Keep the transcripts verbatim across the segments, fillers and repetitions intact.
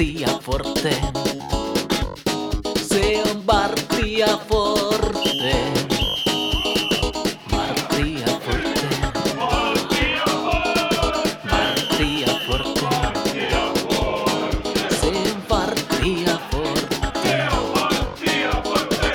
Martti ja Forte. Se on Martti ja Forte. Martti ja Forte. Martti ja Forte. Se on Martti ja Forte.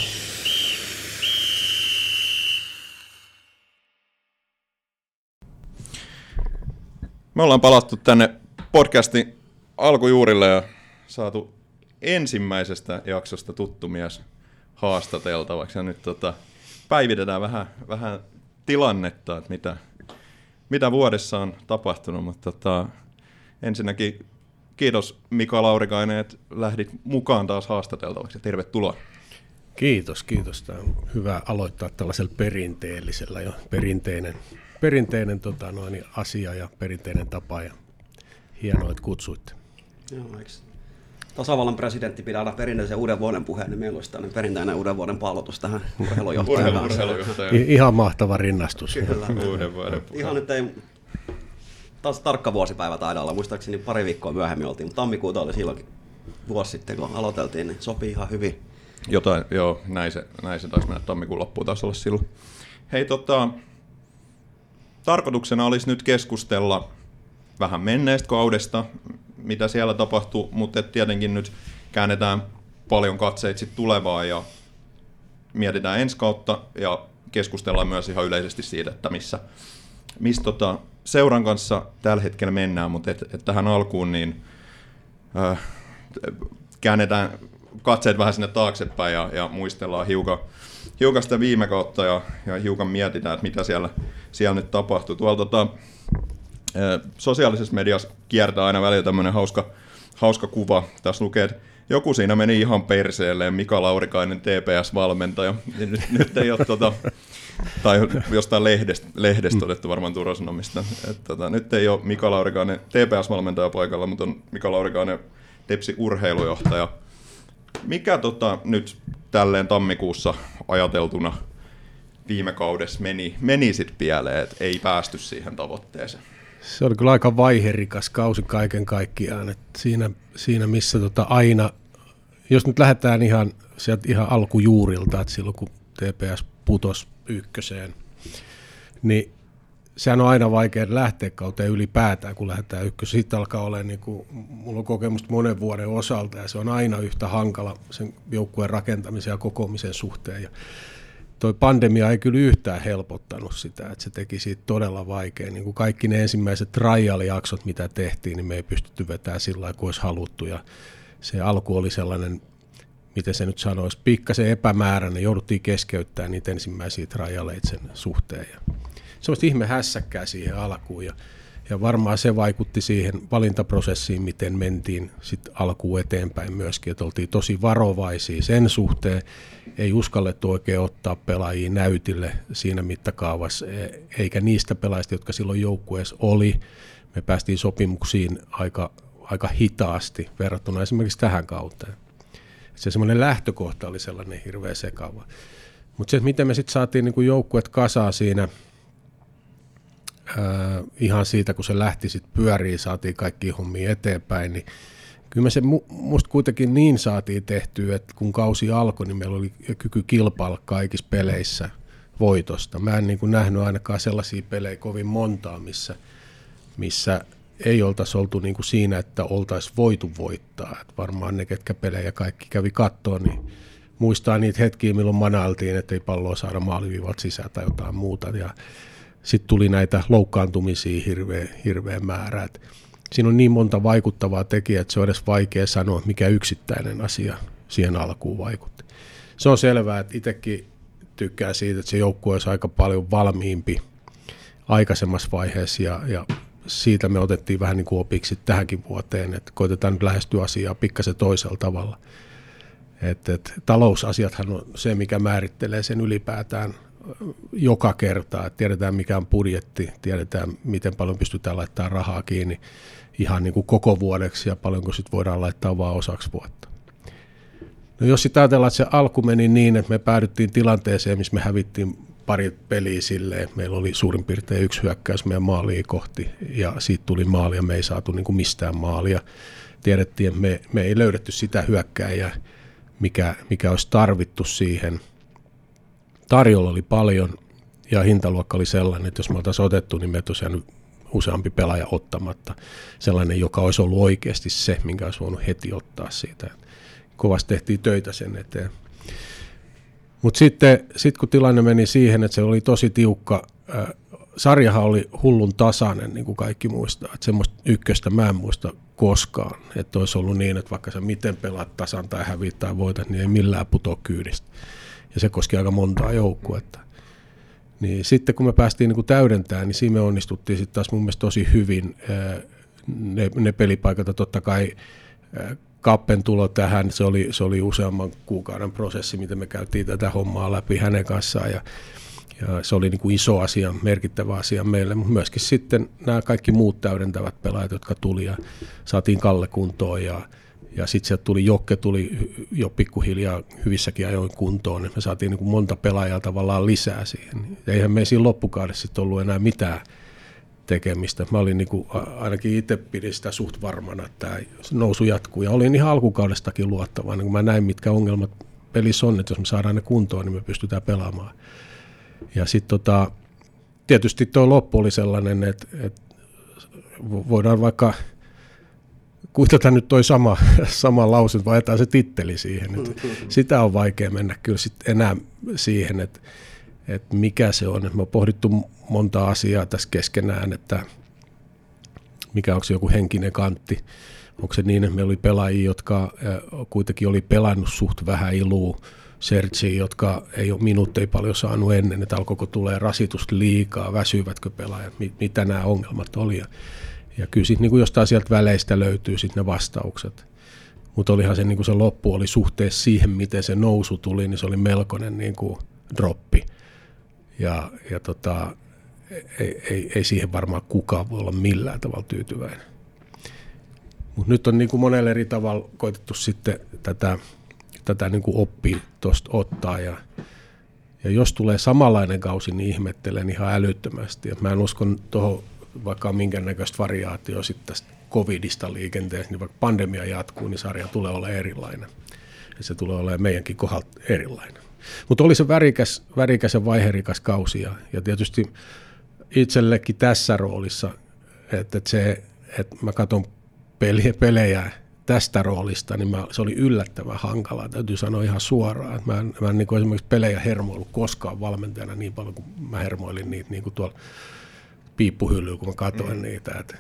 Me ollaan palattu tänne podcastin alkujuurille ja saatu ensimmäisestä jaksosta tuttu mies haastateltavaksi. Ja nyt tota, päivitetään vähän, vähän tilannetta, että mitä, mitä vuodessa on tapahtunut. Mutta tota, ensinnäkin kiitos Mika Laurikainen, että lähdit mukaan taas haastateltavaksi. Tervetuloa. Kiitos, kiitos. Tämä on hyvä aloittaa tällaisella perinteellisellä jo perinteinen, perinteinen tota, noin, asia ja perinteinen tapa. Ja hienoa, että kutsuitte. Joo, eikö tasavallan presidentti pidä aina perinteisen uuden vuoden puheen, niin meillä olisi tämmöinen perinteinen uuden vuoden pallotus tähän urheilujohtajan kanssa. I- ihan mahtava rinnastus. Kyllä. Uuden vuoden puheen. Ihan nyt ei, taas tarkka vuosipäivä taida olla, muistaakseni pari viikkoa myöhemmin oltiin, mutta tammikuuta oli silloinkin vuosi sitten, kun aloiteltiin, niin sopii ihan hyvin. Jotain, joo, näin se, näin se taisi mennä tammikuun loppuun taisi olla silloin. Hei, tota, tarkoituksena olisi nyt keskustella vähän menneestä kaudesta, mitä siellä tapahtuu, mutta tietenkin nyt käännetään paljon katseita sit tulevaan ja mietitään ensi kautta ja keskustellaan myös ihan yleisesti siitä, että missä, missä tota, seuran kanssa tällä hetkellä mennään, mutta et, et tähän alkuun niin äh, käännetään katseet vähän sinne taaksepäin ja, ja muistellaan hiukan, hiukan sitä viime kautta ja, ja hiukan mietitään, että mitä siellä, siellä nyt tapahtuu. Tuolla tota, sosiaalisessa mediassa kiertää aina välillä tämmöinen hauska, hauska kuva. Tässä lukee, että joku siinä meni ihan perseelleen, Mika Laurikainen, T P S-valmentaja. Nyt, nyt ei ole, tota, tai jostain lehdestä, lehdestä otettu varmaan Turun Sanomista. Että, tota, nyt ei ole Mika Laurikainen T P S-valmentaja paikalla, mutta on Mika Laurikainen Tepsi urheilujohtaja. Mikä tota, nyt tälleen tammikuussa ajateltuna viime kaudessa meni, meni sitten pieleen, että ei päästy siihen tavoitteeseen? Se oli kyllä aika vaiherikas kausi kaiken kaikkiaan. Että siinä, siinä missä tota aina, jos nyt lähdetään ihan, sieltä ihan alkujuurilta, että silloin kun T P S putosi ykköseen, niin sehän on aina vaikea lähteä kauteen ylipäätään, kun lähdetään ykköseen. Sitten alkaa olla, niin kuin, mulla on kokemusta monen vuoden osalta, ja se on aina yhtä hankala sen joukkueen rakentamisen ja kokoamisen suhteen. Ja toi pandemia ei kyllä yhtään helpottanut sitä, että se teki siitä todella vaikeaa. Niin kuin kaikki ne ensimmäiset trial-jaksot, mitä tehtiin, niin me ei pystytty vetämään sillä lailla, kuin olisi haluttu. Ja se alku oli sellainen, miten se nyt sanoisi, pikkasen epämääräinen. Jouduttiin keskeyttämään niitä ensimmäisiä trialeita sen suhteen. Ja semmoista ihme hässäkkää siihen alkuun. Ja, ja varmaan se vaikutti siihen valintaprosessiin, miten mentiin sit alkuun eteenpäin myöskin. Että oltiin tosi varovaisia sen suhteen. Ei uskallettu oikein ottaa pelaajia näytille siinä mittakaavassa, eikä niistä pelaajista, jotka silloin joukkueessa oli. Me päästiin sopimuksiin aika, aika hitaasti verrattuna esimerkiksi tähän kauteen. Se semmoinen lähtökohta oli sellainen hirveän sekava. Mutta se, että miten me sitten saatiin niinku joukkueet kasaan siinä, ää, ihan siitä kun se lähti sitten pyöriin, saatiin kaikki hommia eteenpäin, niin kyllä me se musta kuitenkin niin saatiin tehtyä, että kun kausi alkoi, niin meillä oli kyky kilpailla kaikissa peleissä voitosta. Mä en niin kuin nähnyt ainakaan sellaisia pelejä kovin montaa, missä, missä ei oltaisi oltu niin kuin siinä, että oltaisiin voitu voittaa. Et varmaan ne, ketkä pelejä kaikki kävi kattoon, niin muistaa niitä hetkiä, milloin manailtiin, että ei palloa saada maaliviivat sisään tai jotain muuta. Ja sitten tuli näitä loukkaantumisia hirveä, hirveä määrä. Et siinä on niin monta vaikuttavaa tekijää, että se on edes vaikea sanoa, mikä yksittäinen asia siihen alkuun vaikutti. Se on selvää, että itsekin tykkää siitä, että se joukkue olisi aika paljon valmiimpi aikaisemmassa vaiheessa, ja, ja siitä me otettiin vähän niin kuin opiksi tähänkin vuoteen, että koitetaan nyt lähestyä asiaa pikkasen toisella tavalla. Et, et, talousasiathan on se, mikä määrittelee sen ylipäätään joka kerta, että tiedetään mikä on budjetti, tiedetään miten paljon pystytään laittamaan rahaa kiinni ihan niin kuin koko vuodeksi ja paljonko sitten voidaan laittaa vaan osaksi vuotta. No jos sitten ajatellaan, että se alku meni niin, että me päädyttiin tilanteeseen, missä me hävittiin pari peliä silleen. Meillä oli suurin piirtein yksi hyökkäys meidän maalia kohti ja siitä tuli maali ja me ei saatu niin kuin mistään maalia. Tiedettiin, että me, me ei löydetty sitä hyökkääjää, mikä, mikä olisi tarvittu siihen. Tarjolla oli paljon ja hintaluokka oli sellainen, että jos me oltaisiin otettu, niin me tosiaan useampi pelaaja ottamatta. Sellainen, joka olisi ollut oikeasti se, minkä olisi voinut heti ottaa siitä. Kovasti tehtiin töitä sen eteen. Mutta sitten sit kun tilanne meni siihen, että se oli tosi tiukka, äh, sarjahan oli hullun tasainen, niin kuin kaikki muistaa. Että semmoista ykköstä mä en muista koskaan, että olisi ollut niin, että vaikka sä miten pelaat tasan tai häviät tai voitat, niin ei millään putoa kyydistä. Ja se koski aika montaa joukkuetta. Niin sitten kun me päästiin niin kuin täydentämään, niin siinä me onnistuttiin sitten taas mun mielestä tosi hyvin. Ne, ne pelipaikat, totta kai Kappen tulo tähän, se oli, se oli useamman kuukauden prosessi, miten me käytiin tätä hommaa läpi hänen kanssaan. Ja, ja se oli niin kuin iso asia, merkittävä asia meille, mutta myöskin sitten nämä kaikki muut täydentävät pelaajat, jotka tuli ja saatiin Kalle kuntoon ja Ja sitten sieltä tuli Jokke, tuli jo pikkuhiljaa hyvissäkin ajoin kuntoon, niin me saatiin niin kuin monta pelaajaa tavallaan lisää siihen. Ja eihän me siinä loppukaudessa sitten ollut enää mitään tekemistä. Mä olin niin kuin, ainakin itse pidin sitä suht varmana, että tämä nousu jatkuu. Ja olin ihan alkukaudestakin luottavainen, kun mä näin, mitkä ongelmat pelissä on, että jos me saadaan ne kuntoon, niin me pystytään pelaamaan. Ja sitten tota, tietysti tuo loppu oli sellainen, että, että voidaan vaikka kuitenkaan nyt toi sama, sama lause, vai jätään se titteli siihen. Mm-hmm. Sitä on vaikea mennä kyllä sit enää siihen, että, että mikä se on. Me on pohdittu monta asiaa tässä keskenään, että mikä onko se joku henkinen kantti. Onko se niin, että meillä oli pelaajia, jotka kuitenkin oli pelannut suht vähän ilua, Sergi, jotka ei ole minuutteja paljon saanut ennen, että alkoiko tulee rasitusta liikaa, väsyvätkö pelaajat, mitä nämä ongelmat oli. Ja kyllä sitten niin jostain sieltä väleistä löytyy sitten ne vastaukset. Mutta olihan se, niin se loppu oli suhteessa siihen, miten se nousu tuli, niin se oli melkoinen niin kuin droppi. Ja, ja tota, ei, ei, ei siihen varmaan kukaan voi olla millään tavalla tyytyväinen. Mutta nyt on niin kuin monella eri tavalla koetettu sitten tätä, tätä niin kuin oppia tuosta ottaa. Ja, ja jos tulee samanlainen kausi, niin ihmettelen ihan älyttömästi. Et mä en usko tuohon, vaikka on minkäännäköistä variaatioa sitten tästä covidista liikenteessä, niin vaikka pandemia jatkuu, niin sarja tulee olemaan erilainen. Ja se tulee olemaan meidänkin kohdalta erilainen. Mutta oli se värikäs, värikäs ja vaiherikas kausi. Ja, ja tietysti itsellekin tässä roolissa, että, että, se, että mä katson pelejä, pelejä tästä roolista, niin mä, se oli yllättävän hankalaa. Täytyy sanoa ihan suoraan, että mä en, mä en niin kuin esimerkiksi pelejä hermoillut koskaan valmentajana niin paljon, kuin mä hermoilin niitä niin kuin tuolla piippuhyllyä, kun mä katsoin mm. niitä, että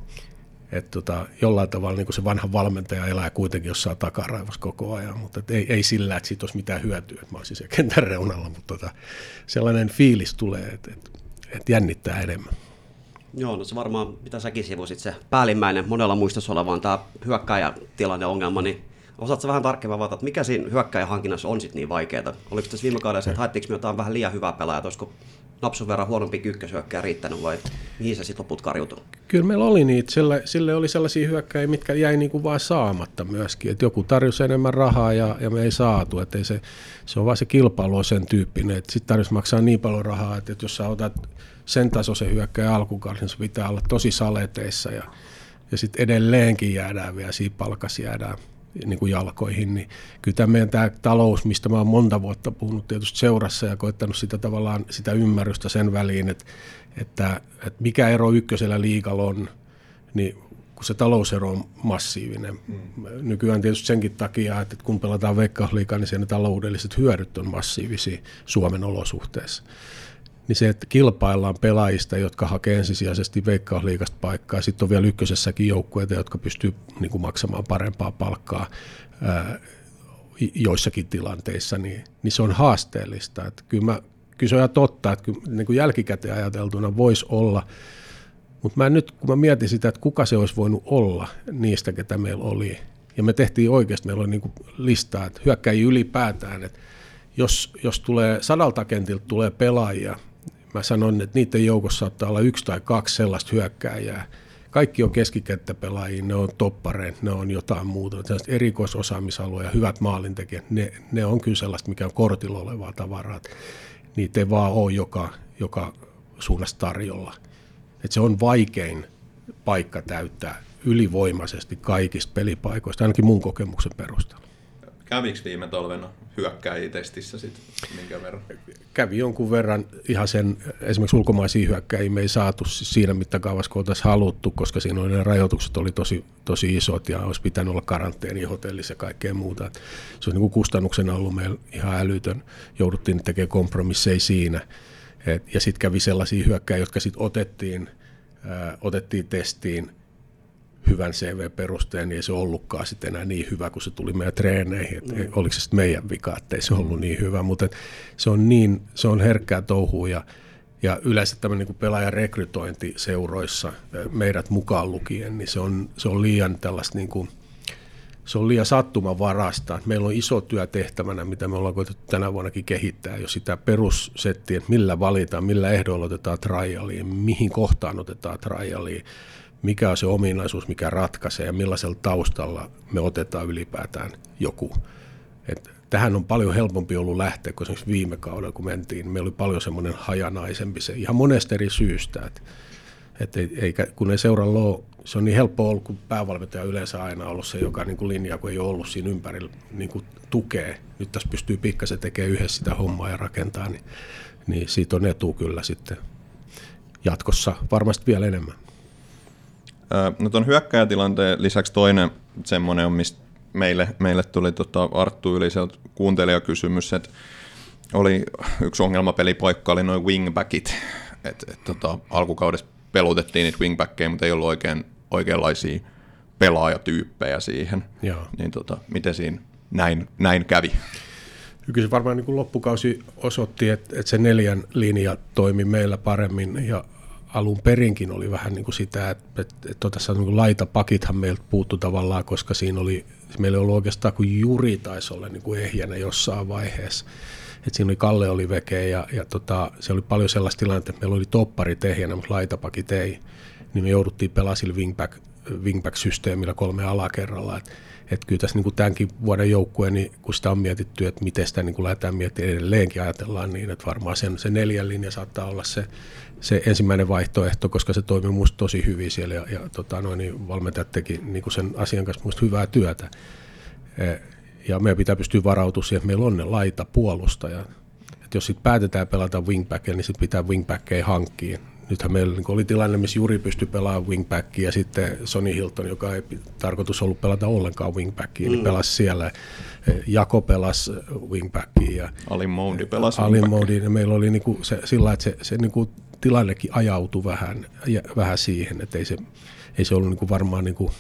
et tota, jollain tavalla niin se vanha valmentaja elää kuitenkin jossain takaraivossa koko ajan, mutta ei, ei sillä, että siitä olisi mitään hyötyä, että mä olisin siellä kentän reunalla, mutta tota, sellainen fiilis tulee, että et, et jännittää enemmän. Joo, no se varmaan, mitä säkin sivusit, se päällimmäinen monella muistossa oleva on tämä hyökkääjätilanne ongelma, niin osaatko vähän tarkemmin avata, että mikä siinä hyökkääjähankinnassa on sitten niin vaikeaa? Oliko tässä viime kaudessa, että haettiinko me jotain vähän liian hyvää pelaajaa, olisiko napsun verran huonompi ykköshyökkääjä riittänyt vai mihin se sitten loput karjuutui? Kyllä meillä oli niitä, sille, sille oli sellaisia hyökkäjiä, mitkä jäi niinku vaan saamatta myöskin, että joku tarjosi enemmän rahaa ja, ja me ei saatu, että ei se, se on vaan se kilpailu on sen tyyppinen, että sitten tarjosi maksaa niin paljon rahaa, että jos sä otat sen tasoisen hyökkääjä alkukaudessa, niin se pitää olla tosi saleteissa ja, ja sitten edelleenkin jäädään vielä, siinä palkassa jäädään niin kuin jalkoihin, niin kyllä tämä meidän tämä talous, mistä mä oon monta vuotta puhunut tietysti seurassa ja koittanut sitä tavallaan sitä ymmärrystä sen väliin, että, että, että mikä ero ykkösellä liigalla on, niin kun se talousero on massiivinen. Mm. Nykyään tietysti senkin takia, että kun pelataan Veikkausliigaa, niin sen taloudelliset hyödyt on massiivisia Suomen olosuhteissa. Niin se, että kilpaillaan pelaajista, jotka hakee ensisijaisesti Veikkausliigasta paikkaa, sitten on vielä ykkösessäkin joukkueita, jotka pystyy niin kuin maksamaan parempaa palkkaa ää, joissakin tilanteissa, niin, niin se on haasteellista. Että kyllä, mä, kyllä se on ihan totta, että kyllä, niin kuin jälkikäteen ajateltuna voisi olla, mutta mä nyt kun mä mietin sitä, että kuka se olisi voinut olla niistä, ketä meillä oli, ja me tehtiin oikeasti, meillä oli niin kuin listaa, että hyökkäjiä ylipäätään, että jos, jos tulee sadalta kentiltä tulee pelaajia, mä sanon, että niiden joukossa saattaa olla yksi tai kaksi sellaista hyökkääjää. Kaikki on keskikenttäpelaajia, ne on toppareita, ne on jotain muuta. Sellaiset erikoisosaamisalueet ja hyvät maalintekijät, ne, ne on kyllä sellaista, mikä on kortilla olevaa tavaraa. niitä ei vaan ole joka, joka suunnassa tarjolla. Et se on vaikein paikka täyttää ylivoimaisesti kaikista pelipaikoista, ainakin mun kokemuksen perusteella. Kävikö viime talvena hyökkäjitestissä sitten minkä verran? Kävi jonkun verran ihan sen, esimerkiksi ulkomaisia hyökkäjiä me ei saatu siinä mittakaavassa, kun oltaisiin haluttu, koska siinä oli ne rajoitukset oli tosi, tosi isot ja olisi pitänyt olla karanteeni hotellissa ja kaikkea muuta. Se olisi niin kuin kustannuksena ollut meillä ihan älytön. Jouduttiin tekemään kompromisseja siinä. Et, ja sitten kävi sellaisia hyökkäjiä, jotka sitten otettiin, ää, otettiin testiin hyvän C V-perusteen, niin ei se ollutkaan sitten enää niin hyvä, kun se tuli meidän treeneihin. Et, mm. Oliko se sitten meidän vika, että ei se ollut niin hyvä, mutta se on, niin, se on herkkää touhua ja, ja yleensä tämmöinen niin pelaajan rekrytointi seuroissa, meidät mukaan lukien, niin se on, se on liian tällaista niin kuin, se on liian sattumanvarasta. Meillä on iso työ tehtävänä, mitä me ollaan koetettu tänä vuonnakin kehittää, jo sitä perussettiä, että millä valitaan, millä ehdoilla otetaan trialiin, mihin kohtaan otetaan trialiin, mikä on se ominaisuus, mikä ratkaisee ja millaisella taustalla me otetaan ylipäätään joku. Et tähän on paljon helpompi ollut lähteä, kun esimerkiksi viime kaudella, kun mentiin, meillä oli paljon semmoinen hajanaisempi se ihan monesta eri syystä. Et, et ei, eikä, kun ei seuralla ole, se on niin helppo ollut, kun päävalmentaja yleensä aina ollut se, joka niin kuin linja, kun ei ole ollut siinä ympärillä niin kuin tukee. Nyt tässä pystyy pikkasen tekemään yhdessä sitä hommaa ja rakentaa, niin, niin siitä on etu kyllä sitten jatkossa varmasti vielä enemmän. No tuon hyökkäjätilanteen lisäksi toinen semmoinen on, mistä meille, meille tuli tota Arttu Yliseltä kuuntelijakysymys, että oli yksi ongelmapelipaikka, oli noin wingbackit, että et, tota, alkukaudessa pelutettiin niitä wingbackkejä, mutta ei ollut oikein, oikeanlaisia pelaajatyyppejä siihen. Joo. Niin tota, miten siinä näin, näin kävi? Kyllä se varmaan niin kuin loppukausi osoitti, että, että se neljän linja toimi meillä paremmin ja alun perinkin oli vähän niin kuin sitä, että, että, että tässä niin kuin laitapakithan meiltä puuttu tavallaan, koska siinä oli, meillä ei ollut oikeastaan kuin Juri taisi olla niin kuin ehjänä jossain vaiheessa. Että siinä oli Kalle oli vekeä ja, ja tota, se oli paljon sellaista tilannetta, että meillä oli topparit ehjänä, mutta laitapakit ei. Niin me jouduttiin pelaamaan sillä wingback, wingback-systeemillä kolme alakerralla. Että et kyllä tässä niin kuin tämänkin vuoden joukkueen, niin kun sitä on mietitty, että miten sitä niin kuin lähdetään miettimään edelleenkin ajatellaan niin, että varmaan sen, se neljän linja saattaa olla se, se ensimmäinen vaihtoehto, koska se toimii minusta tosi hyvin siellä ja, ja tota, noin, niin valmentajat teki niin kuin sen asian kanssa minusta hyvää työtä. Ja meidän pitää pystyä varautumaan siihen, että meillä on ne laitapuolustajat. Että jos sitten päätetään pelata wingbackia, niin sitten pitää wingbackkejä hankkia. Nythän meillä niin oli tilanne, missä Juri pystyi pelaamaan wingbackia ja sitten Sonny Hilton, joka ei tarkoitus ollut pelata ollenkaan wingbackia, mm. niin pelasi siellä. Jako pelasi wingbackia. Ja Alin Moudi pelasi Alin Moudi, ja meillä oli niin kuin se, sillä että se, se niin kuin tilannekin ajautui vähän, ja, vähän siihen, että ei se, ei se ollut niin kuin varmaan niin kuin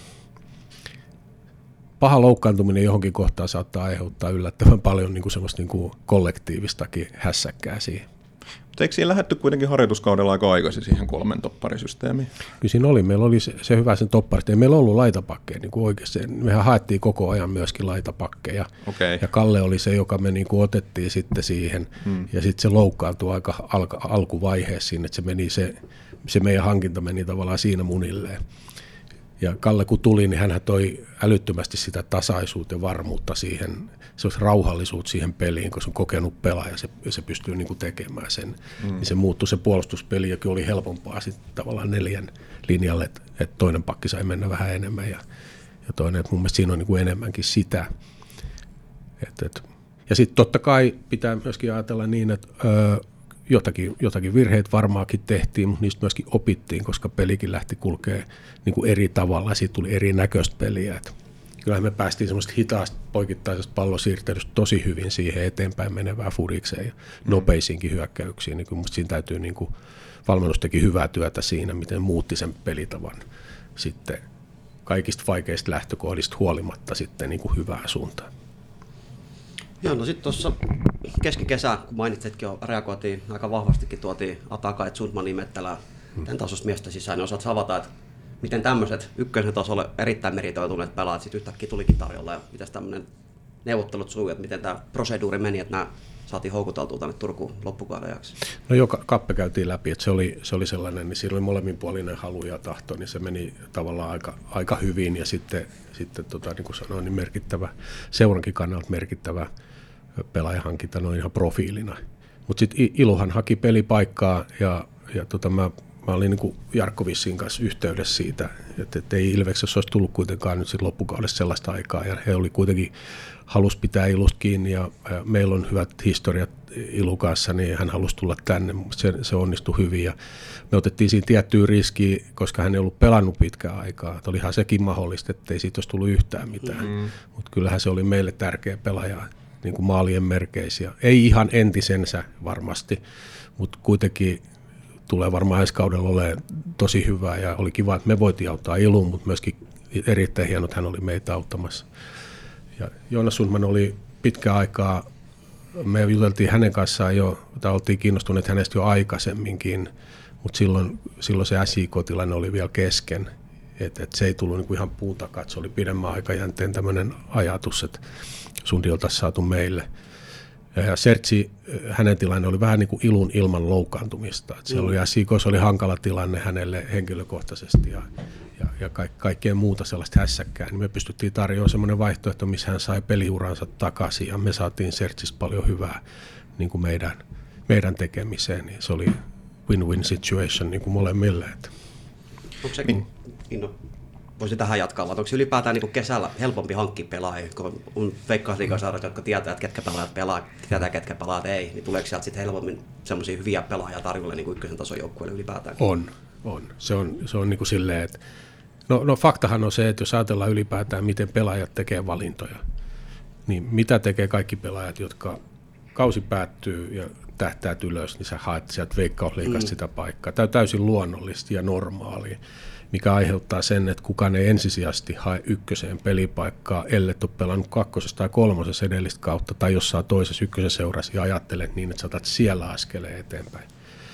paha loukkaantuminen johonkin kohtaan saattaa aiheuttaa yllättävän paljon niin kuin semmoista niin kuin kollektiivistakin hässäkkää siihen. Mutta eikö siinä lähdetty kuitenkin harjoituskaudella aika aikaisin siihen kolmen topparisysteemiin? Kyllä siinä oli. Meillä oli se, se hyvä sen topparista. Ei meillä ollut laitapakkeja niin kuin oikeasti. Mehän haettiin koko ajan myöskin laitapakkeja. Okay. Ja Kalle oli se, joka me niin kuin otettiin sitten siihen. Hmm. Ja sitten se loukkaantui aika alka, alkuvaiheessa siinä, että se, meni se, se meidän hankinta meni tavallaan siinä munilleen. Ja Kalle kun tuli, niin hän toi älyttömästi sitä tasaisuutta ja varmuutta siihen, se olisi rauhallisuutta siihen peliin, koska se on kokenut pelaaja, se, se pystyy niin kuin tekemään sen. Mm. Niin se muuttui se puolustuspeli, joka oli helpompaa sitten tavallaan neljän linjalle, että, että toinen pakki sai mennä vähän enemmän ja, ja toinen, että mun mielestä siinä on niin kuin enemmänkin sitä. Et, et. Ja sitten totta kai pitää myöskin ajatella niin, että öö, Jotakin, jotakin virheitä varmaankin tehtiin, mutta niistä myöskin opittiin, koska pelikin lähti kulkee niin kuin eri tavalla ja siitä tuli eri näköistä peliä. Et kyllähän me päästiin semmoista hitaasta poikittaisesta pallosiirtelystä tosi hyvin siihen eteenpäin menevään furikseen ja nopeisiinkin hyökkäyksiin. Niin musta siinä täytyy, niin kuin, valmennus teki hyvää työtä siinä, miten muutti sen pelitavan sitten kaikista vaikeista lähtökohdista huolimatta sitten niin kuin hyvää suuntaan. Joo, no sitten tuossa keskikesää, kun mainitsitkin jo, reagoitiin aika vahvastikin, tuotiin Ataka, et Sundman Mettälää, tämän tasosta miestä sisään, niin osaat avata, että miten tämmöiset ykkösen tasolle erittäin meritoituneet pelaat sitten yhtäkkiä tulikin tarjolla ja miten tämmöinen neuvottelut sujuu, että miten tämä proseduuri meni, että nämä saatiin houkuteltua tänne Turkuun loppukauden ajaksi. No joka kappe käytiin läpi, että se oli, se oli sellainen, niin siinä oli molemminpuolinen halu ja tahto, niin se meni tavallaan aika, aika hyvin ja sitten, sitten tota, niin kuin sanoin, niin merkittävä, seurankin kannalta merkittävä pelaajahankinta noin ihan profiilina Mutta sitten Iluhan haki pelipaikkaa ja, ja tota mä, mä olin niin kuin Jarkko Vissin kanssa yhteydessä siitä, että, että ei Ilveksessä olisi tullut kuitenkaan nyt sit loppukaudessa sellaista aikaa ja he oli kuitenkin halus pitää Ilusta kiinni ja, ja meillä on hyvät historiat Ilu kanssa, niin hän halusi tulla tänne, se, se onnistui hyvin ja me otettiin siinä tiettyä riskiä, koska hän ei ollut pelannut pitkään aikaa, että olihan sekin mahdollista, että ei siitä olisi tullut yhtään mitään, mm-hmm. mutta kyllähän se oli meille tärkeä pelaaja, niin kuin maalien merkeisiä, ei ihan entisensä varmasti, mutta kuitenkin tulee varmaan ensi kaudella olemaan tosi hyvää ja oli kiva, että me voitiin auttaa Iluun, mutta myöskin erittäin hieno, että hän oli meitä auttamassa. Ja Joonas Sundman oli pitkään aikaa, me juteltiin hänen kanssaan jo, tai oltiin kiinnostuneet hänestä jo aikaisemminkin, mutta silloin, silloin se S J K-tilanne oli vielä kesken, että et se ei tullut niinku ihan puun takaa, että se oli pidemmän aikajänteen tämmöinen ajatus, että Sundi oltaisiin saatu meille. Ja Sertsi, hänen tilanne oli vähän niin kuin Ilun ilman loukkaantumista. Että siellä oli S J K:ssa oli hankala tilanne hänelle henkilökohtaisesti ja, ja, ja ka- kaikkea muuta sellaista hässäkkää. Niin me pystyttiin tarjoamaan semmoinen vaihtoehto, missä hän sai peliuransa takaisin ja me saatiin Sertsistä paljon hyvää niin kuin meidän, meidän tekemiseen. Niin se oli win-win situation niin kuin molemmille. Että. Onko se, niin. No, voisin tähän jatkaa, vaan onko ylipäätään niin kuin kesällä helpompi hankkia pelaajia, kun on Veikkausliigasarjat, jotka tietää, että ketkä pelaajat pelaa, tietää, ketkä pelaajat ei, niin tuleeko sieltä sitten helpommin semmoisia hyviä pelaajia tarjolle niin kuin ykkösen tason joukkueelle ylipäätään? On, on. Se on, se on niin kuin silleen, että no, no faktahan on se, että jos ajatellaan ylipäätään, miten pelaajat tekee valintoja, niin mitä tekee kaikki pelaajat, jotka kausi päättyy ja tähtäät ylös, niin sä haet sieltä Veikkausliigasta mm. sitä paikkaa. Tämä on täysin luonnollista ja normaalia, mikä aiheuttaa sen, että kukaan ei ensisijaisesti hae ykköseen pelipaikkaa, ellei ole pelannut kakkosessa tai kolmosessa edellistä kautta, tai jossain toisessa ykkösen seurassa ja ajattelet niin, että sä otat siellä askeleen eteenpäin.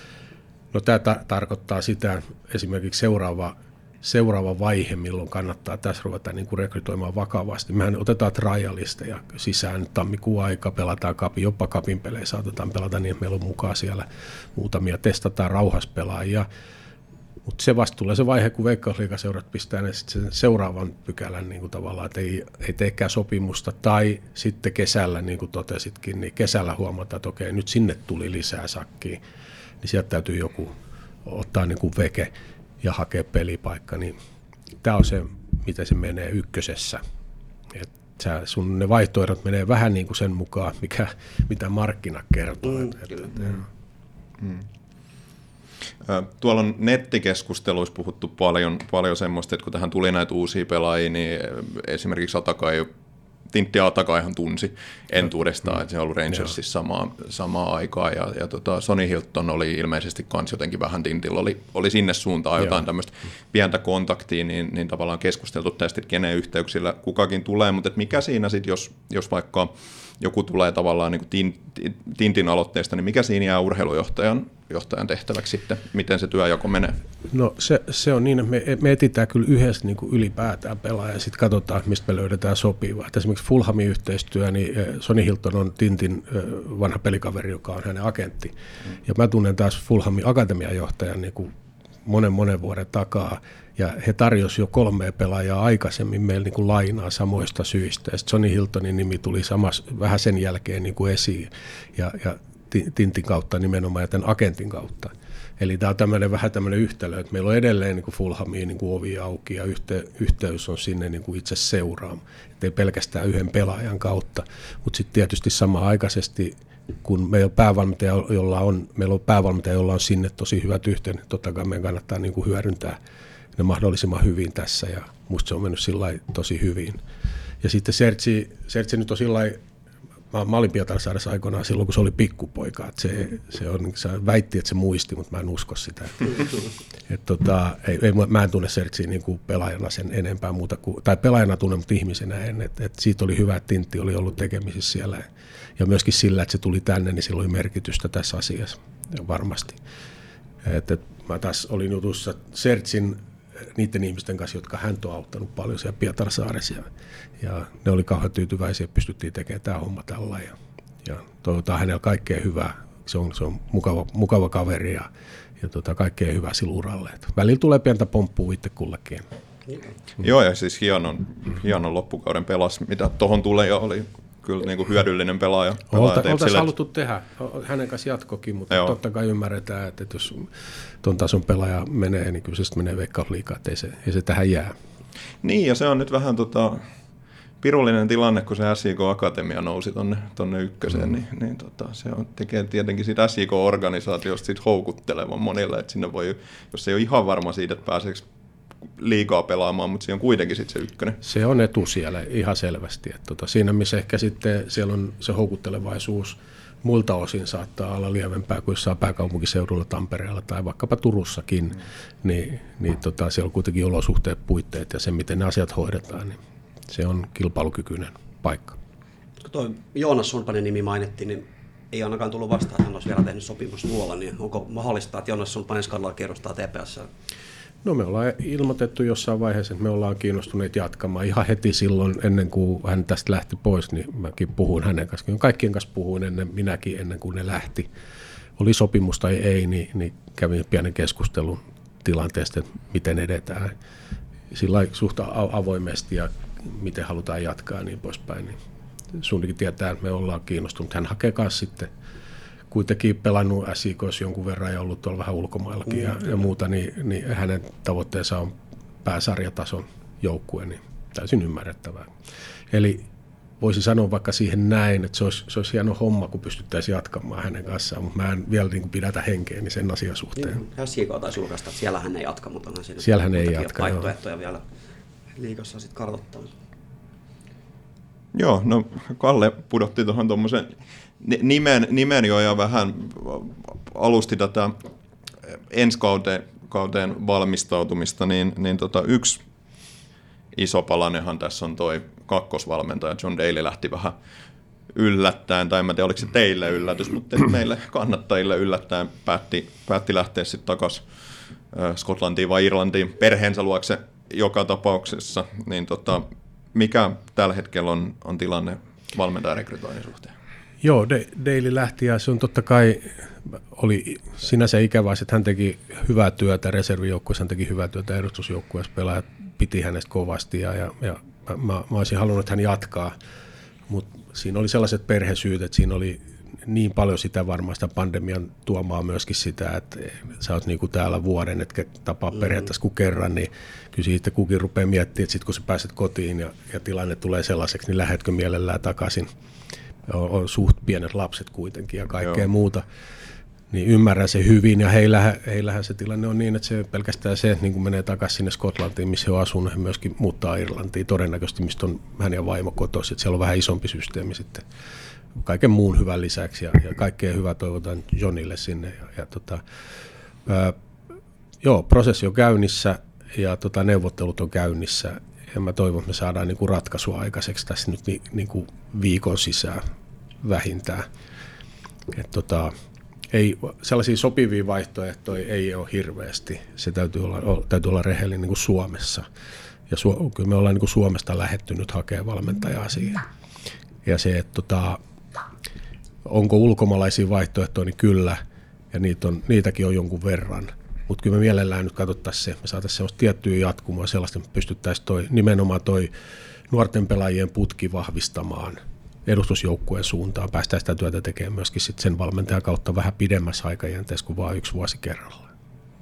No tämä ta- tarkoittaa sitä esimerkiksi seuraava, seuraava vaihe, milloin kannattaa tässä ruveta niin kuin rekrytoimaan vakavasti. Mehän otetaan trialisteja sisään tammikuun aika, pelataan kapi, jopa kapin pelejä saatetaan pelata niin, että meillä on mukaan siellä muutamia, testataan rauhaspelaajia. Mutta se vasta tulee se vaihe, kun Veikkausliigaseurat pistää ne sitten sen seuraavan pykälän niin kuin tavallaan, että ei, ei teekään sopimusta. Tai sitten kesällä, niin kuin totesitkin, niin kesällä huomataan, että okei, nyt sinne tuli lisää sakkia. Niin sieltä täytyy joku ottaa niin kuin veke ja hakea pelipaikka. Niin tämä on se, miten se menee ykkösessä. Et sä, sun ne vaihtoehdot menee vähän niin kuin sen mukaan, mikä, mitä markkina kertoo. Mm, et, et, mm. Mm. Tuolla on nettikeskusteluissa puhuttu paljon, paljon semmoista, että kun tähän tuli näitä uusia pelaajia, niin esimerkiksi Atakai, Tintti Atakaihan tunsi entuudestaan, että se on ollut Rangersissa samaa, samaa aikaa, ja, ja tota Sonny Hilton oli ilmeisesti kans jotenkin vähän Tintillä, oli, oli sinne suuntaan jotain tämmöistä pientä kontaktia, niin, niin tavallaan keskusteltu tästä, että kenen yhteyksillä kukakin tulee, mutta mikä siinä sitten, jos, jos vaikka joku tulee tavallaan niin kuin Tintin aloitteesta, niin mikä siinä jää urheilujohtajan johtajan tehtäväksi sitten? Miten se työjako menee? No se, se on niin, että me, me etsitään kyllä yhdessä niin kuin ylipäätään pelaaja ja sitten katsotaan, mistä me löydetään sopivaa. Et esimerkiksi Fulhamin yhteistyö, niin Sonny Hilton on Tintin vanha pelikaveri, joka on hänen agentti. Mm. Ja mä tunnen taas Fulhamin akatemian johtajan niin kuin monen monen vuoden takaa. Ja he tarjosivat jo kolmea pelaajaa aikaisemmin meillä niin kuin lainaa samoista syistä. Ja sitten Sonny Hiltonin nimi tuli samas, vähän sen jälkeen niin kuin esiin ja, ja Tintin kautta nimenomaan ja tämän agentin kautta. Eli tämä on tämmöinen, vähän tämmöinen yhtälö, että meillä on edelleen niin kuin Fulhamiin niin kuin ovi auki ja yhte, yhteys on sinne niin kuin itse seuraama. Että ei pelkästään yhden pelaajan kautta, mutta sitten tietysti samanaikaisesti kun meillä on päävalmentaja, jolla on, meillä on päävalmentaja, jolla on sinne tosi hyvät yhteen, niin totta kai meidän kannattaa niin kuin hyödyntää ne mahdollisimman hyvin tässä, ja musta se on mennyt sillä lailla tosi hyvin. Ja sitten Sertsi, Sertsi nyt on sillä lailla, mä, mä olin Pietarsaaressa aikoinaan silloin, kun se oli pikkupoika, että se, se, on, se väitti, että se muisti, mutta mä en usko sitä. Et tota, ei, ei, mä en tunne Sertsiä niin kuin pelaajana sen enempää muuta kuin, tai pelaajana tunne, mutta ihmisenä en. Et, et siitä oli hyvä, että Tintti oli ollut tekemisissä siellä, ja myöskin sillä, että se tuli tänne, niin sillä oli merkitystä tässä asiassa, varmasti. Et, et mä taas olin jutussa Sertsin niiden ihmisten kanssa, jotka häntä on auttanut paljon siellä Pietarsaaressa. Ja, ja ne oli kauhean tyytyväisiä, että pystyttiin tekemään tämä homma tällä. Ja, ja toivotaan hänellä kaikkea hyvää. Se on, se on mukava, mukava kaveri ja, ja tota, kaikkea hyvää sillä uralle. Et välillä tulee pientä pomppua itse kullekin. Mm. Joo, ja siis hienon, hienon loppukauden pelas, mitä tuohon tulee ja oli, kyllä niin kuin hyödyllinen pelaaja. Olta, pelaaja oltaisiin haluttu tehdä hänen kanssa jatkokin, mutta Joo. totta kai ymmärretään, että jos tuon tason pelaaja menee, niin kyllä se menee Veikkausliigaan, että ei se, ei se tähän jää. Niin, ja se on nyt vähän tota, pirullinen tilanne, kun se S J K-akatemia nousi tonne, tonne ykköseen, mm. niin, niin tota, se on, tekee tietenkin siitä S J K-organisaatiosta sit houkuttelevan monille, että sinne voi, jos ei ole ihan varma siitä, että pääseekö liigaa pelaamaan, mutta se on kuitenkin sitten se ykkönen. Se on etu siellä ihan selvästi. Että tota, siinä missä ehkä sitten siellä on se houkuttelevaisuus muilta osin saattaa olla lievempää kuin jossain pääkaupunkiseudulla, Tampereella tai vaikkapa Turussakin, mm. niin, niin tota, siellä on kuitenkin olosuhteet, puitteet ja se, miten ne asiat hoidetaan, niin se on kilpailukykyinen paikka. Kun tuo Joonas Sundmanin nimi mainittiin, niin ei ainakaan tullut vastaan, että hän olisi vielä tehnyt sopimus muualla, niin onko mahdollista, että Joonas Sundmanin skandalla kierrostaa T P S? No me ollaan ilmoitettu jossain vaiheessa, että me ollaan kiinnostuneet jatkamaan. Ihan heti silloin, ennen kuin hän tästä lähti pois, niin mäkin puhuin hänen kanssa. Kaikkien kanssa puhuin ennen, minäkin ennen kuin ne lähti. Oli sopimus tai ei, niin, niin kävin pienen keskustelun tilanteesta, että miten edetään. Sillä suht avoimesti ja miten halutaan jatkaa ja niin poispäin. Niin Sundikin tietää, että me ollaan kiinnostunut. Hän hakee kanssa sitten kuitenkin pelannut S I K:ssa jonkun verran ja ollut tuolla vähän ulkomaillakin mm, ja, ja muuta, niin, niin hänen tavoitteensa on pääsarjatason joukkue, niin täysin ymmärrettävää. Eli voisi sanoa vaikka siihen näin, että se olisi, se olisi hieno homma, kun pystyttäisiin jatkamaan hänen kanssaan, mutta mä en vielä niin kuin pidätä henkeäni sen asian suhteen. Niin, S I K taisi julkaista, että siellä hän ei jatka, mutta onhan siinä siellä hän ei jatka, vaihtoehtoja vielä liigassa sitten kartoittaa. Joo, no Kalle pudotti tuohon tuommoisen nimen, nimen jo ja vähän alusti tätä ensi kauteen, kauteen valmistautumista, niin, niin tota, yksi iso palanenhan tässä on toi kakkosvalmentaja. John Daly lähti vähän yllättäen, tai en tiedä oliko se teille yllätys, mutta meille kannattajille yllättäen päätti, päätti lähteä sitten takaisin Skotlantiin vai Irlantiin perheensä luokse joka tapauksessa, niin tota, mikä tällä hetkellä on, on tilanne valmentajarekrytoinnin suhteen? Joo, Daly lähti ja se on totta kai, oli sinänsä ikävää, että hän teki hyvää työtä reservijoukkueessa, hän teki hyvää työtä edustusjoukkueessa, pelaajat piti hänestä kovasti ja, ja, ja mä, mä olisin halunnut, että hän jatkaa, mutta siinä oli sellaiset perhesyyt, että siinä oli niin paljon sitä varmaan sitä pandemian tuomaa myöskin sitä, että sä oot niinku täällä vuoden, etkä tapaa mm. periaatteessa kuin kerran, niin kyllä siitä kukin rupeaa miettimään, että sitten kun sä pääset kotiin ja, ja tilanne tulee sellaiseksi, niin lähdetkö mielellään takaisin. On, on suht pienet lapset kuitenkin ja kaikkea Joo. muuta, niin ymmärrän se hyvin ja heillähän, heillähän se tilanne on niin, että se pelkästään se, että niin kun menee takaisin sinne Skotlantiin, missä he on asunut, he myöskin muuttaa Irlantiin todennäköisesti, mistä on hän ja vaimo kotoisin, että siellä on vähän isompi systeemi sitten kaiken muun hyvän lisäksi ja, ja kaikkea hyvää toivotaan Johnille sinne ja, ja tota, ää, joo, prosessi on käynnissä ja tota, neuvottelut on käynnissä. Ja mä toivon, että me saadaan niinku ratkaisua aikaiseksi tässä nyt ni, niinku viikon sisään vähintään. Et tota, ei, sellaisia sopivia vaihtoehtoja ei ole hirveästi. Se täytyy olla, täytyy olla rehellinen niin kuin Suomessa. Ja su, kyllä me ollaan niin kuin Suomesta lähdetty nyt hakemaan valmentajaa siihen. Ja se, että tota, onko ulkomaalaisia vaihtoehtoja, niin kyllä. Ja niitä on, niitäkin on jonkun verran. Mutta kyllä me mielellään nyt katsottaisiin se, me saataisiin sellaista tiettyä jatkumoa, sellaista, että me pystyttäisiin toi, nimenomaan toi nuorten pelaajien putki vahvistamaan edustusjoukkueen suuntaan. Päästään sitä työtä tekemään myöskin sit sen valmentajan kautta vähän pidemmässä aikajänteessä kuin vain yksi vuosi kerrallaan.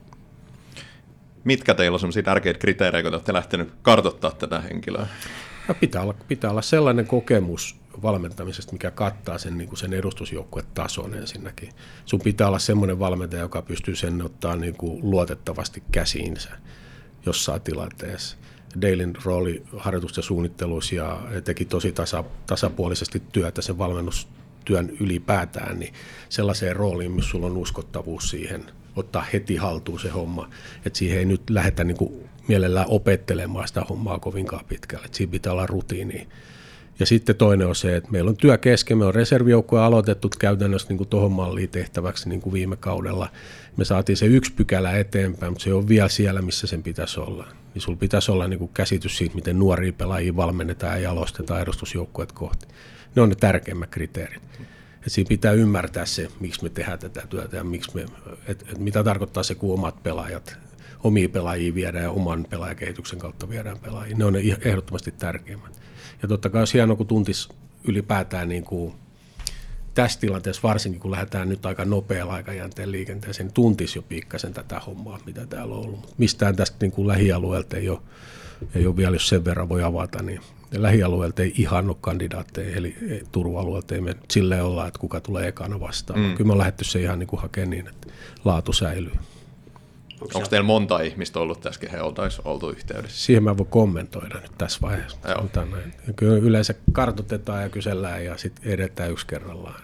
Mitkä teillä on sellaisia tärkeitä kriteerejä, kun te olette lähtenyt kartoittamaan tätä henkilöä? Ja pitää, olla, pitää olla sellainen kokemus valmentamisesta, mikä kattaa sen, niin kuin sen edustusjoukkuetason ensinnäkin. Sun pitää olla semmoinen valmentaja, joka pystyy sen ottaa niin kuin luotettavasti käsiinsä jossain tilanteessa. Dalyn rooli harjoitusten suunnittelussa ja teki tosi tasa, tasapuolisesti työtä sen valmennustyön ylipäätään, niin sellaiseen rooliin, missä sulla on uskottavuus siihen, ottaa heti haltuun se homma, että siihen ei nyt lähdetä niin kuin mielellään opettelemaan sitä hommaa kovinkaan pitkälle, että siinä pitää olla rutiinia. Ja sitten toinen on se, että meillä on työ kesken, me on reservijoukkue aloitettu käytännössä niin kuin tuohon malliin tehtäväksi niin kuin viime kaudella. Me saatiin se yksi pykälä eteenpäin, mutta se on vielä siellä, missä sen pitäisi olla. Niin sulla pitäisi olla niin kuin käsitys siitä, miten nuoria pelaajia valmennetaan ja jalostetaan edustusjoukkueet kohti. Ne on ne tärkeimmät kriteerit. Et siinä pitää ymmärtää se, miksi me tehdään tätä työtä ja miksi me, et, et mitä tarkoittaa se, kun omat pelaajat, omia pelaajia viedään ja oman pelaajakehityksen kautta viedään pelaajia. Ne on ne ehdottomasti tärkeimmät. Ja totta kai olisi hienoa, kun tuntisi ylipäätään niin kuin tässä tilanteessa, varsinkin kun lähdetään nyt aika nopealla aikajänteen liikenteeseen, niin tuntisi jo pikkasen tätä hommaa, mitä täällä on ollut. Mistään tästä niin kuin lähialueelta ei ole, ei ole vielä, jos sen verran voi avata, niin lähialueelta ei ihan ole kandidaatteja, eli Turun-alueelta ei me silleen olla, että kuka tulee ekana vastaan. Mm. Kyllä me on lähdetty se ihan niin kuin hakemaan niin, että laatu säilyy. Onko, Onko teillä monta ihmistä ollut tässä, he oltaisiin oltu yhteydessä? Siihen mä voin kommentoida nyt tässä vaiheessa. Kyllä yleensä kartoitetaan ja kysellään ja sitten edetään yksi kerrallaan.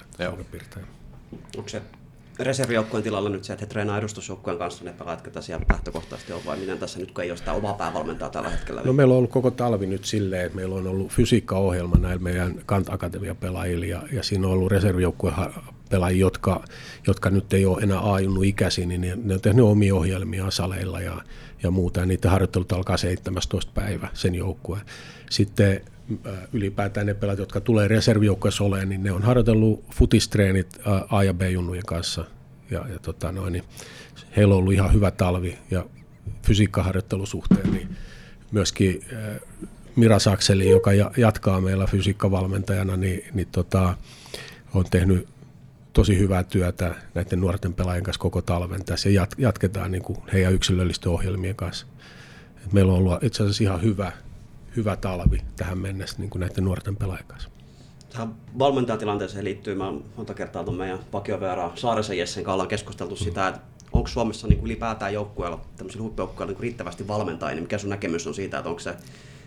Onko se reservijoukkueen tilalla nyt se, että he treenaa edustusjoukkueen kanssa, ne pelaat, ketä siellä lähtökohtaisesti on, vai miten tässä nyt, kun ei ole sitä omaa päävalmentaa tällä hetkellä? No meillä on ollut koko talvi nyt silleen, että meillä on ollut fysiikkaohjelma näillä meidän Kant-akatemiapelaajilla, ja, ja siinä on ollut reservijoukkueen pelaajia, jotka, jotka nyt ei ole enää A-junnu ikäisiä, niin ne, ne on tehnyt omia ohjelmia saleilla ja, ja muuta, ja niiden harjoittelut alkaa seitsemästoista päivä sen joukkueen. Sitten ylipäätään ne pelaajat, jotka tulee reservijoukkueessa olemaan, niin ne on harjoitellut futistreenit A- ja B-junnujen kanssa. Ja, ja tota noin, niin heillä on ollut ihan hyvä talvi ja fysiikkaharjoittelusuhteen, niin myöskin äh, Mira Sakseli, joka ja, jatkaa meillä fysiikkavalmentajana, niin, niin tota, on tehnyt tosi hyvää työtä näiden nuorten pelaajien kanssa koko talven tässä ja jat, jatketaan niin kuin heidän yksilöllisten ohjelmien kanssa. Et meillä on ollut itse asiassa ihan hyvä hyvä talvi tähän mennessä niin kuin näiden nuorten pelaajien kanssa. Tähän valmentajatilanteeseen liittyy, mä olen monta kertaa tuon meidän vakiovieraan Saarisen Jessen kanssa ollaan keskusteltu mm. sitä, että onko Suomessa niin kuin ylipäätään joukkueella, tämmöisillä huippujoukkueilla niin riittävästi valmentajia, niin mikä sun näkemys on siitä, että onko se,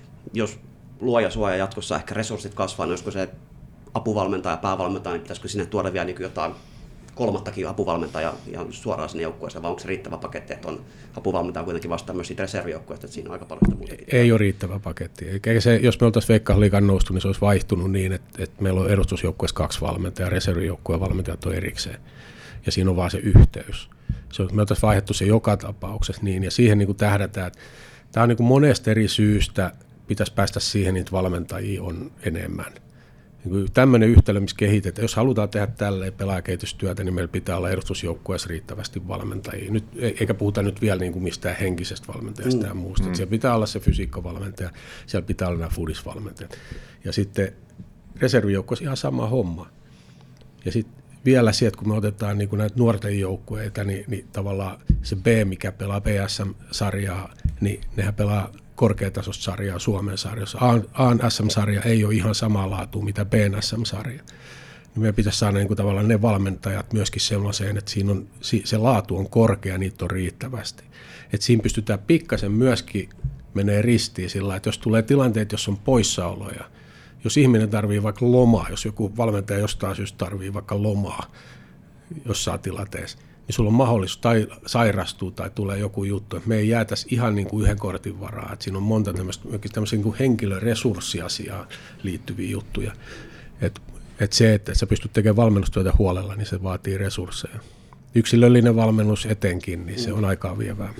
jos luoja suoja jatkossa ehkä resurssit kasvaa, niin olisiko se apuvalmentaja ja päävalmentaja, niin pitäisikö sinne tuoda vielä niin kuin jotain kolmattakin apuvalmentaja ihan suoraan sinne joukkueeseen, vai onko se riittävä paketti, että on apuvalmentaja kuitenkin vastaa myös siitä reservijoukkueesta, että siinä on aika paljon sitä muuta. Ei ole riittävä paketti. Eikä se, jos me oltaisiin Veikkausliigan noustu, niin se olisi vaihtunut niin, että, että meillä on edustusjoukkueessa kaksi valmentajaa, reservijoukkueen valmentajat on erikseen. Ja siinä on vaan se yhteys. Se, me oltaisiin vaihdettu se joka tapauksessa niin, ja siihen niin kuin tähdätään, että tämä on niin kuin monesta eri syystä, pitäisi päästä siihen, että valmentajia on enemmän. Tämmöinen yhtälö, missä kehitetään. Jos halutaan tehdä tälleen pelaajakehitystyötä, niin meillä pitää olla edustusjoukkueessa riittävästi valmentajia. Nyt, eikä puhuta nyt vielä niin kuin mistään henkisestä valmentajasta ja muusta. Mm. Siellä pitää olla se fysiikkavalmentaja, siellä pitää olla nämä foodisvalmentajat. Ja sitten reservijoukkueessa ihan sama homma. Ja sitten vielä sieltä, kun me otetaan niin kuin näitä nuorten joukkueita, niin, niin tavallaan se B, mikä pelaa B S M-sarjaa, niin nehän pelaa korkeatasoista sarjaa Suomen sarjassa. A N S M-sarja ei ole ihan samaa laatua, mitä B N S M-sarja. Niin meidän pitäisi saada niin kuin tavallaan ne valmentajat myöskin sellaiseen, että siinä on, se laatu on korkea, niitä on riittävästi. Että siinä pystytään pikkasen myöskin menee ristiin sillä, että jos tulee tilanteet, jos on poissaoloja, jos ihminen tarvii vaikka lomaa, jos joku valmentaja jostain syystä tarvii vaikka lomaa jossain tilanteessa, niin sulla on mahdollisuus tai sairastua tai tulee joku juttu, että me ei jäätäisi ihan niin kuin yhden kortin varaa, että siinä on monta tämmöistä, tämmöistä niin kuin henkilöresurssiasiaan liittyviä juttuja. Että et se, että sä pystyt tekemään valmennustyötä huolella, niin se vaatii resursseja. Yksilöllinen valmennus etenkin, niin se on aikaa vievää.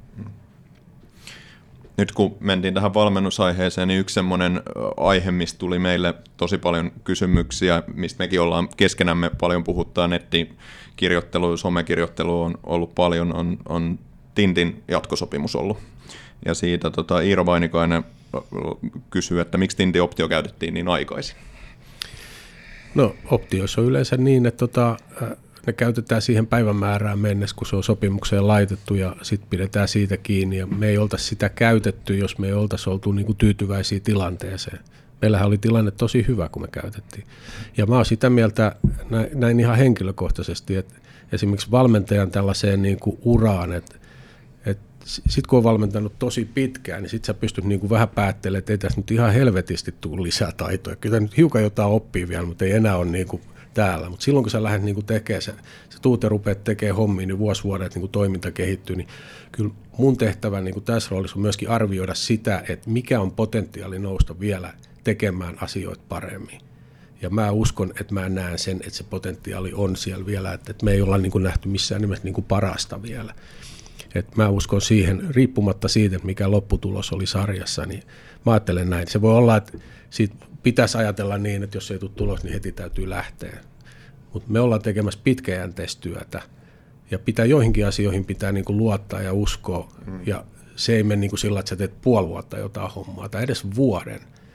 Nyt kun mentiin tähän valmennusaiheeseen, niin yksi semmoinen aihe, mistä tuli meille tosi paljon kysymyksiä, mistä mekin ollaan keskenämme paljon puhuttaa, nettikirjoittelu ja somekirjoittelu on ollut paljon, on, on Tintin jatkosopimus ollut. Ja siitä tota, Iiro Vainikainen kysyy, että miksi Tintin optio käytettiin niin aikaisin? No optioissa on yleensä niin, että tota, ne käytetään siihen päivämäärään mennessä, kun se on sopimukseen laitettu ja sitten pidetään siitä kiinni. Ja me ei oltaisi sitä käytetty, jos me ei oltaisi oltu niin kuin tyytyväisiä tilanteeseen. Meillähän oli tilanne tosi hyvä, kun me käytettiin. Ja mä oon sitä mieltä näin ihan henkilökohtaisesti, että esimerkiksi valmentajan tällaiseen niin kuin uraan, että, että sitten kun on valmentanut tosi pitkään, niin sitten sä pystyt niin kuin vähän päättelemään, että ei tässä nyt ihan helvetisti tule lisää taitoja. Kyllä nyt hiukan jotain oppii vielä, mutta ei enää ole niin kuin täällä, mutta silloin kun sä lähdet niin tekemään, sä, sä tuut ja rupeat tekemään hommia, niin vuosi vuodet niin toiminta kehittyy, niin kyllä mun tehtävä niin tässä roolissa on myöskin arvioida sitä, että mikä on potentiaali nousta vielä tekemään asioita paremmin. Ja mä uskon, että mä näen sen, että se potentiaali on siellä vielä, että, että me ei olla niin kuin nähty missään nimessä niin kuin parasta vielä. Et mä uskon siihen, riippumatta siitä, että mikä lopputulos oli sarjassa, niin mä ajattelen näin. Se voi olla, että siitä pitäisi ajatella niin, että jos ei tule tulos, niin heti täytyy lähteä. Mutta me ollaan tekemässä pitkäjänteistä työtä ja pitää joihinkin asioihin pitää niinku luottaa ja uskoa. Mm. Ja se ei mene niinku sillä, että sä teet puoli vuotta jotain hommaa tai edes vuoden.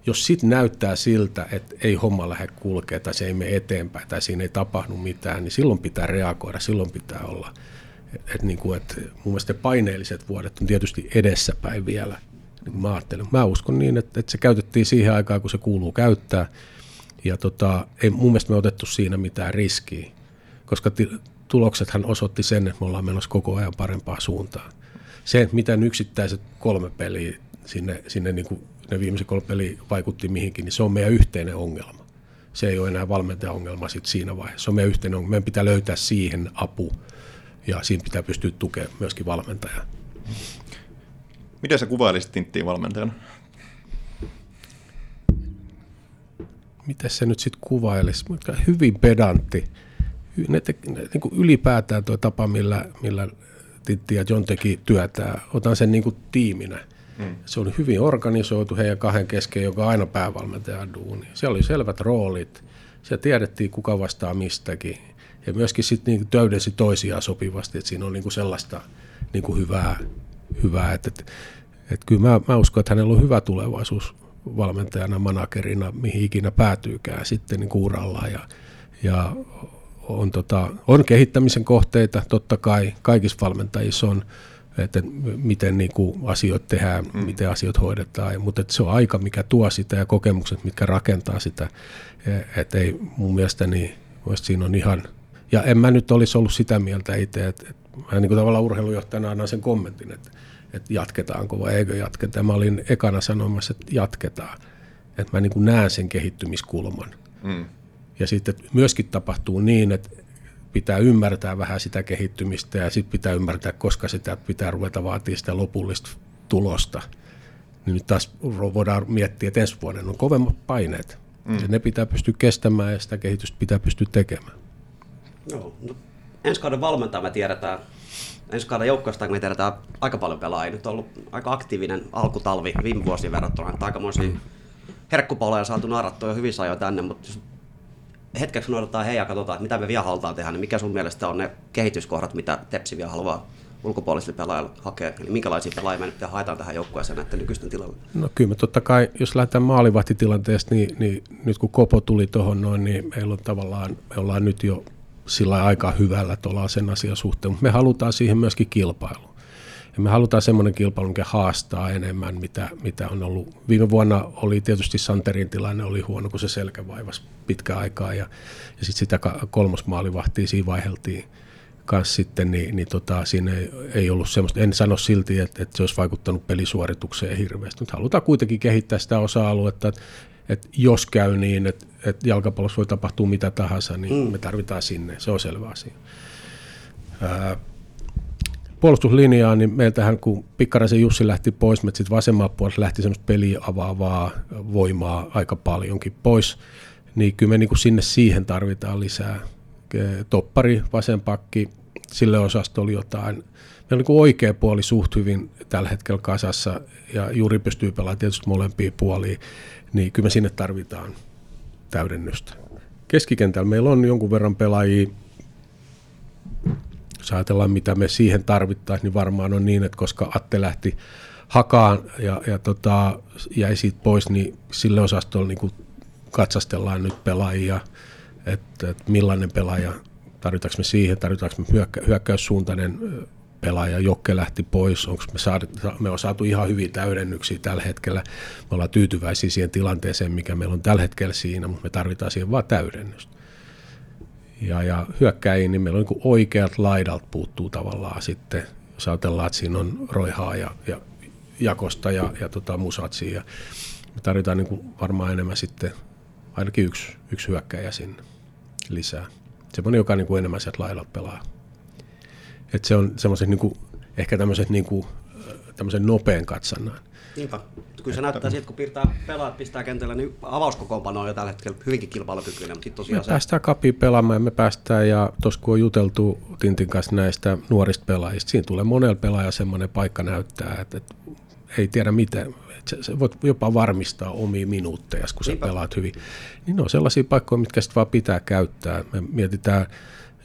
Jos sitten näyttää siltä, että ei homma lähde kulkea tai se ei mene eteenpäin tai siinä ei tapahdu mitään, niin silloin pitää reagoida, silloin pitää olla. Et, et niin kuin, et mun mielestä paineelliset vuodet on tietysti edessäpäin vielä. Niin mä ajattelen. Mä uskon niin, että, että se käytettiin siihen aikaan, kun se kuuluu käyttää. Ja tota, ei mun mielestä me otettu siinä mitään riskiä, koska ti- tuloksethan osoitti sen, että me ollaan menossa koko ajan parempaan suuntaan. Se, miten yksittäiset kolme peliä sinne, sinne niin kuin ne viimeiset kolme peliä vaikutti mihinkin, niin se on meidän yhteinen ongelma. Se ei ole enää valmentajan ongelma sit siinä vaiheessa. Se on meidän yhteinen ongelma. Meidän pitää löytää siihen apu ja siinä pitää pystyä tukemaan myöskin valmentajaa. Miten sä kuvailisit Tinttiä valmentajana? Miten se nyt sitten kuvailisi? Hyvin pedantti. Ne te, ne, niin kuin ylipäätään tuo tapa, millä, millä Tintti ja John teki työtään. Otan sen niin kuin tiiminä. Hmm. Se oli hyvin organisoitu heidän kahden kesken, joka on aina päävalmentajan duuni. Siellä oli selvät roolit. Siellä tiedettiin, kuka vastaa mistäkin. Ja myöskin sitten niin täydensi toisiaan sopivasti, että siinä on niin kuin sellaista niin kuin hyvää. hyvää. Että, että, että kyllä mä, mä uskon, että hänellä on hyvä tulevaisuus valmentajana, managerina, mihin ikinä päätyykään sitten niin kuin uralla. Ja, ja on, tota, on kehittämisen kohteita, totta kai kaikissa valmentajissa on, että miten niin kuin asiat tehdään, mm. miten asiat hoidetaan, mutta että se on aika, mikä tuo sitä ja kokemukset, mitkä rakentaa sitä, että ei mun mielestäni, mielestäni siinä on ihan, ja en mä nyt olisi ollut sitä mieltä itse, että, että mä niin kuin tavallaan urheilujohtajana annan sen kommentin, että, että jatketaanko vai eikö jatketa. Mä olin ekana sanomassa, että jatketaan, että mä niin kuin näen sen kehittymiskulman. Mm. Ja sitten myöskin tapahtuu niin, että pitää ymmärtää vähän sitä kehittymistä ja sitten pitää ymmärtää, koska sitä pitää ruveta vaatia sitä lopullista tulosta. Niin nyt taas voidaan miettiä, että ensi vuoden on kovemmat paineet. Mm. Ja ne pitää pystyä kestämään ja sitä kehitystä pitää pystyä tekemään. Joo, no, ensi kauden valmentaa me tiedetään, ensi kauden joukkoista me tiedetään aika paljon pelaajia. Nyt on ollut aika aktiivinen alkutalvi viime vuosien verrattuna. Aikamoisia mm. herkkupaloja saatu narrattua jo hyvissä ajoin tänne, mutta hetkeksi odotetaan heitä ja katsotaan, että mitä me vielä halutaan tehdä, niin mikä sun mielestä on ne kehityskohdat, mitä Tepsi vielä haluaa ulkopuolisille pelaajille hakea? Eli minkälaisia pelaajia me haetaan tähän joukkueeseen näiden nykyisten tilalle? No kyllä me totta kai, jos lähdetään maalivahtitilanteesta, niin, niin nyt kun Kopo tuli tuohon noin, niin meillä on tavallaan, me ollaan nyt jo sillä aika hyvällä tuolla sen asian suhteen, mutta me halutaan siihen myöskin kilpailu. Ja me halutaan semmoinen kilpailu, mikä haastaa enemmän, mitä, mitä on ollut. Viime vuonna oli tietysti Santerin tilanne oli huono, kun se selkä vaivasi pitkään aikaa, ja, ja sitten sitä kolmosmaalivahtia siinä vaiheltiin kanssa sitten, niin, niin tota, siinä ei, ei ollut semmoista, en sano silti, että, että se olisi vaikuttanut pelisuoritukseen hirveästi, mutta halutaan kuitenkin kehittää sitä osa-aluetta, että, että jos käy niin, että, että jalkapallossa voi tapahtua mitä tahansa, niin mm. me tarvitaan sinne, se on selvä asia. Ää, puolustuslinjaa, niin meiltähän kun Pikkaraisen Jussi lähti pois, me sitten vasemmalla puolella lähti semmoista peliä avaavaa voimaa aika paljonkin pois, niin kyllä me niin kuin sinne siihen tarvitaan lisää. Toppari, vasen pakki, sille osasto oli jotain. Meillä on niin kuin oikea puoli suht hyvin tällä hetkellä kasassa, ja Juri pystyy pelaamaan tietysti molempia puolia, niin kyllä me sinne tarvitaan täydennystä. Keskikentällä meillä on jonkun verran pelaajia. Jos ajatellaan, mitä me siihen tarvittaisiin, niin varmaan on niin, että koska Atte lähti hakaan ja, ja tota, jäi siitä pois, niin sille osastolle niin katsastellaan nyt pelaajia, että, että millainen pelaaja, tarvitaanko me siihen, tarvitaanko me hyökkä, hyökkäyssuuntainen pelaaja, Jokke lähti pois, onko me, saatu, me on saatu ihan hyviä täydennyksiä tällä hetkellä, me ollaan tyytyväisiä siihen tilanteeseen, mikä meillä on tällä hetkellä siinä, mutta me tarvitaan siihen vaan täydennystä. Ja, ja hyökkäjiin, niin meillä on niin oikeat laidalta puuttuu tavallaan sitten, jos ajatellaan, että siinä on Roihaa ja, ja Jakosta ja, ja tota Musatsia. Ja me tarvitaan niin varmaan enemmän sitten ainakin yksi, yksi hyökkäjä sinne lisää. Semmoinen, joka niin enemmän sieltä laidalta pelaa. Että se on semmoiset niin ehkä tämmöiset niin tämmöisen nopean katsannan. Niinpä. Kyllä se näyttää siltä, kun piirtää pelaat, pistää kentällä, niin avauskokoonpano on jo tällä hetkellä hyvinkin kilpailukykyinen. Mutta tosiaan me se... päästään kapia pelaamaan ja me päästään, ja tuossa kun on juteltu Tintin kanssa näistä nuorista pelaajista, siinä tulee monella pelaaja semmoinen paikka näyttää, että, että ei tiedä miten. Että se voit jopa varmistaa omia minuutteja, kun sä Niinpä. Pelaat hyvin. Niin ne on sellaisia paikkoja, mitkä sitten vaan pitää käyttää. Me mietitään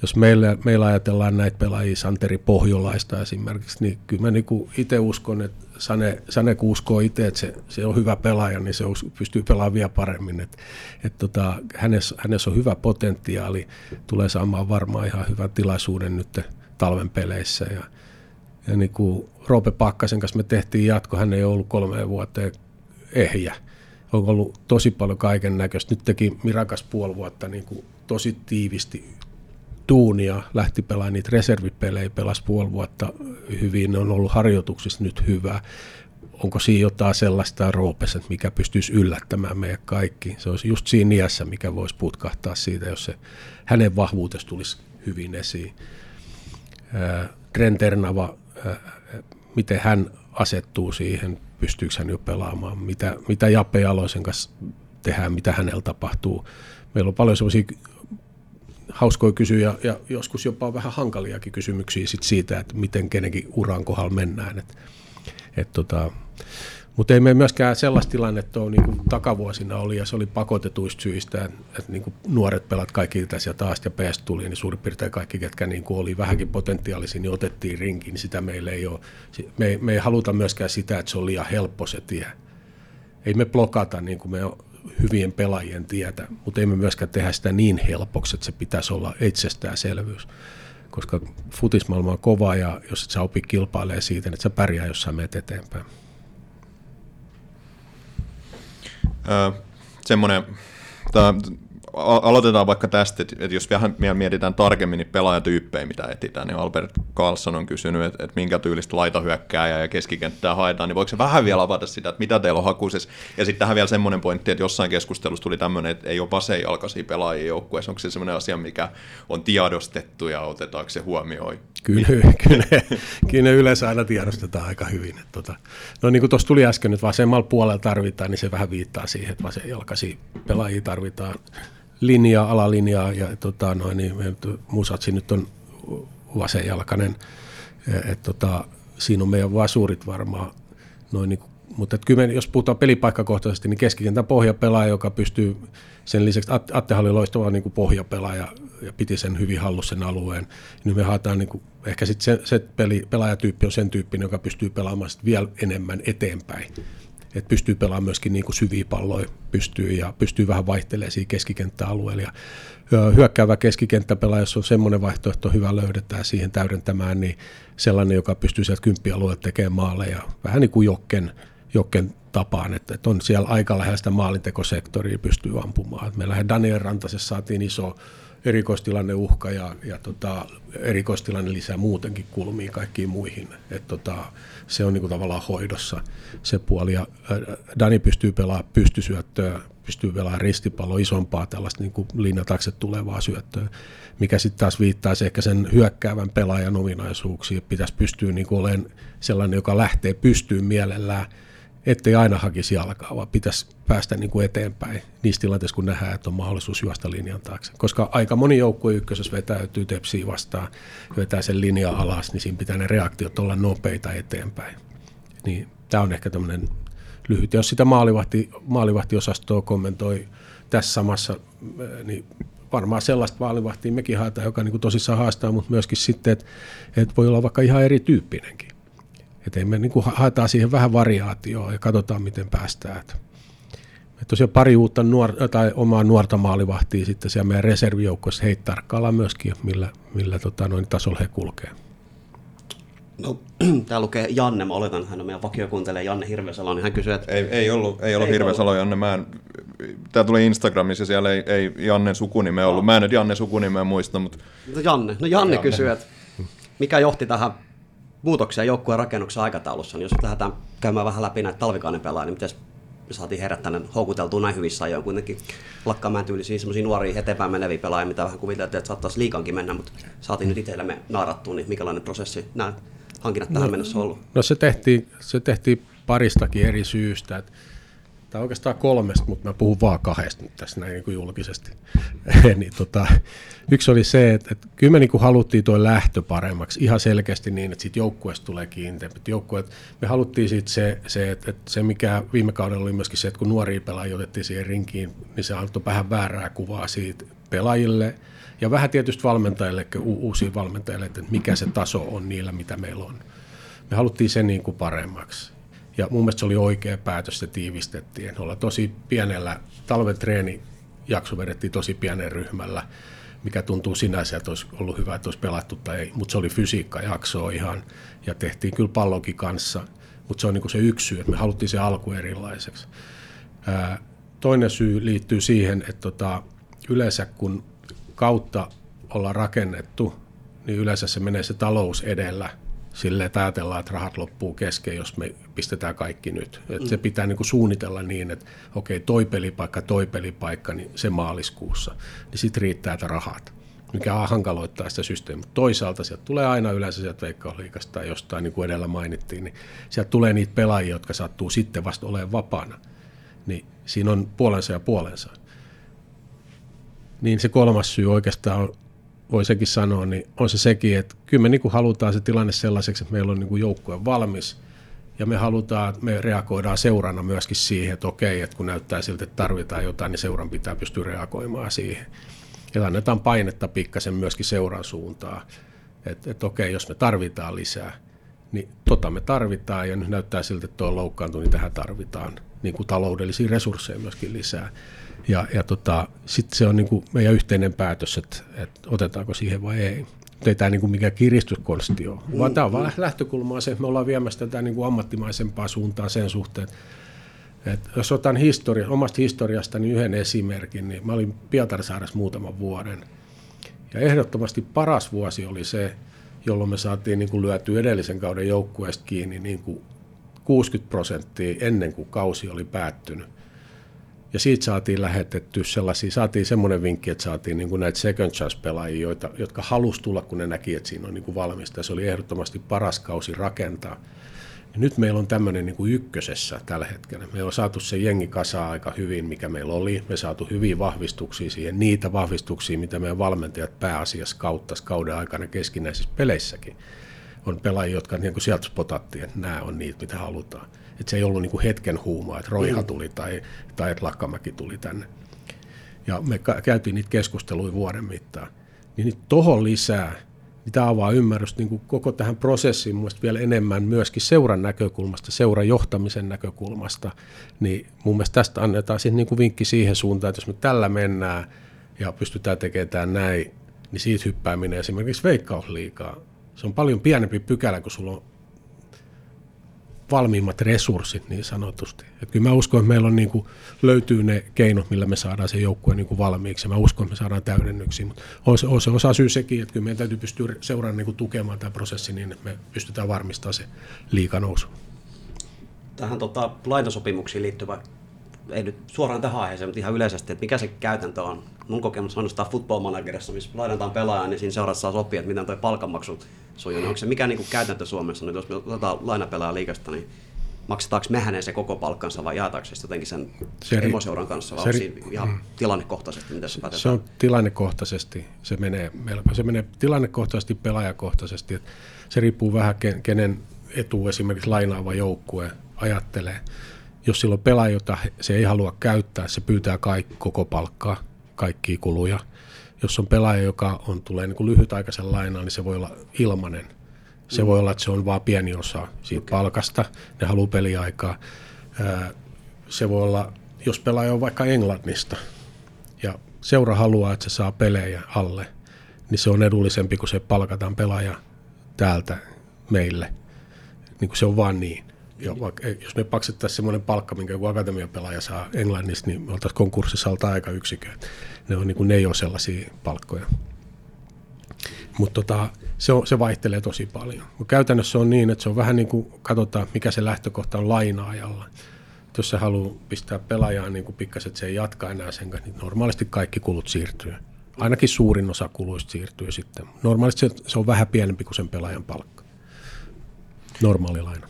jos meillä, meillä ajatellaan näitä pelaajia, Santeri Pohjolaista esimerkiksi, niin kyllä mä niinku itse uskon, että Sane, Sane kun uskoo itse, että se, se on hyvä pelaaja, niin se pystyy pelaamaan vielä paremmin. Et, et tota, hänessä, hänessä on hyvä potentiaali, tulee saamaan varmaan ihan hyvän tilaisuuden nyt talven peleissä. Ja, ja niin kuin Roope Pakkasen kanssa me tehtiin jatko, hän ei ollut kolmeen vuoteen ehjä. On ollut tosi paljon kaiken näköistä. Nyt teki Mirakas puoli vuotta niin kuin tosi tiivisti duunia, lähti pelaamaan niitä reservipelejä, pelasi puoli vuotta hyvin, ne on ollut harjoituksissa nyt hyvä. Onko siinä jotain sellaista Roopessa, mikä pystyisi yllättämään meidän kaikki? Se olisi just siinä iässä, mikä voisi putkahtaa siitä, jos se hänen vahvuutesta tulisi hyvin esiin. Trenternava, miten hän asettuu siihen, pystyykö hän jo pelaamaan, mitä, mitä Jappe Jaloisen kanssa tehdään, mitä hänellä tapahtuu. Meillä on paljon sellaisia hauskoja kysyjä ja joskus jopa vähän hankaliakin kysymyksiä sit siitä, että miten kenenkin uran kohdalla mennään. Et, et tota, mutta ei me myöskään sellaista tilannetta ole, niin kuin takavuosina oli, ja se oli pakotetuista syistä, että, että niin kuin nuoret pelat kaikki tässä ja taas ja P S tuli, niin suurin piirtein kaikki, ketkä niin kuin oli vähänkin potentiaalisia, niin otettiin rinkiin, niin sitä meillä ei ole. Me, me ei haluta myöskään sitä, että se on liian helppo se tie. Ei me blokata niin kuin me hyvien pelaajien tietä, mutta ei me myöskään tehdä sitä niin helpoksi, että se pitäisi olla itsestäänselvyys. Koska futismaailma on kova, ja jos et sä opi kilpailemaan siitä, niin et sä pärjää, jos sä menet eteenpäin. Öö, semmoinen, tää, aloitetaan vaikka tästä, että, että jos vähän mietitään tarkemmin niin pelaajatyyppejä, mitä etsitään, niin Albert Karlsson on kysynyt, että, että minkä tyylistä laitahyökkääjää ja keskikenttää haetaan, niin voiko se vähän vielä avata sitä, että mitä teillä on hakuisessa, ja sitten tähän vielä semmoinen pointti, että jossain keskustelussa tuli tämmöinen, että ei ole vasenjalkaisia pelaajia joukkueessa, onko se semmoinen asia, mikä on tiedostettu ja otetaanko se huomioon? Kyllä, kyllä, kyllä ne yleensä aina tiedostetaan aika hyvin. Että tota, no niin kuin tuossa tuli äsken, että vasemmalla puolella tarvitaan, niin se vähän viittaa siihen, että vasenjalkaisia pelaajia tarvitaan. Linjaa, alalinjaa ja tota, noin, niin Musatsi nyt on vasenjalkainen, että tota, siinä on meidän vasurit varmaan. Noin, niin, mutta et kyllä me, jos puhutaan pelipaikkakohtaisesti, niin keskikentän pohjapelaaja, joka pystyy sen lisäksi, Attehan oli loistava niin kuin pohjapelaaja ja piti sen hyvin hallussa sen alueen. Nyt me haetaan, niin kuin, ehkä sitten se, se peli, pelaajatyyppi on sen tyyppinen, joka pystyy pelaamaan vielä enemmän eteenpäin. Että pystyy pelaamaan myöskin niin kuin syviä palloja, pystyy ja pystyy vähän vaihtelemaan siinä keskikenttäalueella. Ja hyökkäävä keskikenttäpelaaja, jos on semmoinen vaihtoehto hyvä löydetään siihen täydentämään, niin sellainen, joka pystyy sieltä kymppialueelta tekemään maaleja, vähän niin kuin Jokken, Jokken tapaan, että, että on siellä aika lähellä sitä maalintekosektoria pystyy ampumaan. Meillähän Daniel Rantasessa saatiin iso erikoistilanne uhka ja, ja tota, erikoistilanne lisää muutenkin kulmiin kaikkiin muihin. Et tota, se on niinku tavallaan hoidossa se puoli. Ja Dani pystyy pelaamaan pystysyöttöä, pystyy pelaamaan ristipalloa, isompaa tällaista niinku linjatakse tulevaa syöttöä, mikä sitten taas viittaisi ehkä sen hyökkäävän pelaajan ominaisuuksiin. Pitäisi pystyä niinku olemaan sellainen, joka lähtee pystyyn mielellään, ettei aina hakisi jalkaa, vaan pitäisi päästä niin kuin eteenpäin niissä tilanteissa, kun nähdään, että on mahdollisuus juosta linjan taakse. Koska aika moni joukkue ykkösessä vetäytyy Tepsiä vastaan, vetää sen linjan alas, niin siinä pitää ne reaktiot olla nopeita eteenpäin. Niin, tämä on ehkä tämmöinen lyhyt. Ja jos sitä maalivahti, maalivahtiosastoa kommentoi tässä samassa, niin varmaan sellaista maalivahtia mekin haetaan, joka niin kuin tosissaan haastaa, mutta myöskin sitten, että, että voi olla vaikka ihan erityyppinenkin. Että me niin kuin haetaan siihen vähän variaatioa ja katsotaan, miten päästään. Että tosiaan pari uutta nuor- tai omaa nuorta maalivahtia sitten siellä meidän reservijoukkoissa heitä tarkkaillaan myöskin, millä, millä tota, noin tasolla he kulkee. No, täällä lukee Janne, mä oletan, hän on meidän vakiokuuntelija Janne Hirvesalo, niin hän kysyy, että... Ei, ei ollut, ei ollut ei Hirvesalo, Janne. Mä en, tää tuli Instagramissa ja siellä ei, ei Jannen sukunimeä ollut. Mä en nyt Janne sukunimeä muista, mutta... No Janne, no Janne, Janne. kysyy, että mikä johti tähän muutoksia joukkueen rakennuksen aikataulussa, niin jos lähdetään käymään vähän läpi näitä talvikauden pelaajia, niin miten me saatiin heidät tänne houkuteltua näin hyvissä ajoin kuitenkin Lakkaamäen tyylisiä semmoisia nuoria eteenpäin meneviä pelaajia, mitä vähän kuviteltiin, että saattaisi liikankin mennä, mutta saatiin nyt itsellemme naarattua, niin minkälainen prosessi nämä hankinnat tähän no, mennessä on ollut? No se tehtiin, se tehtiin paristakin eri syystä. Että tämä on oikeastaan kolmesta, mutta mä puhun vaan kahdesta nyt tässä näin niin kuin julkisesti. niin, tota, yksi oli se, että, että kyllä me niin kuin haluttiin tuo lähtö paremmaksi ihan selkeästi niin, että siitä joukkueesta tulee kiinteämpi. Me haluttiin siitä se, se että, että se, mikä viime kaudella oli myöskin se, että kun nuoria pelaajia otettiin siihen rinkiin, niin se antoi vähän väärää kuvaa siitä pelaajille Ja vähän tietysti valmentajille, u- uusiin valmentajille, että mikä se taso on niillä, mitä meillä on. Me haluttiin sen niin kuin paremmaksi. Ja mun mielestä se oli oikea päätös, se tiivistettiin. Olla tosi pienellä, talven treenijakso vedettiin tosi pienen ryhmällä, mikä tuntuu sinänsä, että olisi ollut hyvä, että olisi pelattu tai ei. Mutta se oli fysiikkajaksoa ihan, ja tehtiin kyllä pallonkin kanssa. Mutta se on niin kuin se yksi syy, että me haluttiin se alku erilaiseksi. Ää, toinen syy liittyy siihen, että tota, yleensä kun kautta ollaan rakennettu, niin yleensä se menee se talous edellä. Silleen, että ajatellaan, että rahat loppuu kesken, jos me pistetään kaikki nyt. Et mm. Se pitää niin kuin suunnitella niin, että okei, toi pelipaikka, toi pelipaikka, niin se maaliskuussa, niin sitten riittää että rahat, mikä hankaloittaa sitä systeemiä. Toisaalta sieltä tulee aina yleensä sieltä Veikkausliigasta tai jostain, niin kuin edellä mainittiin, niin sieltä tulee niitä pelaajia, jotka sattuu sitten vasta olemaan vapaana. Niin siinä on puolensa ja puolensa. Niin se kolmas syy oikeastaan on, voi sekin sanoa, niin on se sekin, että kyllä me niin kuin halutaan se tilanne sellaiseksi, että meillä on niin kuin joukkue valmis ja me halutaan, että me reagoidaan seurana myöskin siihen, että okei, että kun näyttää siltä, että tarvitaan jotain, niin seuran pitää pystyä reagoimaan siihen. Ja annetaan painetta pikkasen myöskin seuran suuntaan, että, että okei, jos me tarvitaan lisää, niin tota me tarvitaan ja nyt näyttää siltä, että tuo on loukkaantu, niin tähän tarvitaan niin kuin taloudellisia resursseja myöskin lisää. Ja, ja tota, sitten se on niin kuin meidän yhteinen päätös, että, että otetaanko siihen vai ei. Ei tämä niin kuin mikään kiristyskonsti ole, mm, vaan tämä on mm. vaan lähtökulmaa se, että me ollaan viemässä tätä niin kuin ammattimaisempaa suuntaan sen suhteen. Että jos otan historia, omasta historiastani yhden esimerkin, niin mä olin Pietarsaaressa muutaman vuoden. Ja ehdottomasti paras vuosi oli se, jolloin me saatiin niin kuin lyötyä edellisen kauden joukkueesta kiinni niin kuin kuusikymmentä prosenttia ennen kuin kausi oli päättynyt. Ja siitä saatiin lähetetty sellaisia, saatiin semmoinen vinkki, että saatiin niin kuin näitä second chance-pelaajia, joita, jotka halusi tulla, kun ne näki, että siinä on niin kuin valmista. Ja se oli ehdottomasti paras kausi rakentaa. Ja nyt meillä on tämmöinen niin kuin ykkösessä tällä hetkellä. Me on saatu se jengi kasaan aika hyvin, mikä meillä oli. Me saatu hyviä vahvistuksia siihen, niitä vahvistuksia, mitä meidän valmentajat pääasiassa kauttaisi kauden aikana keskinäisissä peleissäkin. On pelaajia, jotka niin kuin sieltä spotattiin, että nämä on niitä, mitä halutaan. Että se ei ollut niin kuin hetken huumaa, että Roiha tuli tai, tai että Lakkamäki tuli tänne. Ja me käytiin niitä keskusteluja vuoden mittaan. Niin tuohon lisää, niin tämä avaa ymmärrystä niin kuin koko tähän prosessiin mun mielestä vielä enemmän myöskin seuran näkökulmasta, seuran johtamisen näkökulmasta. Niin mun mielestä tästä annetaan sitten niin kuin vinkki siihen suuntaan, että jos me tällä mennään ja pystytään tekemään näin, niin siitä hyppääminen esimerkiksi Veikkausliigaan. Se on paljon pienempi pykälä, kun sulla on valmiimmat resurssit niin sanotusti. Et kyllä mä uskon, että meillä on niin kuin, löytyy ne keinot, millä me saadaan se joukkue niin kuin valmiiksi. Mä uskon, että me saadaan täydennyksiä, mutta on se, on se osa syy sekin, että kyllä meidän täytyy pystyä seuraamaan niin kuin tukemaan tämä prosessi niin, että me pystytään varmistamaan se liiganousu. Tähän tota, lainasopimuksiin liittyvä, ei nyt suoraan tähän aiheeseen, mutta ihan yleisesti, että mikä se käytäntö on. Mun kokemus on sitä Football Managerissa, missä lainataan pelaajaa, niin siinä seurassa saa sopia, että miten tuo palkanmaksu sujuu. Onko se mikä niin kuin käytäntö Suomessa, nyt jos me otetaan lainapelaaja liigasta, niin maksetaanko me hänen se koko palkkansa vai jaetaanko se jotenkin sen se emoseuran kanssa, vai se, onko siinä ihan mm. tilannekohtaisesti, miten se päätetään? Se on tilannekohtaisesti, se menee, se menee tilannekohtaisesti, pelaajakohtaisesti, että se riippuu vähän kenen etu esimerkiksi lainaava joukkue ajattelee. Jos sillä on pelaaja, jota se ei halua käyttää, se pyytää kaikki, koko palkkaa, kaikkia kuluja. Jos on pelaaja, joka on, tulee niin kuin lyhytaikaisen lainaan, niin se voi olla ilmainen. Se mm. voi olla, että se on vain pieni osa siitä okay. palkasta, ne haluaa peliaikaa. Se voi olla, jos pelaaja on vaikka Englannista ja seura haluaa, että se saa pelejä alle, niin se on edullisempi, kun se palkataan pelaaja täältä meille. Niin kuin se on vaan niin. Ja vaikka, jos me maksettaisiin semmoinen palkka, minkä joku akatemiapelaaja saa Englannista, niin me oltaisiin konkurssissa alta aika yksikö. Ne, on, niin kuin, ne ei ole sellaisia palkkoja. Mutta tota, se, se vaihtelee tosi paljon. Mut käytännössä on niin, että se on vähän niin kuin, katsotaan mikä se lähtökohta on lainaajalla. Et jos se haluaa pistää pelaajaan niin pikkasen, että se ei jatka enää sen kanssa, niin normaalisti kaikki kulut siirtyy. Ainakin suurin osa kuluista siirtyy sitten. Normaalisti se, se on vähän pienempi kuin sen pelaajan palkka. Normaali laina.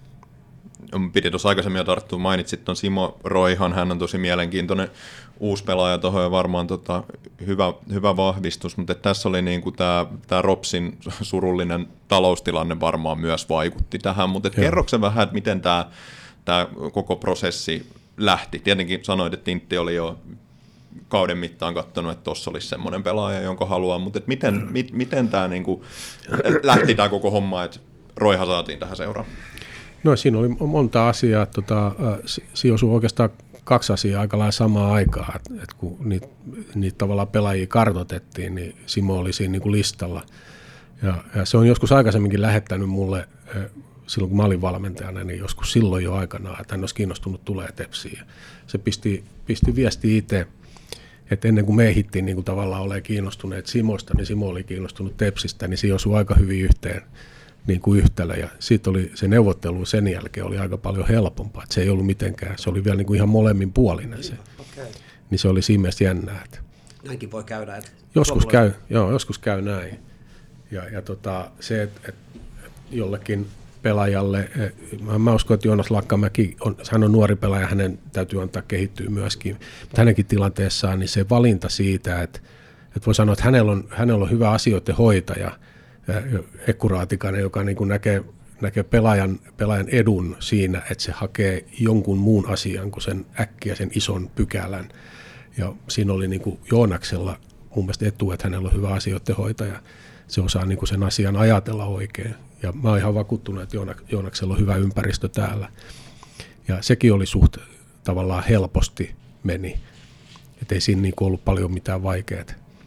Piti tuossa aikaisemmin jo tarttua, mainitsit tuon Simo Roihan, hän on tosi mielenkiintoinen uusi pelaaja tuohon ja varmaan tota, hyvä, hyvä vahvistus, mutta tässä oli niinku tämä tää Ropsin surullinen taloustilanne varmaan myös vaikutti tähän, mutta kerroksä se vähän, että miten tämä koko prosessi lähti? Tietenkin sanoit, että Tintti oli jo kauden mittaan katsonut, että tuossa olisi semmoinen pelaaja, jonka haluaa, mutta et miten, mit, miten tämä niinku, lähti tämä koko homma, että Roiha saatiin tähän seuraan? No siinä oli monta asiaa. Tota, siinä osui oikeastaan kaksi asiaa aika lailla samaan aikaan. Et, et kun niitä, niitä tavallaan pelaajia kartoitettiin, niin Simo oli siinä niinku listalla. Ja, ja se on joskus aikaisemminkin lähettänyt mulle, silloin kun mä olin valmentajana, niin joskus silloin jo aikanaan, että hän olisi kiinnostunut tulee Tepsiin. Se pisti, pisti viesti itse, että ennen kuin me ehdittiin niin kuin tavallaan olemaan kiinnostuneet Simosta, niin Simo oli kiinnostunut Tepsistä, niin se osui aika hyvin yhteen niin kuin yhtälö. Ja sitten oli se neuvottelu sen jälkeen oli aika paljon helpompaa, että se ei ollut mitenkään, se oli vielä niin kuin ihan molemmin puolinen se. Okay. Niin se oli siinä mielessä jännää. Että näinkin voi käydä. Että joskus, käy, joo, joskus käy näin. Ja, ja tota, se, että et, et jollekin pelaajalle, mä, mä uskon, että Joonas Lakkamäki, on, hän on nuori pelaaja, hänen täytyy antaa kehittyä myöskin, mutta hänenkin tilanteessaan niin se valinta siitä, että, että voi sanoa, että hänellä on, hänellä on hyvä asioiden hoitaja, Ekku Raatikainen, joka niin kuin näkee, näkee pelaajan, pelaajan edun siinä, että se hakee jonkun muun asian kuin sen äkkiä sen ison pykälän. Ja siinä oli niin kuin Joonaksella mun mielestä etu, että hänellä on hyvä asioiden hoitaja. Se osaa niin kuin sen asian ajatella oikein. Ja mä oon ihan vakuuttunut, että Joonaksella on hyvä ympäristö täällä. Ja sekin oli suht tavallaan helposti meni. Että ei siinä niin kuin ollut paljon mitään vaikeaa.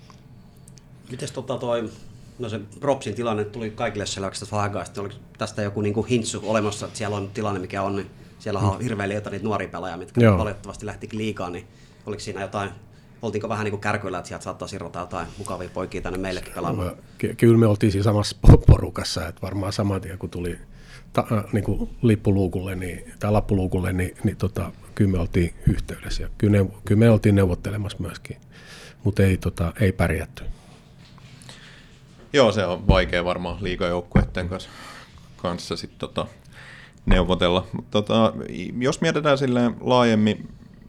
Mites tota toi, no se Propsin tilanne tuli kaikille selväksi tästä aikaa. Sitten oliko tästä joku niin kuin hintsu olemassa, että siellä on tilanne mikä on, niin siellä on hirveän jotain niitä nuoria pelaajia, mitkä Joo. valitettavasti lähtikin liigaan, niin oliko siinä jotain, oltiinko vähän niin kuin kärkyillä, että sieltä saattaa sirrata jotain mukavia poikia tänne meillekin pelaamaan? Ky- kyllä me oltiin siinä samassa porukassa, että varmaan saman tien kun tuli ta- äh, niin kuin lippuluukulle niin, tai lappuluukulle, niin, niin tota, kyllä me oltiin yhteydessä ja kyllä, ne, kyllä me oltiin neuvottelemassa myöskin, mutta ei, tota, ei pärjätty. Joo, se on vaikea varmaan liigajoukkueiden kanssa, kanssa sit, tota, neuvotella. Tota, jos mietitään silleen laajemmin,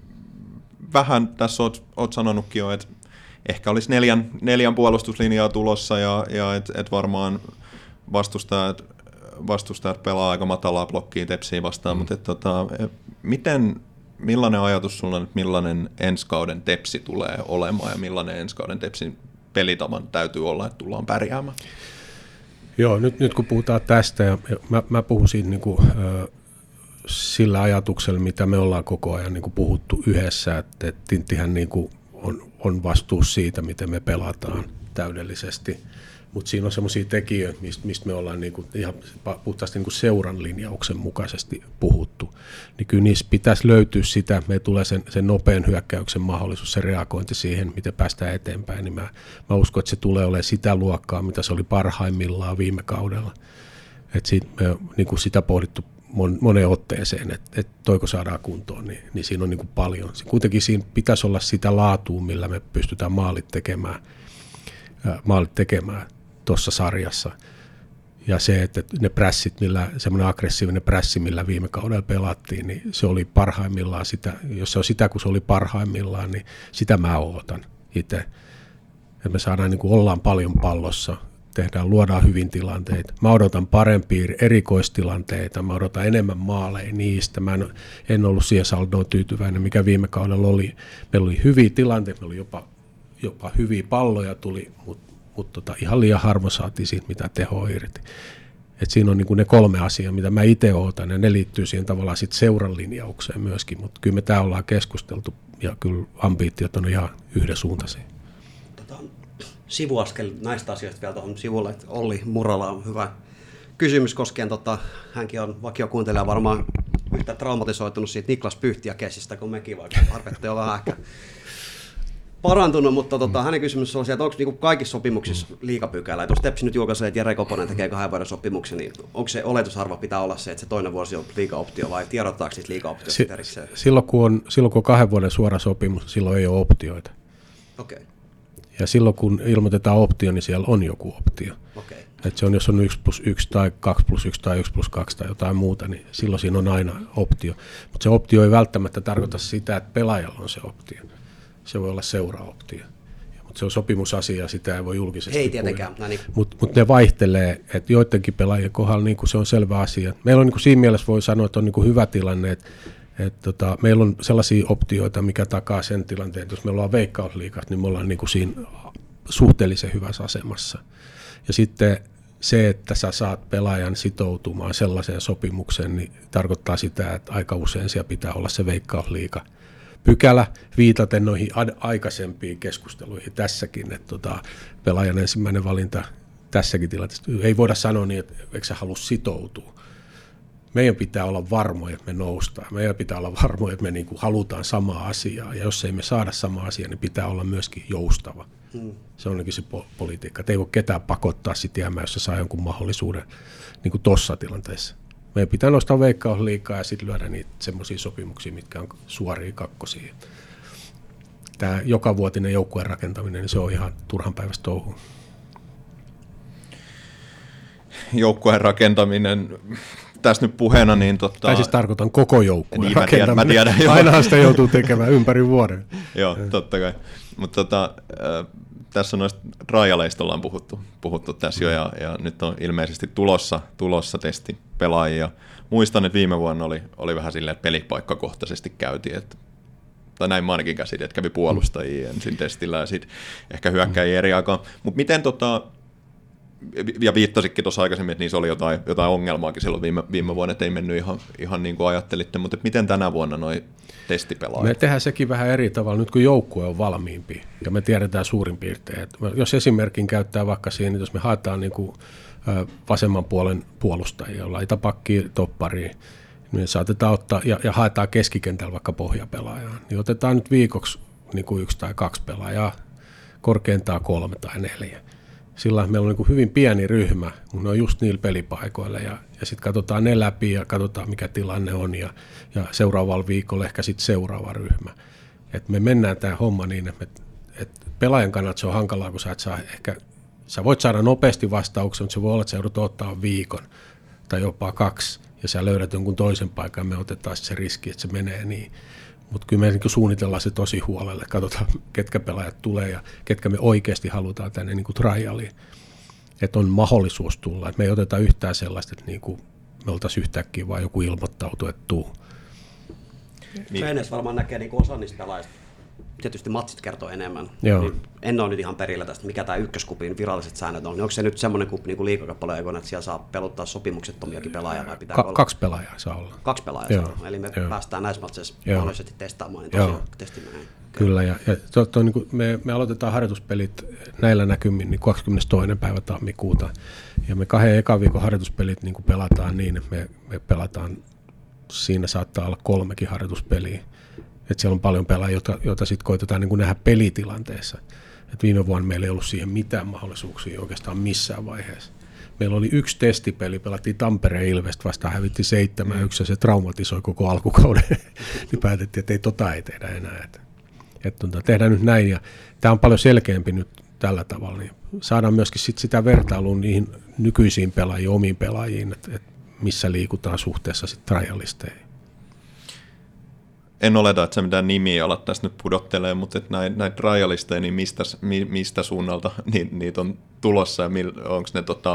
vähän tässä oot, oot sanonutkin jo, että ehkä olisi neljän, neljän puolustuslinjaa tulossa ja, ja että et varmaan vastustajat, vastustajat pelaa aika matalaa blokkiin Tepsiä vastaan, mm. mutta et, tota, miten, millainen ajatus sulla on, että millainen ensi kauden Tepsi tulee olemaan ja millainen ensi kauden Tepsin pelitavan täytyy olla, että tullaan pärjäämään? Joo, nyt, nyt kun puhutaan tästä, ja mä, mä puhun siitä niin kuin, ö, sillä ajatuksella, mitä me ollaan koko ajan niin kuin puhuttu yhdessä, että, että Tinttihän niin kuin on, on vastuus siitä, miten me pelataan täydellisesti, mutta siinä on semmoisia tekijöitä, mistä, mistä me ollaan niin kuin ihan puhtaasti niin kuin seuran linjauksen mukaisesti puhuttu, niin kyllä niissä pitäisi löytyä sitä, että me tulee sen, sen nopean hyökkäyksen mahdollisuus, se reagointi siihen, miten päästään eteenpäin, niin mä, mä uskon, että se tulee olemaan sitä luokkaa, mitä se oli parhaimmillaan viime kaudella, että siitä me niin kuin sitä pohdittu moneen otteeseen, että, että toiko saadaan kuntoon, niin, niin siinä on niin kuin paljon. Kuitenkin siinä pitäisi olla sitä laatua, millä me pystytään maalit tekemään, maalit tekemään tuossa sarjassa. Ja se, että ne prässit, millä, semmoinen aggressiivinen prässi, millä viime kaudella pelattiin, niin se oli parhaimmillaan sitä, jos se on sitä, kun se oli parhaimmillaan, niin sitä mä ootan itse. Että me saadaan, niin kuin ollaan paljon pallossa, tehdään, luodaan hyvin tilanteita. Mä odotan parempia erikoistilanteita, mä odotan enemmän maaleja niistä. Mä en, en ollut siihen saldoon tyytyväinen, mikä viime kaudella oli. Meillä oli hyviä tilanteita, meillä oli jopa, jopa hyviä palloja tuli, mutta mut tota, ihan liian harvoin saatiin siitä, mitä tehoa irti. Et siinä on niinku ne kolme asiaa, mitä mä itse ootan, ja ne liittyy siihen tavallaan sit seuran linjaukseen myöskin, mutta kyllä me tää ollaan keskusteltu, ja kyllä ambiitiot on ihan yhdensuuntaisia. Sivuaskel näistä asioista vielä tuohon sivulle, että Olli Murala on hyvä kysymys koskien, tota, hänkin on vakiokuuntelija varmaan yhtä traumatisoitunut siitä Niklas Pyhtiä-kesistä kuin mekin, vaikka arvette on vähän ehkä parantunut, mutta tota, hänen kysymys on se, että onko niinku kaikissa sopimuksissa liigapykälä, että jos Tepsi nyt julkaisee, että Jere Koponen tekee kahden vuoden sopimuksen, niin onko se oletusarvo pitää olla se, että se toinen vuosi on liigaoptio vai tiedottaako siitä liigaoptiosta si- erikseen? Silloin kun, on, silloin kun on kahden vuoden suora sopimus, silloin ei ole optioita. Okei. Okay. Ja silloin kun ilmoitetaan optio, niin siellä on joku optio. Okay. Että se on, jos on yksi plus yksi tai kaksi plus yksi tai yksi plus kaksi tai jotain muuta, niin silloin siinä on aina optio. Mutta se optio ei välttämättä tarkoita sitä, että pelaajalla on se optio. Se voi olla seuraoptio. Mutta se on sopimusasia, sitä ei voi julkisesti Ei tietenkään. No niin. Mutta mut ne vaihtelee, että joidenkin pelaajien kohdalla niin se on selvä asia. Meillä on niin siinä mielessä voi sanoa, että on niin hyvä tilanne, että Et tota, meillä on sellaisia optioita, mikä takaa sen tilanteen, että jos me ollaan Veikkausliigassa, niin me ollaan niin kuin siinä suhteellisen hyvässä asemassa. Ja sitten se, että sä saat pelaajan sitoutumaan sellaiseen sopimukseen, niin tarkoittaa sitä, että aika usein siellä pitää olla se Veikkausliiga pykälä viitaten noihin aikaisempiin keskusteluihin tässäkin, että tota, pelaajan ensimmäinen valinta tässäkin tilanteessa. Ei voida sanoa niin, että eikö sä halua sitoutua. Meidän pitää olla varmoja, että me noustaan. Meidän pitää olla varmoja, että me niinku halutaan samaa asiaa. Ja jos ei me saada samaa asiaa, niin pitää olla myöskin joustava. Hmm. Se on se po- politiikka. Et ei voi ketään pakottaa sitten jäämään, jos se saa jonkun mahdollisuuden niin kuin tuossa tilanteessa. Meidän pitää nostaa Veikkausliigaa ja sitten lyödä niitä semmoisia sopimuksia, mitkä on suoria kakkosia. Tämä jokavuotinen joukkueen rakentaminen, niin se on ihan turhan päivästä touhua. Joukkueen rakentaminen, tässä nyt puheena, niin totta... Tai siis tarkoitan koko joukkueen niin, rakentaminen. Mä tiedän, mä tiedän, ainahan sitä joutuu tekemään ympäri vuoden. Joo, totta kai. Mutta tota, äh, tässä noista rajaleista ollaan puhuttu, puhuttu tässä jo, ja, ja nyt on ilmeisesti tulossa, tulossa testipelaajia. Muistan, että viime vuonna oli, oli vähän silleen, että pelipaikkakohtaisesti käytiin, että, tai näin mä ainakin käsitin, että kävi puolustajia ensin testillä ja sitten ehkä hyökkäjiä eri aikaan. Mutta miten tota... Ja viittasitkin tuossa aikaisemmin, että niissä oli jotain, jotain ongelmaakin silloin viime, viime vuonna, että ei mennyt ihan, ihan niin kuin ajattelitte, mutta miten tänä vuonna noi testipelaajat? Me tehdään sekin vähän eri tavalla nyt, kun joukkue on valmiimpi ja me tiedetään suurin piirtein. Että jos esimerkin käyttää vaikka siinä, jos me haetaan niin kuin vasemman puolen puolustajia, laita pakkia, toppariin, niin saatetaan ottaa ja, ja haetaan keskikentällä vaikka pohjapelaajaa, niin otetaan nyt viikoksi niin kuin yksi tai kaksi pelaajaa, korkeintaan kolme tai neljä. Sillä meillä on niin hyvin pieni ryhmä, mutta ne on just niillä pelipaikoilla ja, ja sitten katsotaan ne läpi ja katsotaan mikä tilanne on ja, ja seuraavalla viikolla ehkä sitten seuraava ryhmä. Et me mennään tämä homma niin, että et pelaajan kannalta se on hankalaa, kun sä et saa ehkä, sä voit saada nopeasti vastauksen, mutta se voi olla, että sä joudut ottaa viikon tai jopa kaksi ja sä löydät jonkun toisen paikan ja me otetaan se riski, että se menee niin. Mutta kyllä me niin suunnitellaan se tosi huolelle, katsotaan ketkä pelaajat tulee ja ketkä me oikeasti halutaan tänne niin trialiin, että on mahdollisuus tulla. Et me ei oteta yhtään sellaista, että niin kuin me oltaisiin yhtäkkiä vaan joku ilmoittautu, että tuu. Niin. Treeneissä varmaan näkee niin osa niistä pelaajista. Tietysti matsit kertoo enemmän. Niin en ole nyt ihan perillä tästä, mikä tämä ykköskupin viralliset säännöt on. Niin onko se nyt semmoinen kuppi niin kuin liigakappaleaikoina, että siellä saa peluttaa sopimuksettomiakin pelaajia? Vai pitää Ka- olla? Kaksi pelaajaa saa olla. Kaksi pelaajaa Joo. saa olla. Eli me Joo. päästään näissä matseissa Joo. mahdollisesti testaamaan, niin tosiaan testi menee. Kyllä, ja, ja to, to, niin kuin me, me aloitetaan harjoituspelit näillä näkymin niin kahdeskymmenestoinen päivä tammikuuta. Ja me kahden ekan viikon harjoituspelit niin kuin pelataan niin, että me, me pelataan, siinä saattaa olla kolmekin harjoituspeliä. Että siellä on paljon pelaajia, joita, joita sitten koitetaan niin kuin nähdä pelitilanteessa. Et viime vuonna meillä ei ollut siihen mitään mahdollisuuksia oikeastaan missään vaiheessa. Meillä oli yksi testipeli, pelattiin Tampereen Ilvestä vastaan, hävitti seitsemän yksi ja se traumatisoi koko alkukauden. Niin päätettiin, että ei tota ei tehdä enää. Et, et, tuota, tehdään nyt näin ja tämä on paljon selkeämpi nyt tällä tavalla. Niin saadaan myöskin sit sitä vertailua niihin nykyisiin pelaajiin, omiin pelaajiin, että et missä liikutaan suhteessa sitten trialisteihin. En oleta, että se mitään nimiä alat tässä nyt pudottelee, mutta näitä näit trialisteja, niin mistä, mi, mistä suunnalta ni, niitä on tulossa ja onko ne, tota,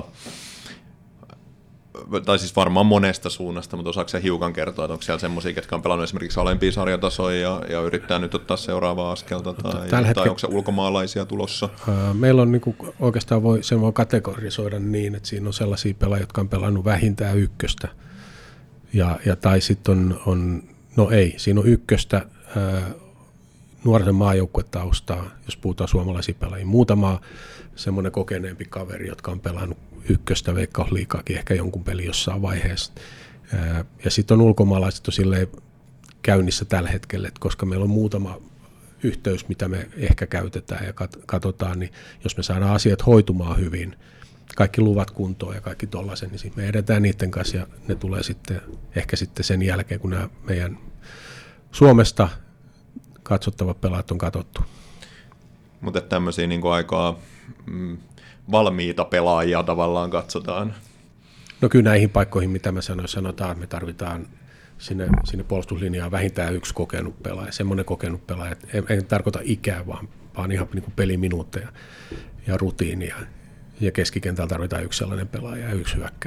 tai siis varmaan monesta suunnasta, mutta osaako se hiukan kertoa, että onko siellä semmoisia, ketkä on pelannut esimerkiksi alempia sarjatasoja ja, ja yrittää nyt ottaa seuraavaa askelta, tai, tai hetken, onko se ulkomaalaisia tulossa? Meillä on niinku, oikeastaan voi, sen voi kategorisoida niin, että siinä on sellaisia pelaajia, jotka on pelannut vähintään ykköstä, ja, ja tai sitten on, on no ei, siinä on ykköstä, ää, nuorten maajoukkuetaustaa, jos puhutaan suomalaisia pelaajia. Muutama semmoinen kokeneempi kaveri, jotka on pelannut ykköstä Veikkausliigaakin, ehkä jonkun pelin jossain vaiheessa. Ää, ja sitten on ulkomaalaiset silleen käynnissä tällä hetkellä, että koska meillä on muutama yhteys, mitä me ehkä käytetään ja kat- katsotaan, niin jos me saadaan asiat hoitumaan hyvin, kaikki luvat kuntoon ja kaikki tollaisen, niin me edetään niiden kanssa ja ne tulee sitten ehkä sitten sen jälkeen, kun nämä meidän Suomesta katsottavat pelaat on katsottu. Mutta tämmöisiä niin aikaa mm, valmiita pelaajia tavallaan katsotaan. No kyllä näihin paikkoihin, mitä mä sanoin, sanotaan, että me tarvitaan sinne, sinne puolustuslinjaan vähintään yksi kokenut pelaaja, semmoinen kokenut pelaaja, että en, en tarkoita ikää, vaan, vaan ihan niin kuin peliminuutteja ja rutiinia. Ja keskikentällä tarvitaan yksi sellainen pelaaja ja yksi hyökkääjä.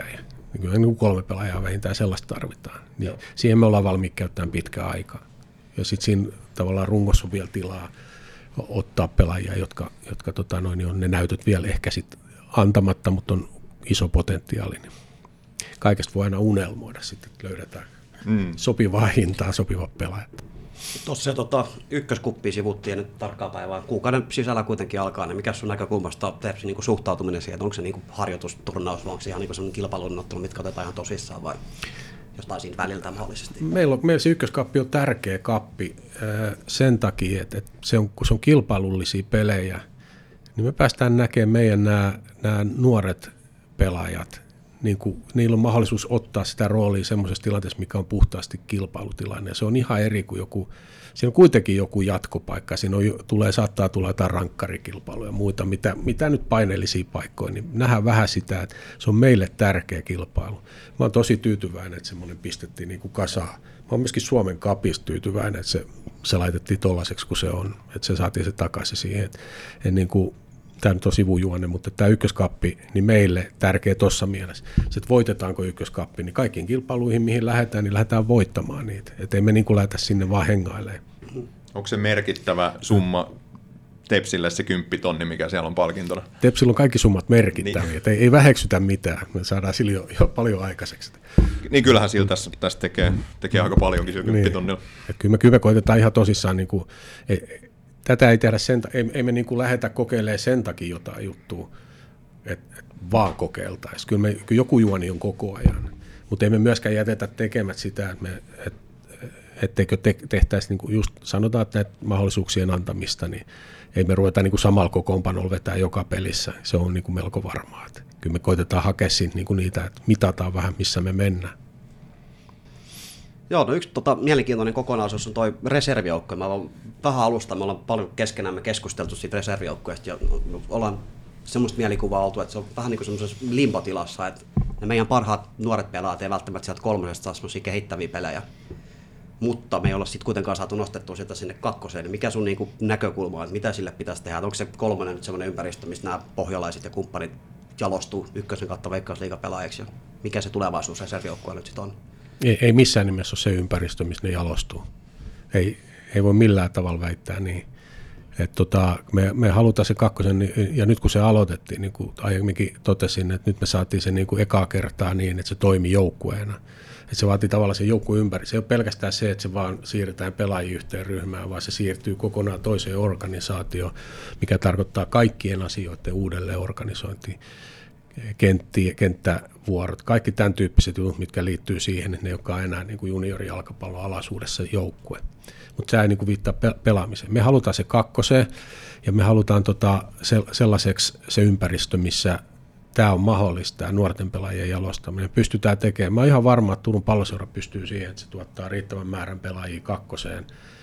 Niin kyllä niin kuin kolme pelaajaa vähintään sellaista tarvitaan. Niin siihen me ollaan valmiit käyttämään pitkää aikaa. Ja sitten siinä tavallaan rungossa on vielä tilaa ottaa pelaajia, jotka, jotka tota noin, on ne näytöt vielä ehkä sit antamatta, mutta on iso potentiaali. Niin kaikesta voi aina unelmoida sitten, että löydetään mm. sopivaa hintaa, sopivat pelaajat. Tuossa se tota, ykköskuppi sivuttiin nyt tarkkaa päivää. Kuukauden sisällä kuitenkin alkaa, niin mikä sun näkökulmasta Tepsin niin suhtautuminen siihen, onko se niin harjoitusturnaus vai onko se ihan niin sellainen kilpailunottelu, mitkä otetaan ihan tosissaan vai jostain siinä väliltä mahdollisesti? Meillä, on, meillä se ykköskappi on tärkeä kappi äh, sen takia, että, että se on, kun se on kilpailullisia pelejä, niin me päästään näkemään meidän nämä, nämä nuoret pelaajat, niin kuin, niillä on mahdollisuus ottaa sitä roolia semmoisessa tilanteessa, mikä on puhtaasti kilpailutilanne. Se on ihan eri kuin joku, siinä on kuitenkin joku jatkopaikka, siinä on, tulee, saattaa tulla jotain rankkarikilpailuja ja muita, mitä, mitä nyt paineellisia paikkoja, niin nähdään vähän sitä, että se on meille tärkeä kilpailu. Mä oon tosi tyytyväinen, että semmoinen pistettiin niin kuin kasaan. Mä oon myöskin Suomen kapista tyytyväinen, että se, se laitettiin tollaiseksi kuin se on, että se saatiin se takaisin siihen, että, että niin kuin, tämä nyt on sivujuonne, mutta tämä ykköskappi, niin meille tärkeä tuossa mielessä. Se, että voitetaanko ykköskappi, niin kaikkiin kilpailuihin, mihin lähdetään, niin lähdetään voittamaan niitä. Että ei me niin kuin lähdetä sinne vaan hengailemaan. Onko se merkittävä summa Tepsille se kymppitonni, mikä siellä on palkintona? Tepsillä on kaikki summat merkittäviä, niin. Että ei, ei väheksytä mitään. Me saadaan sillä jo, jo paljon aikaiseksi. Niin kyllähän sillä tässä, tässä tekee, tekee aika paljonkin se kymppitonnilla. Niin. Kyllä, me, kyllä me koitetaan ihan tosissaan, niin kuin, ei, tätä ei tehdä sen, ei, ei me niin kuin lähdetä kokeilemaan sen takia jotain juttua, että et vaan kokeiltaisiin. Kyllä, me, kyllä joku juoni on koko ajan, mutta ei me myöskään jätetä tekemättä sitä, että me, et, etteikö te, tehtäisi, niin kuin just sanotaan, että näitä mahdollisuuksien antamista, niin ei me ruveta niin kuin samalla kokoonpanolla vetää joka pelissä. Se on niin kuin melko varmaa. Että kyllä me koitetaan hakea siitä niin kuin niitä, että mitataan vähän, missä me mennään. Joo, no yksi tota, mielenkiintoinen kokonaisuus on toi reservijoukko. Mä olen vähän alusta, me ollaan paljon keskenämme keskusteltu siitä reservijoukkoista ja ollaan semmoista mielikuvaa oltu, että se on vähän niin kuin semmoisessa limpotilassa, että ne meidän parhaat nuoret pelaajat ei välttämättä sieltä kolmosesta saa semmoisia kehittäviä pelejä, mutta me ei olla sitten kuitenkaan saatu nostettua sitä sinne kakkoseen. Niin mikä sun niin kuin näkökulma on, että mitä sille pitäisi tehdä? Onko se kolmonen nyt semmoinen ympäristö, missä nämä pohjalaiset ja kumppanit jalostuu ykkösen kautta Veikkausliigapelaajiksi ja mikä se tulevaisuus reservijoukkoa nyt sitten on? Ei, ei missään nimessä ole se ympäristö, missä ne jalostuu. Ei, ei voi millään tavalla väittää niin. Et tota, me, me halutaan se kakkosen, ja nyt kun se aloitettiin, niin kuin aiemminkin totesin, että nyt me saatiin se niin kuin ekaa kertaa niin, että se toimi joukkueena. Että se vaatii tavallaan sen joukkueen ympäri. Se ei ole pelkästään se, että se vaan siirretään pelaajia yhteen ryhmään, vaan se siirtyy kokonaan toiseen organisaatioon, mikä tarkoittaa kaikkien asioiden uudelleen organisointiin. Kentti, kenttävuorot, kaikki tämän tyyppiset jutut, mitkä liittyy siihen, että ne ei olekaan enää niin kuin juniorijalkapallon alaisuudessa joukkue. Mutta se ei niin kuin viittaa pelaamiseen. Me halutaan se kakkoseen ja me halutaan tota sellaiseksi se ympäristö, missä tämä on mahdollista, tämä nuorten pelaajien jalostaminen. Pystytään tekemään. Mä oon ihan varma, että Turun Palloseura pystyy siihen, että se tuottaa riittävän määrän pelaajia kakkoseen.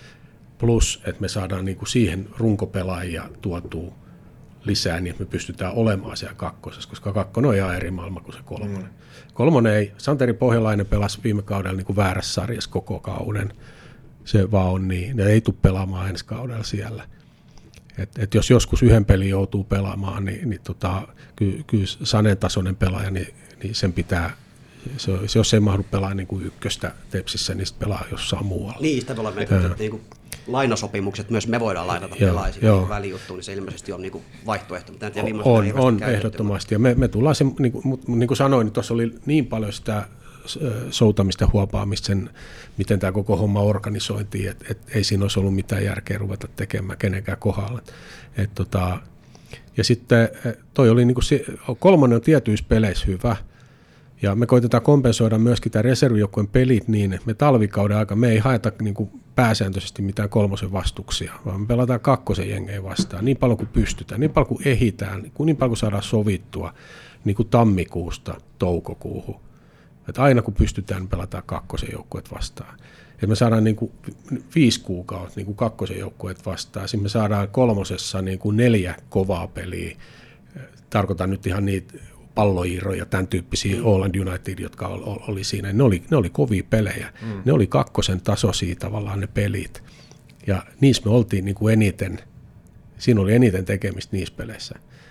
Plus, että me saadaan niin kuin siihen runkopelaajia tuotua lisää, niin että me pystytään olemaan siellä kakkosessa, koska kakkonen on ihan eri maailma kuin se kolmonen. Mm. Kolmonen ei, Santeri Pohjalainen pelasi viime kaudella niin kuin väärässä sarjassa koko kauden. Se vaan on niin. Ne ei tule pelaamaan ensi kaudella siellä. Et, et jos joskus yhden pelin joutuu pelaamaan, niin, niin tota, kyllä, kyllä Sanen tasoinen pelaaja, niin, niin sen pitää, se, jos ei mahdu pelaa niin kuin ykköstä Tepsissä, niin sitten pelaa jossain muualla. Niin, sitä me ollaan merkitty, että niin lainasopimukset, myös me voidaan lainata pelaajia välijuttuun, niin se ilmeisesti on niin kuin vaihtoehto. On, on ehdottomasti. Ja me, me tullaan se, niin kuin, niin kuin sanoin, niin tuossa oli niin paljon sitä soutamista ja huopaamista sen, miten tämä koko homma organisointiin, että et ei siinä olisi ollut mitään järkeä ruveta tekemään kenenkään kohdalla. Et tota, ja sitten toi oli niinku, kolmonen on tietyissä peleissä hyvä, ja me koitetaan kompensoida myöskin tämän reservijoukkueen pelit niin, että me talvikauden aika me ei haeta niinku pääsääntöisesti mitään kolmosen vastuksia, vaan me pelataan kakkosen jengejä vastaan niin paljon kuin pystytään, niin paljon kuin ehitään, niin paljon kuin saadaan sovittua niin kuin tammikuusta toukokuuhun. Että aina kun pystytään, niin pelataan kakkosen joukkueet vastaan. Et me saadaan niin kuin viisi kuukautta niin kuin kakkosen joukkueet vastaan. Sitten me saadaan kolmosessa niin kuin neljä kovaa peliä. Tarkoitan nyt ihan niitä palloiiroja, tämän tyyppisiä Åland United, jotka oli siinä. Ne oli, ne oli kovia pelejä. Mm. Ne oli kakkosen tasoisia tavallaan ne pelit. Ja niissä me oltiin niin kuin eniten, siinä oli eniten tekemistä niissä peleissä.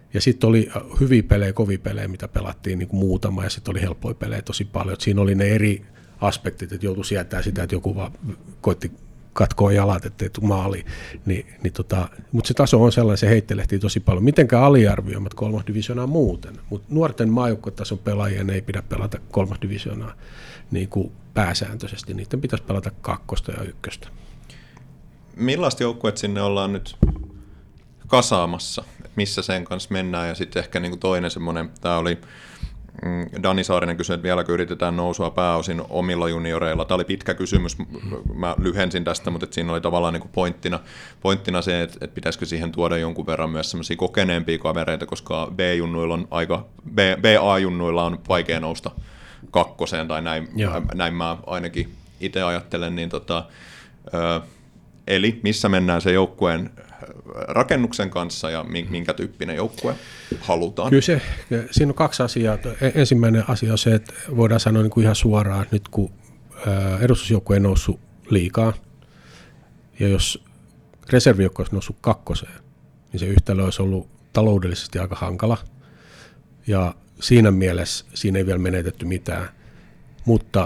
Ja sitten oli hyviä pelejä, kovia pelejä, mitä pelattiin niin kuin muutama, ja sitten oli helppoja pelejä tosi paljon. Et siinä oli ne eri aspektit, että joutui sietää sitä, että joku vaan koitti katkoa jalat, ettei tule maali. Ni, niin tota, mutta se taso on sellainen, se heittelehtii tosi paljon. Mitenkään aliarvioimat kolmas divisioonaa muuten, mutta nuorten maajoukkuetason pelaajien ei pidä pelata kolmas divisioonaa niin kuin pääsääntöisesti. Niiden pitäisi pelata kakkosta ja ykköstä. Millaista joukkueet sinne ollaan nyt kasaamassa, että missä sen kanssa mennään, ja sitten ehkä niin kuin toinen semmoinen, tämä oli mm, Dani Saarinen kysyi, että vieläkö yritetään nousua pääosin omilla junioreilla. Tämä oli pitkä kysymys, mä lyhensin tästä, mutta siinä oli tavallaan niin kuin pointtina, pointtina se, että, että pitäisikö siihen tuoda jonkun verran myös semmoisia kokeneempia kavereita, koska B-junnuilla on aika, B, A-junnuilla on vaikea nousta kakkoseen, tai näin, näin mä ainakin itse ajattelen, niin tota, ö, eli missä mennään se joukkueen rakennuksen kanssa ja minkä tyyppinen joukkue halutaan? Kyllä se, siinä on kaksi asiaa. Ensimmäinen asia on se, että voidaan sanoa niin kuin ihan suoraan, nyt kun edustusjoukkue ei noussut liikaa, ja jos reservijoukkue olisi noussut kakkoseen, niin se yhtälö olisi ollut taloudellisesti aika hankala, ja siinä mielessä siinä ei vielä menetetty mitään, mutta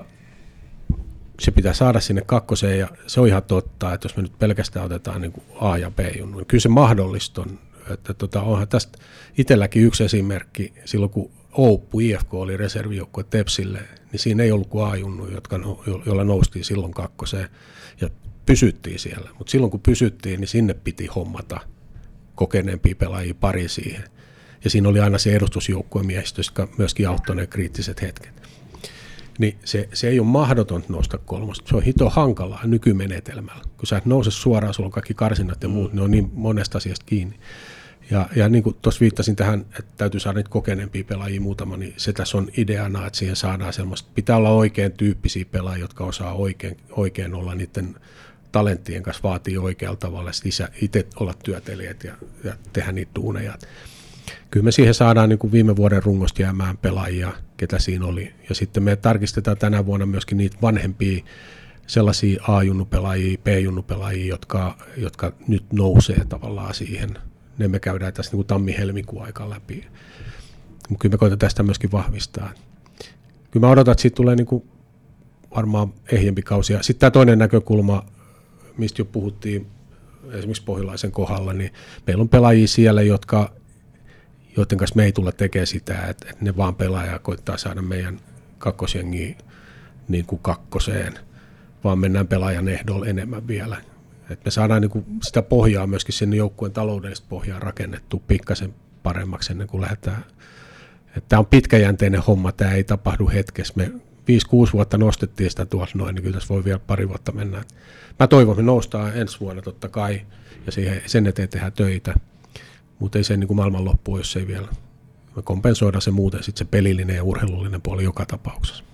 se pitää saada sinne kakkoseen, ja se on ihan totta, että jos me nyt pelkästään otetaan niin kuin A- ja B-junnu, niin kyllä se mahdollista on. Että tota, onhan tästä itselläkin yksi esimerkki, silloin kun Ouppu I F K oli reservijoukkue Tepsille, niin siinä ei ollut kuin A-junnu, jotka, jolla noustiin silloin kakkoseen, ja pysyttiin siellä. Mutta silloin kun pysyttiin, niin sinne piti hommata kokeneempia pelaajia pari siihen. Ja siinä oli aina se edustusjoukkueen miehistö, jotka myöskin auttoi ne kriittiset hetket. Niin se, se ei ole mahdotonta nousta kolmosta. Se on hito hankalaa nykymenetelmällä. Kun sä et nouse suoraan, sulla on kaikki karsinnat ja muut, mm. ne on niin monesta asiasta kiinni. Ja, ja niin kuin tuossa viittasin tähän, että täytyy saada niitä kokeneempia pelaajia muutama, niin se tässä on ideana, että siihen saadaan semmoista. Pitää olla oikein tyyppisiä pelaajia, jotka osaa oikein, oikein olla niiden talenttien kanssa, vaatii oikealla tavalla, ja itse olla työtelijät ja, ja tehdä niitä duuneja. Kyllä me siihen saadaan niin kuin viime vuoden rungosta jäämään pelaajia, ketä siinä oli. Ja sitten me tarkistetaan tänä vuonna myöskin niitä vanhempia sellaisia A-junnupelaajia, B-junnupelaajia, jotka, jotka nyt nousee tavallaan siihen. Ne me käydään tässä niin kuin tammi-helmikuun aikaa läpi. Mutta kyllä me koitetaan sitä myöskin vahvistaa. Kyllä mä odotan, että siitä tulee niin kuin varmaan ehjempi kausi. Ja sitten tämä toinen näkökulma, mistä jo puhuttiin esimerkiksi Pohjalaisen kohdalla, niin meillä on pelaajia siellä, jotka joiden kanssa me ei tulla tekemään sitä, että, että ne vaan pelaa ja koittaa saada meidän kakkosjengiä niin kuin kakkoseen, vaan mennään pelaajan ehdolla enemmän vielä. Et me saadaan niin kuin sitä pohjaa myöskin sinne joukkueen taloudellista pohjaa rakennettua pikkasen paremmaksi ennen kuin lähdetään. Tämä on pitkäjänteinen homma, tämä ei tapahdu hetkessä. Me viisi kuusi vuotta nostettiin sitä tuossa noin, niin kyllä tässä voi vielä pari vuotta mennä. Mä toivon, että me noustaan ensi vuonna totta kai, ja siihen, sen eteen tehdään töitä. Mutta ei se niin kuin maailman loppu, jos ei vielä. Me kompensoidaan se muuten sitten se pelillinen ja urheilullinen puoli joka tapauksessa.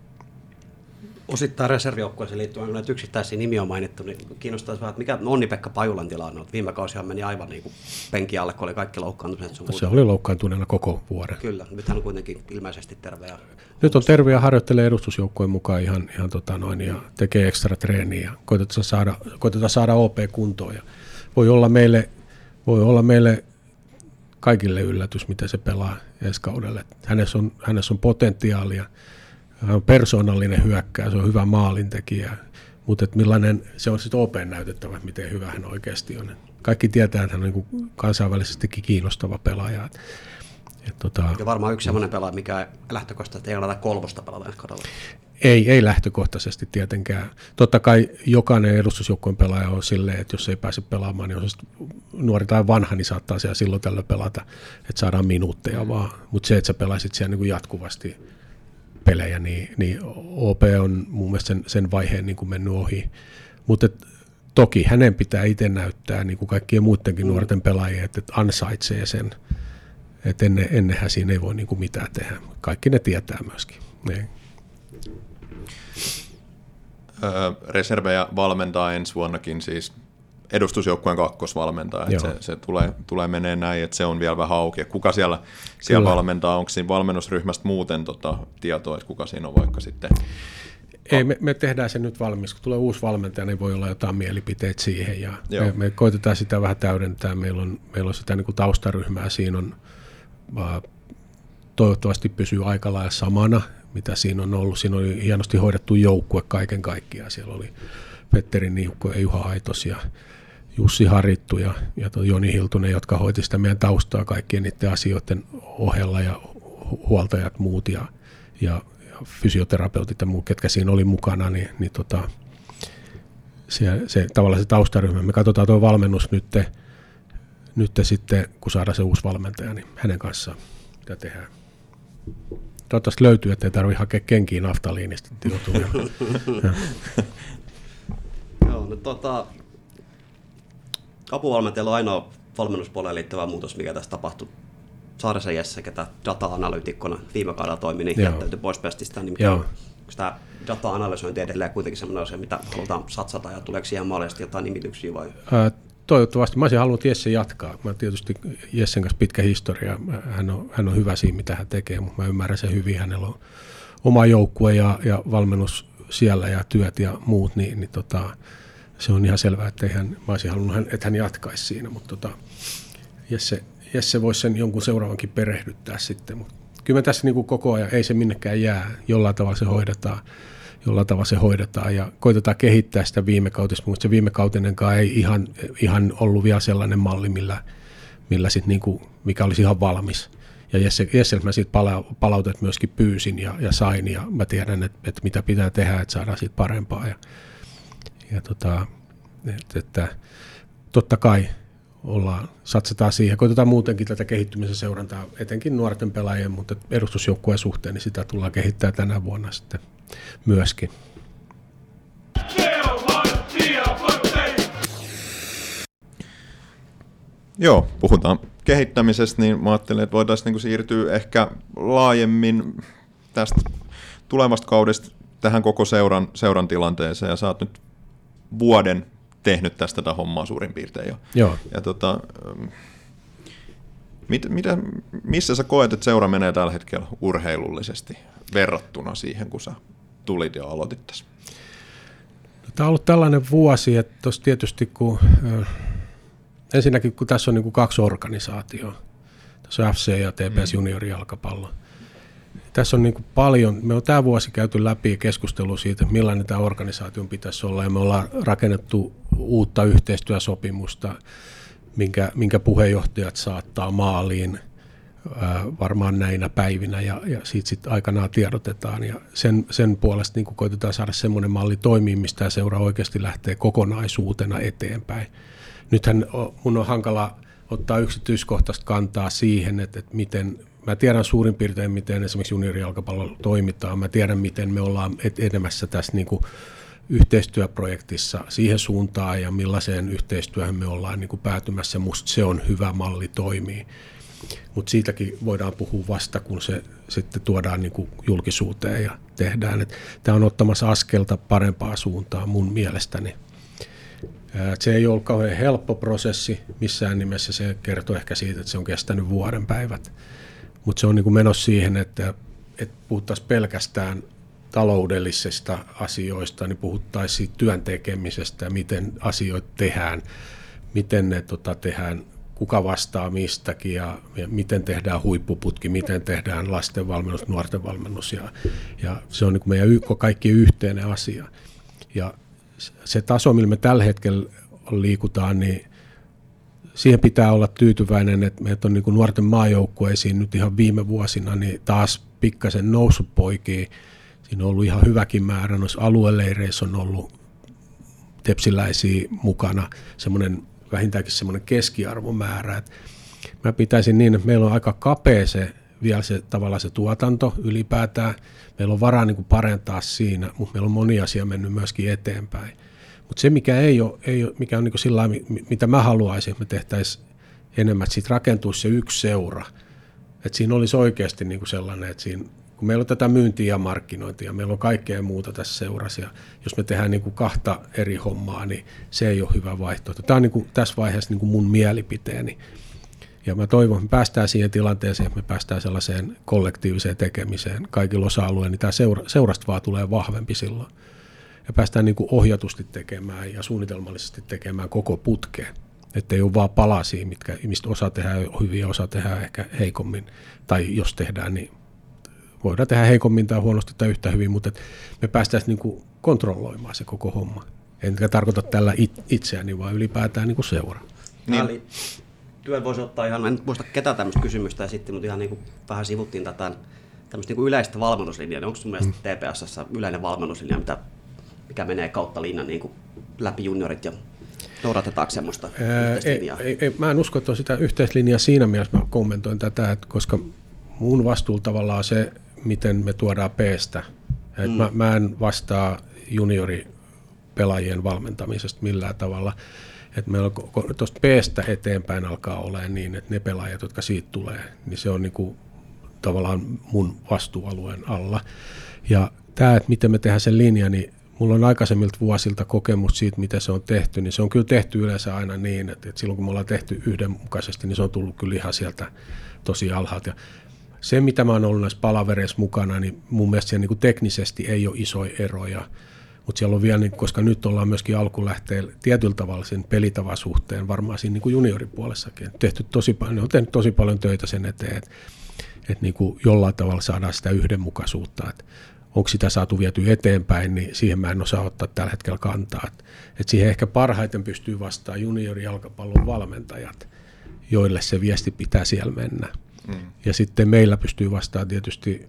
Osittain reservijoukkueeseen liittyen, kun näitä yksittäisiä nimiä on mainittu, niin kiinnostaisi vähän, että mikä Onni-Pekka Pajulan tilanne on. Viime kausihan meni aivan niin kuin penkin alle, kun oli kaikki loukkaantuneet. Se muuta. Oli loukkaantuneena koko vuoden. Kyllä, nyt hän on kuitenkin ilmeisesti terve. Ja nyt on terve ja harjoittelee edustusjoukkueen mukaan ihan, ihan tota noin, ja tekee ekstra treeniä ja koitetaan saada, koitetaan saada O P kuntoon. Ja voi olla meille, voi olla meille kaikille yllätys, miten se pelaa ensi kaudelle. Hänessä on, hänessä on potentiaalia, hän on persoonallinen hyökkääjä, se on hyvä maalintekijä, mutta millainen se on sitten O P näytettävä, miten hyvä hän oikeasti on. Kaikki tietää, että hän on niin kansainvälisestikin kiinnostava pelaaja. Et tota, ja varmaan yksi sellainen pelaaja, mikä lähtökohtaisesti ei ole kolmosta pelata ensi kaudella. Ei, ei lähtökohtaisesti tietenkään. Totta kai jokainen edustusjoukkueen pelaaja on silleen, että jos ei pääse pelaamaan, niin on se nuori tai vanha, niin saattaa siellä silloin tällöin pelata, että saadaan minuutteja vaan. Mutta se, että sä pelaisit siellä niin kuin jatkuvasti pelejä, niin, niin O P on mun mielestä sen, sen vaiheen niin kuin mennyt ohi. Mutta toki hänen pitää itse näyttää, niin kuin kaikkien muidenkin nuorten pelaajien, että ansaitsee sen. Että ennen, ennenhän siinä ei voi niin kuin mitään tehdä. Kaikki ne tietää myöskin. Ne. Reservejä valmentaa ensi vuonnakin siis edustusjoukkueen kakkosvalmentaja, se, se tulee, tulee menee näin, että se on vielä vähän auki. Ja kuka siellä, siellä valmentaa, onko siinä valmennusryhmästä muuten tota tietoa, että kuka siinä on vaikka sitten? Ei, me, me tehdään se nyt valmis. Kun tulee uusi valmentaja, niin voi olla jotain mielipiteitä siihen. Ja me, me koitetaan sitä vähän täydentää. Meillä on, meillä on sitä niin kuin taustaryhmää. Siinä on toivottavasti pysyy aika lailla samana, mitä siinä on ollut. Siinä oli hienosti hoidettu joukkue kaiken kaikkiaan. Siellä oli Petteri Niukko ja Juha Aitos ja Jussi Harittu ja, ja Joni Hiltunen, jotka hoiti sitä meidän taustaa kaikkien niiden asioiden ohella ja huoltajat muut ja, ja, ja fysioterapeutit ja muut, ketkä siinä oli mukana, niin, niin tota, se, se, tavallaan se taustaryhmä. Me katsotaan tuo valmennus nyt, nyt sitten, kun saadaan se uusi valmentaja, niin hänen kanssaan mitä tehdään. Toivottavasti löytyy, ettei tarvitse hakea kenkiä naftaliinista. Joo, no tota, apuvalmentajalla on ainoa valmennuspuoleen liittyvä muutos, mikä tässä tapahtui. Saarisen Jesse, ketä data-analyytikkona viime kaudella toimi, niin jättäytyi pois pestistä. Niin onko tämä data-analysointi edelleen kuitenkin sellainen asia, mitä halutaan satsata, ja tuleeko siihen mahdollisesti jotain nimityksiä vai? Ää, toivottavasti. Mä olisin halunnut Jesse jatkaa. Mä tietysti Jessen kanssa pitkä historia. Hän on, hän on hyvä siinä, mitä hän tekee, mutta mä ymmärrän sen hyvin. Hänellä on oma joukkue ja, ja valmennus siellä ja työt ja muut, niin, niin tota, se on ihan selvää, että hän, mä olisin halunnut, että hän jatkaisi siinä, mutta tota, Jesse, Jesse voisi sen jonkun seuraavankin perehdyttää sitten, mutta kyllä me tässä niin kuin koko ajan, ei se minnekään jää, jollain tavalla se hoidetaan, jollain tavalla se hoidetaan ja koitetaan kehittää sitä viime kautista, mutta se viime kautenenkaan ei ihan, ihan ollut vielä sellainen malli, millä, millä sit niin kuin, mikä olisi ihan valmis. Ja Jesse, Jesselle mä siitä pala- palautet myöskin pyysin ja, ja sain ja mä tiedän, että, että mitä pitää tehdä, että saadaan siitä parempaa. Ja, ja tota, että, että totta kai ollaan, satsataan siihen. Koitetaan muutenkin tätä kehittymisen seurantaa, etenkin nuorten pelaajien, mutta edustusjoukkueen suhteen, niin sitä tullaan kehittää tänä vuonna sitten myöskin. Joo, puhutaan kehittämisestä, niin mä ajattelin, että voitaisiin niinku siirtyä ehkä laajemmin tästä tulevasta kaudesta tähän koko seuran, seuran tilanteeseen, ja sä oot nyt vuoden tehnyt tästä tätä hommaa suurin piirtein jo. Joo. Ja tota, mit, mitä, missä sä koet, että seura menee tällä hetkellä urheilullisesti verrattuna siihen, kun sä tulit ja aloitit tässä? Tämä on ollut tällainen vuosi, että tuossa tietysti kun äh, ensinnäkin kun tässä on niin kuin kaksi organisaatioa, tässä on F C ja T P S juniorijalkapallo. Tässä on niin kuin paljon, me on tämä vuosi käyty läpi keskustelua siitä, millainen tämä organisaation pitäisi olla, ja me ollaan rakennettu uutta yhteistyösopimusta, minkä, minkä puheenjohtajat saattaa maaliin ää, varmaan näinä päivinä, ja, ja siitä sitten aikanaan tiedotetaan, ja sen, sen puolesta niin kuin koitetaan saada semmoinen malli toimii, mistä tämä seura oikeasti lähtee kokonaisuutena eteenpäin. Nythän mun on hankala ottaa yksityiskohtaista kantaa siihen, että, että miten, mä tiedän suurin piirtein, miten esimerkiksi juniorijalkapallolla toimitaan, mä tiedän, miten me ollaan edemässä tässä niin kuin yhteistyöprojektissa siihen suuntaan ja millaiseen yhteistyöhön me ollaan niin kuin päätymässä. Musta se on hyvä malli toimii, mutta siitäkin voidaan puhua vasta, kun se sitten tuodaan niin kuin julkisuuteen ja tehdään. Tämä on ottamassa askelta parempaa suuntaan mun mielestäni. Se ei ollut kauhean helppo prosessi missään nimessä, se kertoo ehkä siitä, että se on kestänyt vuoden päivät. Mutta se on niin kuin menossa siihen, että, että puhuttaisiin pelkästään taloudellisista asioista, niin puhuttaisiin siitä työn tekemisestä, miten asioita tehdään, miten ne tota, tehdään, kuka vastaa mistäkin ja, ja miten tehdään huippuputki, miten tehdään lastenvalmennus, nuorten valmennus. Ja, ja se on niin kuin meidän kaikki yhteinen asia. Ja se taso, millä me tällä hetkellä liikutaan, niin siihen pitää olla tyytyväinen, että meitä on niin kuin nuorten maajoukkueisiin nyt ihan viime vuosina niin taas pikkasen noussut poikia. Siinä on ollut ihan hyväkin määrä. Noissa alueleireissä on ollut tepsiläisiä mukana, semmoinen, vähintäänkin semmoinen keskiarvomäärä. Et mä pitäisin niin, että meillä on aika kapea se, vielä se, tavallaan se tuotanto ylipäätään. Meillä on varaa niin kuin parantaa siinä, mutta meillä on moni asia mennyt myöskin eteenpäin. Mutta se, mikä, ei ole, ei ole, mikä on niin kuin sillä lailla, mitä mä haluaisin, että me tehtäisiin enemmän, että siitä rakentuisi se yksi seura. Että siinä olisi oikeasti niin kuin sellainen, että siinä, kun meillä on tätä myyntiä ja markkinointia, meillä on kaikkea muuta tässä seurassa, ja jos me tehdään niin kuin kahta eri hommaa, niin se ei ole hyvä vaihtoehto. Tämä on niin kuin tässä vaiheessa niin kuin mun mielipiteeni. Ja mä toivon, että me päästään siihen tilanteeseen, että me päästään sellaiseen kollektiiviseen tekemiseen kaikilla osa-alueilla, niin tämä seura, seurasta vaan tulee vahvempi silloin. Ja päästään niin kuin ohjatusti tekemään ja suunnitelmallisesti tekemään koko putkeen. Että ei ole vaan palasia, mitkä, mistä osa tehdään hyvin ja osa tehdään ehkä heikommin. Tai jos tehdään, niin voidaan tehdä heikommin tai huonosti tai yhtä hyvin, mutta me päästäisiin niin kuin kontrolloimaan se koko homma. Enkä tarkoita tällä itseäni, vaan ylipäätään niin kuin seura. Niin. Työn voisi ottaa ihan, en muista ketä tämmöistä kysymystä esitti, mutta ihan niin kuin vähän sivuttiin tätä tämmöistä niin kuin yleistä valmennuslinjaa. Onko sun mielestä T P S:ssä yleinen valmennuslinja, mitä, mikä menee kautta linjan niin kuin läpi juniorit ja noudatetaanko semmoista yhteislinjaa? Ei, ei, mä en usko, että on sitä yhteislinjaa siinä mielessä, mä kommentoin tätä, että koska mun vastuulla tavallaan on se, miten me tuodaan P:stä. Mm. Mä, mä en vastaa junioripelaajien valmentamisesta millään tavalla. Että meillä on tuosta P:stä eteenpäin alkaa olemaan niin, että ne pelaajat, jotka siitä tulee, niin se on niinku tavallaan mun vastuualueen alla. Ja tämä, että miten me tehdään sen linja, niin mulla on aikaisemmilta vuosilta kokemus siitä, miten se on tehty, niin se on kyllä tehty yleensä aina niin, että, että silloin kun me ollaan tehty yhdenmukaisesti, niin se on tullut kyllä ihan sieltä tosi alhaalta. Ja se, mitä mä oon ollut näissä palavereissa mukana, niin mun mielestä siellä niin kuin teknisesti ei ole isoja eroja, mutta siellä on vielä, niin, koska nyt ollaan myöskin alkulähteellä tietyllä tavalla sen pelitavan suhteen, varmaan siinä niin kuin junioripuolessakin. Tehty tosi paljon, ne on tehnyt tosi paljon töitä sen eteen, että, että niin kuin jollain tavalla saadaan sitä yhdenmukaisuutta, että onko sitä saatu viety eteenpäin, niin siihen mä en osaa ottaa tällä hetkellä kantaa. Että, että siihen ehkä parhaiten pystyy vastaamaan juniorijalkapallon valmentajat, joille se viesti pitää siellä mennä. Mm. Ja sitten meillä pystyy vastaamaan tietysti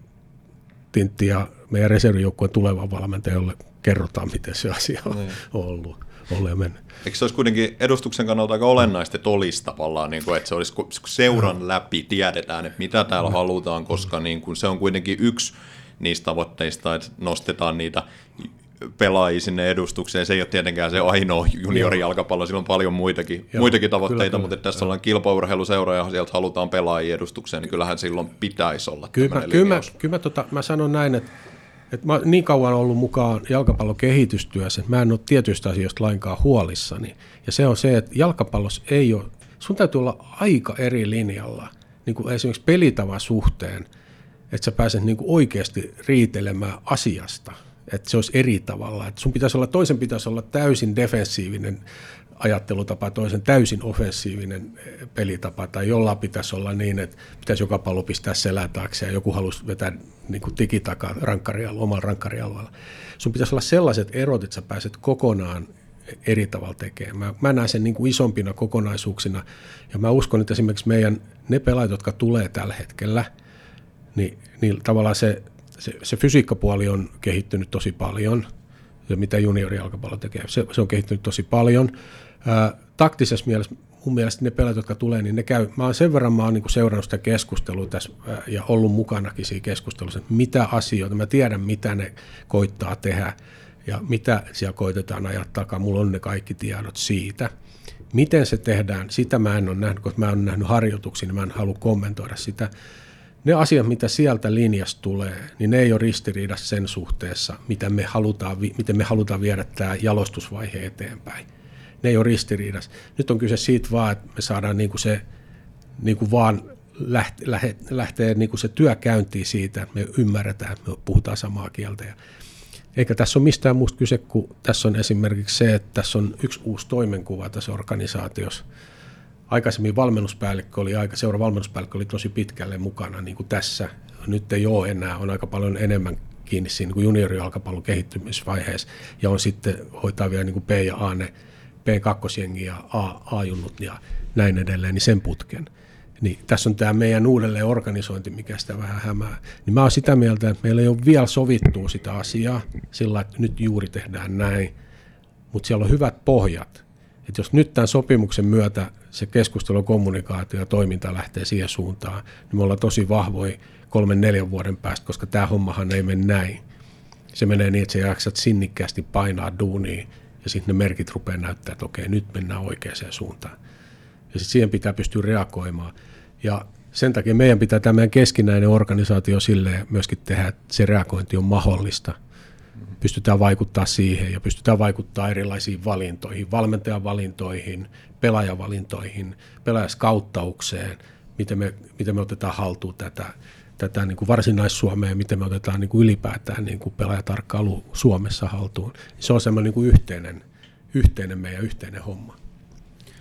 Tintti ja meidän reservijoukkueen tulevan valmentajan, jolle kerrotaan, miten se asia on mm. ollut, ollut ja mennyt. Eikö se olisi kuitenkin edustuksen kannalta aika olennaista, että olisi tavallaan, niin kuin, että se olisi seuran mm. läpi, tiedetään, että mitä täällä mm. halutaan, koska niin kuin, se on kuitenkin yksi niistä tavoitteista, että nostetaan niitä pelaajia sinne edustukseen. Se ei ole tietenkään se ainoa juniorijalkapallo, sillä on paljon muitakin, Joo, muitakin tavoitteita, kyllä, mutta kyllä, tässä ollaan kilpaurheiluseura ja sieltä halutaan pelaajia edustukseen, niin kyllähän silloin pitäisi olla kyllä, tämmöinen kyllä, linjaus. Kyllä mä, tota, mä sanon näin, että, että mä oon niin kauan ollut mukaan jalkapallon kehitystyössä, että mä en ole tietyistä asioista lainkaan huolissani. Ja se on se, että jalkapallossa ei ole, sun täytyy olla aika eri linjalla, niin kuin esimerkiksi pelitavan suhteen, että sä pääset niin kuin oikeasti riitelemään asiasta, että se olisi eri tavalla. Että sun pitäisi olla, toisen pitäisi olla täysin defensiivinen ajattelutapa, toisen täysin offensiivinen pelitapa, tai jollain pitäisi olla niin, että pitäisi joka pallo pistää selän taakse ja joku halusi vetää niin kuin tikitakaa rankkarialueella, omalla rankkarialueella. Sun pitäisi olla sellaiset erot, että sä pääset kokonaan eri tavalla tekemään. Mä, mä näen sen niin kuin isompina kokonaisuuksina, ja mä uskon, että esimerkiksi meidän ne pelaajat, jotka tulee tällä hetkellä, niin, niin tavallaan se, se, se fysiikkapuoli on kehittynyt tosi paljon, ja mitä juniorijalkapallo tekee, se, se on kehittynyt tosi paljon. Ää, taktisessa mielessä, mun mielestä ne pelaajat, jotka tulee, niin ne käy, mä oon sen verran mä oon niin kuin seurannut sitä keskustelua tässä ää, ja ollut mukanakin siinä keskustelussa, että mitä asioita, mä tiedän mitä ne koittaa tehdä ja mitä siellä koitetaan ajaa takaa, mulla on ne kaikki tiedot siitä. Miten se tehdään, sitä mä en ole nähnyt, koska mä en nähnyt harjoituksia, niin mä en halua kommentoida sitä. Ne asiat, mitä sieltä linjasta tulee, niin ne ei ole ristiriidassa sen suhteessa, mitä me halutaan, miten me halutaan viedä tämä jalostusvaihe eteenpäin. Ne ei ole ristiriidassa. Nyt on kyse siitä vaan, että me saadaan niinku se niinku vaan lähtee, lähtee, lähtee niinku se työ käyntiin siitä, että me ymmärretään, että me puhutaan samaa kieltä. Ja eikä tässä ole mistään muusta kyse, kun tässä on esimerkiksi se, että tässä on yksi uusi toimenkuva tässä organisaatiossa. Aikaisemmin valmennuspäällikkö oli, aika, seura valmennuspäällikkö oli tosi pitkälle mukana niin kuin tässä. Nyt ei ole enää, on aika paljon enemmän kiinni siinä niin juniorijalkapallon kehittymisvaiheessa. Ja on sitten, hoitaa vielä niin kuin P ja A, ne P kaksi-jengi ja A, A-junnut ja näin edelleen, niin sen putken. Niin tässä on tämä meidän uudelleen organisointi, mikä sitä vähän hämää. Niin mä oon sitä mieltä, että meillä ei ole vielä sovittua sitä asiaa sillä, että nyt juuri tehdään näin, mutta siellä on hyvät pohjat. Että jos nyt tämän sopimuksen myötä se keskustelu, kommunikaatio ja toiminta lähtee siihen suuntaan, niin me ollaan tosi vahvoja kolmen, neljän vuoden päästä, koska tämä hommahan ei mene näin. Se menee niin, että sä jaksat sinnikkäästi painaa duunia ja sitten ne merkit rupeaa näyttää, että okei, nyt mennään oikeaan suuntaan. Ja sitten siihen pitää pystyä reagoimaan. Ja sen takia meidän pitää tämä meidän keskinäinen organisaatio silleen myöskin tehdä, että se reagointi on mahdollista. Pystytään vaikuttaa siihen ja pystytään vaikuttaa erilaisiin valintoihin, valmentajan valintoihin, pelaajan valintoihin, pelaajaskauttaukseen, miten me, miten me otetaan haltuun tätä, tätä niin kuin varsinais-Suomea ja miten me otetaan niin kuin ylipäätään niin kuin pelaajatarkkailu Suomessa haltuun. Se on semmoinen niin kuin yhteinen, yhteinen meidän yhteinen homma.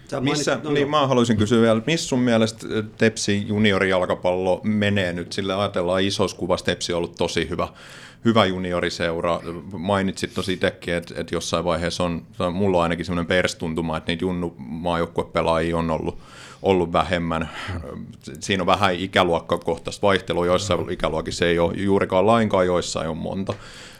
Missä, no, niin mä haluaisin kysyä vielä, missä sun mielestä Tepsi juniorijalkapallo menee nyt? Sillä ajatellaan isossa kuvassa Tepsi on ollut tosi hyvä, hyvä junioriseura. Mainitsit tosi itsekin, että, että jossain vaiheessa on, mulla on ainakin semmoinen perstuntuma, että niitä junnu maajoukkuepelaajia on ollut, ollut vähemmän. Siinä on vähän ikäluokkakohtaista vaihtelua, joissain ikäluokissa ei ole juurikaan lainkaan, joissain on monta.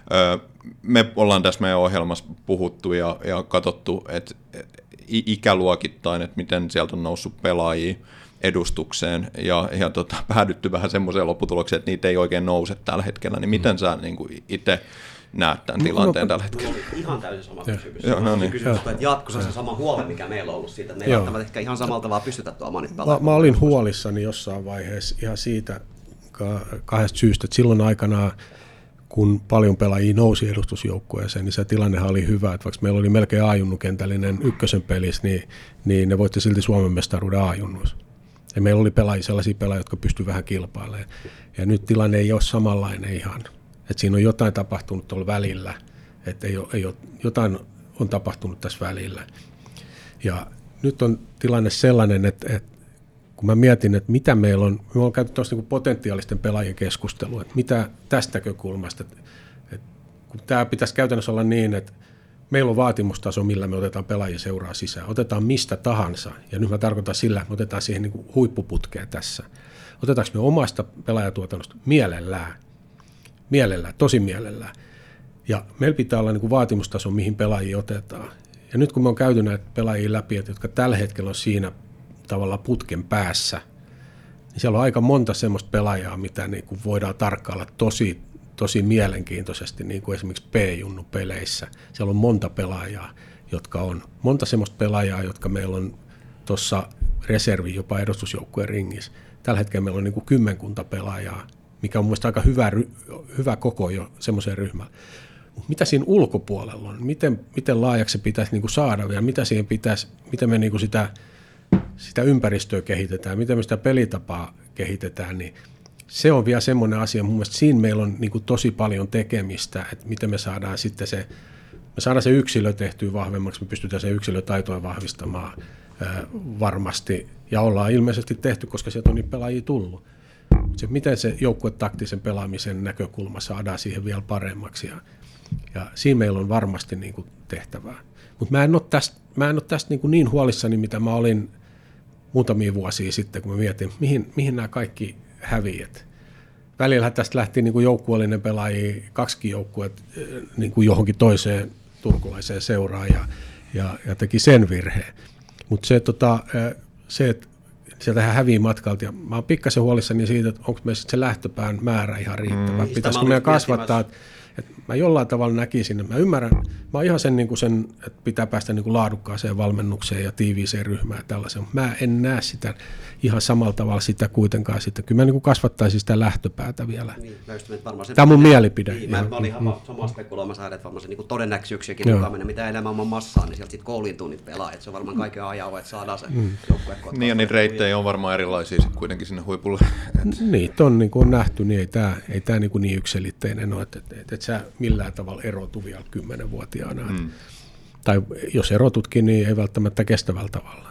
Me ollaan tässä meidän ohjelmassa puhuttu ja, ja katsottu, että ikäluokittain, että miten sieltä on noussut pelaajia edustukseen ja, ja tota, päädytty vähän semmoiseen lopputulokseen, että niitä ei oikein nouse tällä hetkellä, niin miten sä niin kuin itse näet tämän tilanteen tällä hetkellä? Ihan täysin sama kysymys. Joo, no niin. Kysymys, että jatkossa se sama huoli, mikä meillä on ollut siitä, että me ei välttämättä ehkä ihan samalta vaan pystytä tuomaan niitä pelaajia. Mä, mä olin huolissani jossain vaiheessa ihan siitä kahdesta syystä, että silloin aikanaan kun paljon pelaajia nousi edustusjoukkueeseen, niin se tilannehan oli hyvä, että vaikka meillä oli melkein A-junnukentällinen ykkösen pelissä, niin, niin ne voitti silti Suomen mestaruuden A-junnuissa. Ja meillä oli pelaajia, sellaisia pelaajia, jotka pystyivät vähän kilpailemaan. Ja nyt tilanne ei ole samanlainen ihan. Että siinä on jotain tapahtunut tuolla välillä, että ei ole, ei ole, jotain on tapahtunut tässä välillä. Ja nyt on tilanne sellainen, että, että kun mä mietin, että mitä meillä on, me on käyty tuossa niin potentiaalisten pelaajien keskustelua, että mitä tästä näkökulmasta, että, että kun tämä pitäisi käytännössä olla niin, että meillä on vaatimustaso, millä me otetaan pelaajia seuraa sisään, otetaan mistä tahansa, ja nyt mä tarkoitan sillä, että me otetaan siihen niin kuin huippuputkeen tässä. Otetaanko me omasta pelaajatuotannosta? Mielellään, mielellään, tosi mielellään. Ja meillä pitää olla niin kuin vaatimustaso, mihin pelaajia otetaan. Ja nyt kun me on käyty näitä pelaajia läpi, jotka tällä hetkellä on siinä tavallaan putken päässä, niin siellä on aika monta semmoista pelaajaa, mitä niin kuin voidaan tarkkailla tosi, tosi mielenkiintoisesti, niin kuin esimerkiksi P-junnu-peleissä. Siellä on monta pelaajaa, jotka on, monta semmoista pelaajaa, jotka meillä on tuossa reservi jopa edustusjoukkueen ringissä. Tällä hetkellä meillä on niin kuin kymmenkunta pelaajaa, mikä on mielestäni aika hyvä, hyvä koko jo semmoiseen ryhmään. Mitä siinä ulkopuolella on? Miten, miten laajaksi se pitäisi niin kuin saada ja mitä siihen pitäisi, miten me niin kuin sitä sitä ympäristöä kehitetään, miten me sitä pelitapaa kehitetään, niin se on vielä semmoinen asia. Mun mielestä siinä meillä on niin kuin tosi paljon tekemistä, että miten me saadaan sitten se, me saadaan se yksilö tehtyä vahvemmaksi, me pystytään se yksilötaitoa vahvistamaan ää, varmasti, ja ollaan ilmeisesti tehty, koska sieltä on niin pelaajia tullut. Se, miten se joukkuetaktisen pelaamisen näkökulma saadaan siihen vielä paremmaksi, ja, ja siinä meillä on varmasti niin kuin tehtävää. Mutta mä en ole tästä, mä en ole tästä niin, niin huolissani, mitä mä olin muutamia vuosia sitten, kun mä mietin, mihin, mihin nämä kaikki häviät. Välillä tästä lähti niin kuin joukkueellinen pelaajia, kaksikin joukkueet niin kuin johonkin toiseen turkulaiseen seuraan ja, ja, ja teki sen virheen. Mutta se, tota, se, että sieltähän hävii matkalta, ja mä oon pikkasen huolissani siitä, että onko meidän se lähtöpään määrä ihan riittävä. Mm. Pitäisikö meidän kasvattaa, että et mä jollain tavalla näkisin, että mä ymmärrän, mä oon ihan sen, niin kuin sen että pitää päästä niin kuin laadukkaaseen valmennukseen ja tiiviiseen ryhmään ja tällaisen, mutta mä en näe sitä ihan samalla tavalla sitä kuitenkaan sitten. Kyllä mä niin kuin kasvattaisin sitä lähtöpäätä vielä. Niin, tämä on mun mielipide. Niin, mä, mä olin ihan mm. samaa spekuloimassa, että varmaan se niin todennäköisyyksiäkin mukaan mennä, mitä enemmän on massaan, niin sieltä sitten kooliintuu niitä pelaajia. Se on varmaan kaiken ajaa, että saadaan se mm. joukkue. Niin ja niitä reittejä on varmaan erilaisia sitten kuitenkin sinne huipulle. Niin, ton niin kuin on nähty, niin ei tämä ei tää niin, niin yksiselitteinen ole, että, että, että, että sä millään tavalla erotu vielä kymmenvuotiaana. Mm. Tai jos erotutkin, niin ei välttämättä kestävällä tavalla.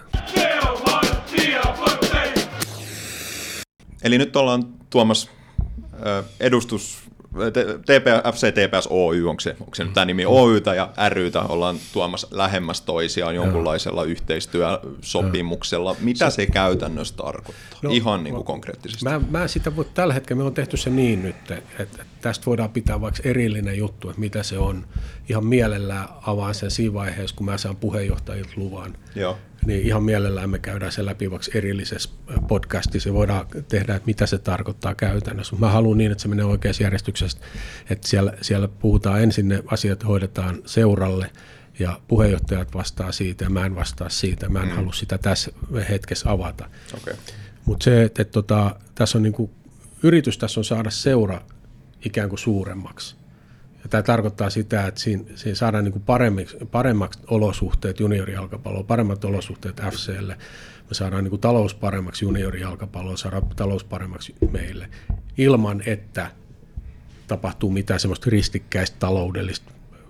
Eli nyt ollaan tuomassa edustus, T P F C T P S Oy, onko se, onko se nyt tämä nimi Oytä ja Rytä, ollaan tuomassa lähemmäs toisiaan jonkunlaisella yhteistyösopimuksella. Mitä se käytännössä tarkoittaa? No, ihan niin kuin konkreettisesti. Mä, mä sitä voi, tällä hetkellä me on tehty se niin nyt, että tästä voidaan pitää vaikka erillinen juttu, että mitä se on. Ihan mielellään avaan sen siinä vaiheessa, kun mä saan puheenjohtajilta luvan. Joo. Niin ihan mielellään me käydään sen läpi vaikka erillisessä podcastissa ja voidaan tehdä, että mitä se tarkoittaa käytännössä. Mä haluan niin, että se menee oikeassa järjestyksessä, että siellä, siellä puhutaan ensin ne asiat, hoidetaan seuralle ja puheenjohtajat vastaa siitä ja mä en vastaa siitä. Mä en mm. halua sitä tässä hetkessä avata. Okay. Mutta se, että, että tota, tässä on niinku, yritys tässä on saada seura ikään kuin suuremmaksi. Ja tämä tarkoittaa sitä, että siinä, siinä saadaan niin kuin paremmaksi olosuhteet juniorijalkapalloon, paremmat olosuhteet F C:lle. Me saadaan niin kuin talous paremmaksi juniorijalkapalloon, saadaan talous paremmaksi meille, ilman että tapahtuu mitään semmoista ristikkäistä taloudellista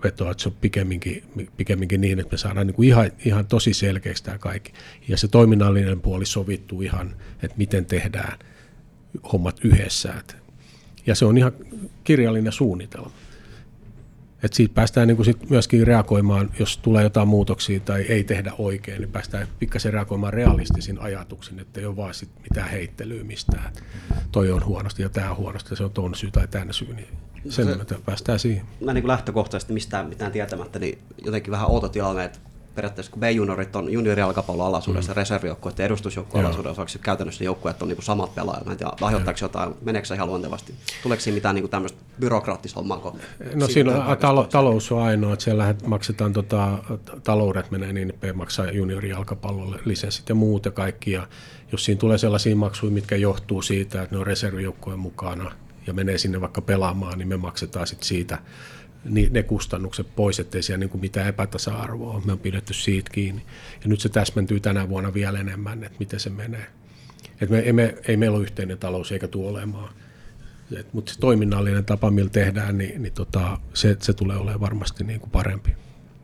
vetoa, että se on pikemminkin, pikemminkin niin, että me saadaan niin kuin ihan, ihan tosi selkeäksi tämä kaikki. Ja se toiminnallinen puoli sovittuu ihan, että miten tehdään hommat yhdessä. Ja se on ihan kirjallinen suunnitelma. Että siitä päästään niin kuin sit myöskin reagoimaan, jos tulee jotain muutoksia tai ei tehdä oikein, niin päästään pikkasen reagoimaan realistisin ajatuksin, että ei ole vaan sit mitään heittelyä mistään. Toi on huonosti ja tämä on huonosti ja se on tuon syy tai tämän syy, niin sen myötä päästään siihen. Mä niin kuin lähtökohtaisesti mistään mitään tietämättä, niin jotenkin vähän outo tilanne, että periaatteessa kun B-juniorit on juniorijalkapallon alaisuudessa, mm. reservijoukkueet ja edustusjoukkueen alaisuudessa, onko käytännössä joukkueet on niin kuin samat pelaajat, mä en tiedä, aiheuttaako jotain, meneekö se ihan luontevasti? Tuleeko siinä mitään niin tämmöistä byrokraattista hommaa? No siinä on, talo, talous on ainoa, että siellä maksetaan, tota, taloudet menee niin, että B maksaa juniorijalkapallolle lisenssit ja muut ja kaikki, ja jos siinä tulee sellaisia maksuja, mitkä johtuu siitä, että ne on reservijoukkueen mukana ja menee sinne vaikka pelaamaan, niin me maksetaan sitten siitä niin ne kustannukset pois, ettei siellä niin kuin mitään epätasa-arvoa. Me on pidetty siitä kiinni. Ja nyt se täsmentyy tänä vuonna vielä enemmän, että miten se menee. Et me, ei, me, ei meillä ole yhteinen talous eikä tule olemaan. Mutta se toiminnallinen tapa, millä tehdään, niin, niin tota, se, se tulee olemaan varmasti niin kuin parempi.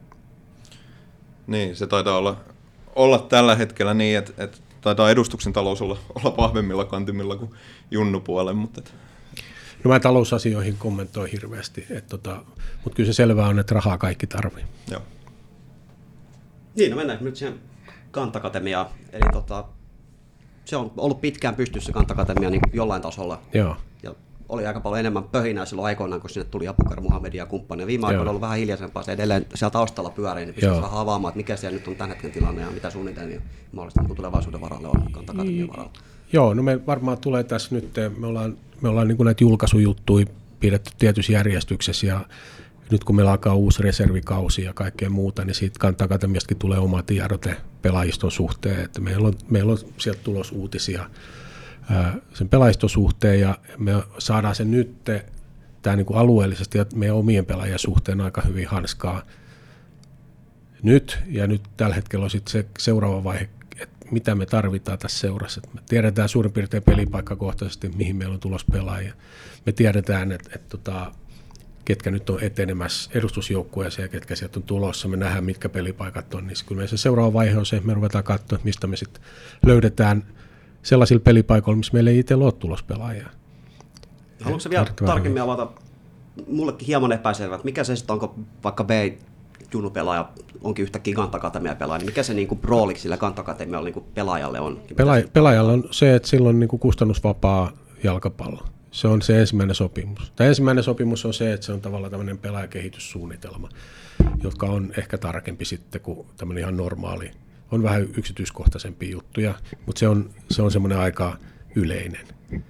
Niin, se taitaa olla, olla tällä hetkellä niin, että, että taitaa edustuksen talous olla, olla vahvemmilla kantimilla kuin junnupuolen, mutta että no mä talousasioihin kommentoin hirveästi, tota, mutta kyllä se selvää on, että rahaa kaikki tarvii. Joo. Niin, no mennään nyt siihen Kanta-akatemiaan. Eli tota, se on ollut pitkään pystyssä Kanta-akatemia niin jollain tasolla. Joo. Ja oli aika paljon enemmän pöhinää silloin aikoinaan, kun sinne tuli Abukar Muhammed ja kumppani. Viime aikoina on ollut vähän hiljaisempaa, se edelleen siellä taustalla pyörii, niin pystyisi vähän avaamaan, että mikä siellä nyt on tämän hetken tilanne ja mitä suunnitelmia mahdollisesti niin tulevaisuuden varalle on Kanta-akatemian varalla. Joo, no me varmaan tulee tässä nyt, me ollaan, me ollaan niin kuin näitä julkaisujuttuja pidetty tietyssä järjestyksessä ja nyt kun meillä alkaa uusi reservikausi ja kaikkea muuta, niin siitä Kanta-akatemiastakin tulee oma tiedote pelaajiston suhteen, että meillä on, meillä on sieltä tulos uutisia ää, sen pelaajiston suhteen ja me saadaan sen nyt tämä niin kuin alueellisesti ja meidän omien pelaajien suhteen aika hyvin hanskaa nyt ja nyt tällä hetkellä on sitten se seuraava vaihe, mitä me tarvitaan tässä seurassa. Me tiedetään suurin piirtein pelipaikkakohtaisesti, mihin meillä on tulos pelaajia. Me tiedetään, että, että, että ketkä nyt on etenemässä edustusjoukkueeseen ja ketkä sieltä on tulossa. Me nähdään, mitkä pelipaikat on. Niin kyllä se seuraava vaihe on se, että me ruvetaan katsoa, mistä me sitten löydetään sellaisilla pelipaikoilla, missä meillä ei itse ole tulospelaajia. Haluatko se vielä tarkemmin avata? Mullekin hieman epäselvä, että mikä se sitten, onko vaikka B junnu-pelaaja onkin yhtäkkiä Kanta-akatemia pelaaja, niin mikä se niinku rooli sillä Kanta-akatemialla niinku pelaajalle on? Pelaaja, pelaajalle on se, että sillä on niinku kustannusvapaa jalkapallo. Se on se ensimmäinen sopimus. Tämä ensimmäinen sopimus on se, että se on tavallaan tämmöinen pelaajakehityssuunnitelma, jotka on ehkä tarkempi sitten kuin tämmöinen ihan normaali. On vähän yksityiskohtaisempia juttuja, mutta se on, se on semmoinen aika yleinen.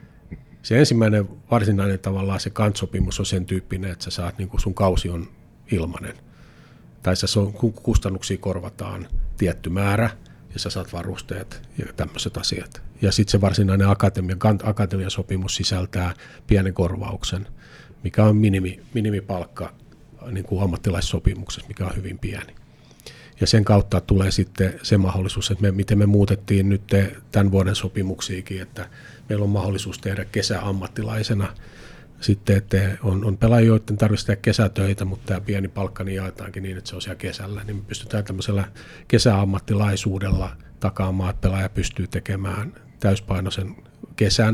Se ensimmäinen varsinainen tavallaan se kant-sopimus on sen tyyppinen, että sä saat, niinku sun kausi on ilmainen. Tai sä on, kustannuksia korvataan tietty määrä, ja sä saat varusteet ja tämmöiset asiat. Ja sitten se varsinainen akatemia, akatemiasopimus sisältää pienen korvauksen, mikä on minimi, minimipalkka niin kuin ammattilaissopimuksessa, mikä on hyvin pieni. Ja sen kautta tulee sitten se mahdollisuus, että me, miten me muutettiin nyt tämän vuoden sopimuksiakin, että meillä on mahdollisuus tehdä kesäammattilaisena. Sitten, että on, on pelaajia, joiden tarvitsee tehdä kesätöitä, mutta tämä pieni palkka niin jaetaankin niin, että se on siellä kesällä. Niin me pystytään tämmöisellä kesäammattilaisuudella takaamaan, että pelaaja pystyy tekemään täyspainoisen kesän.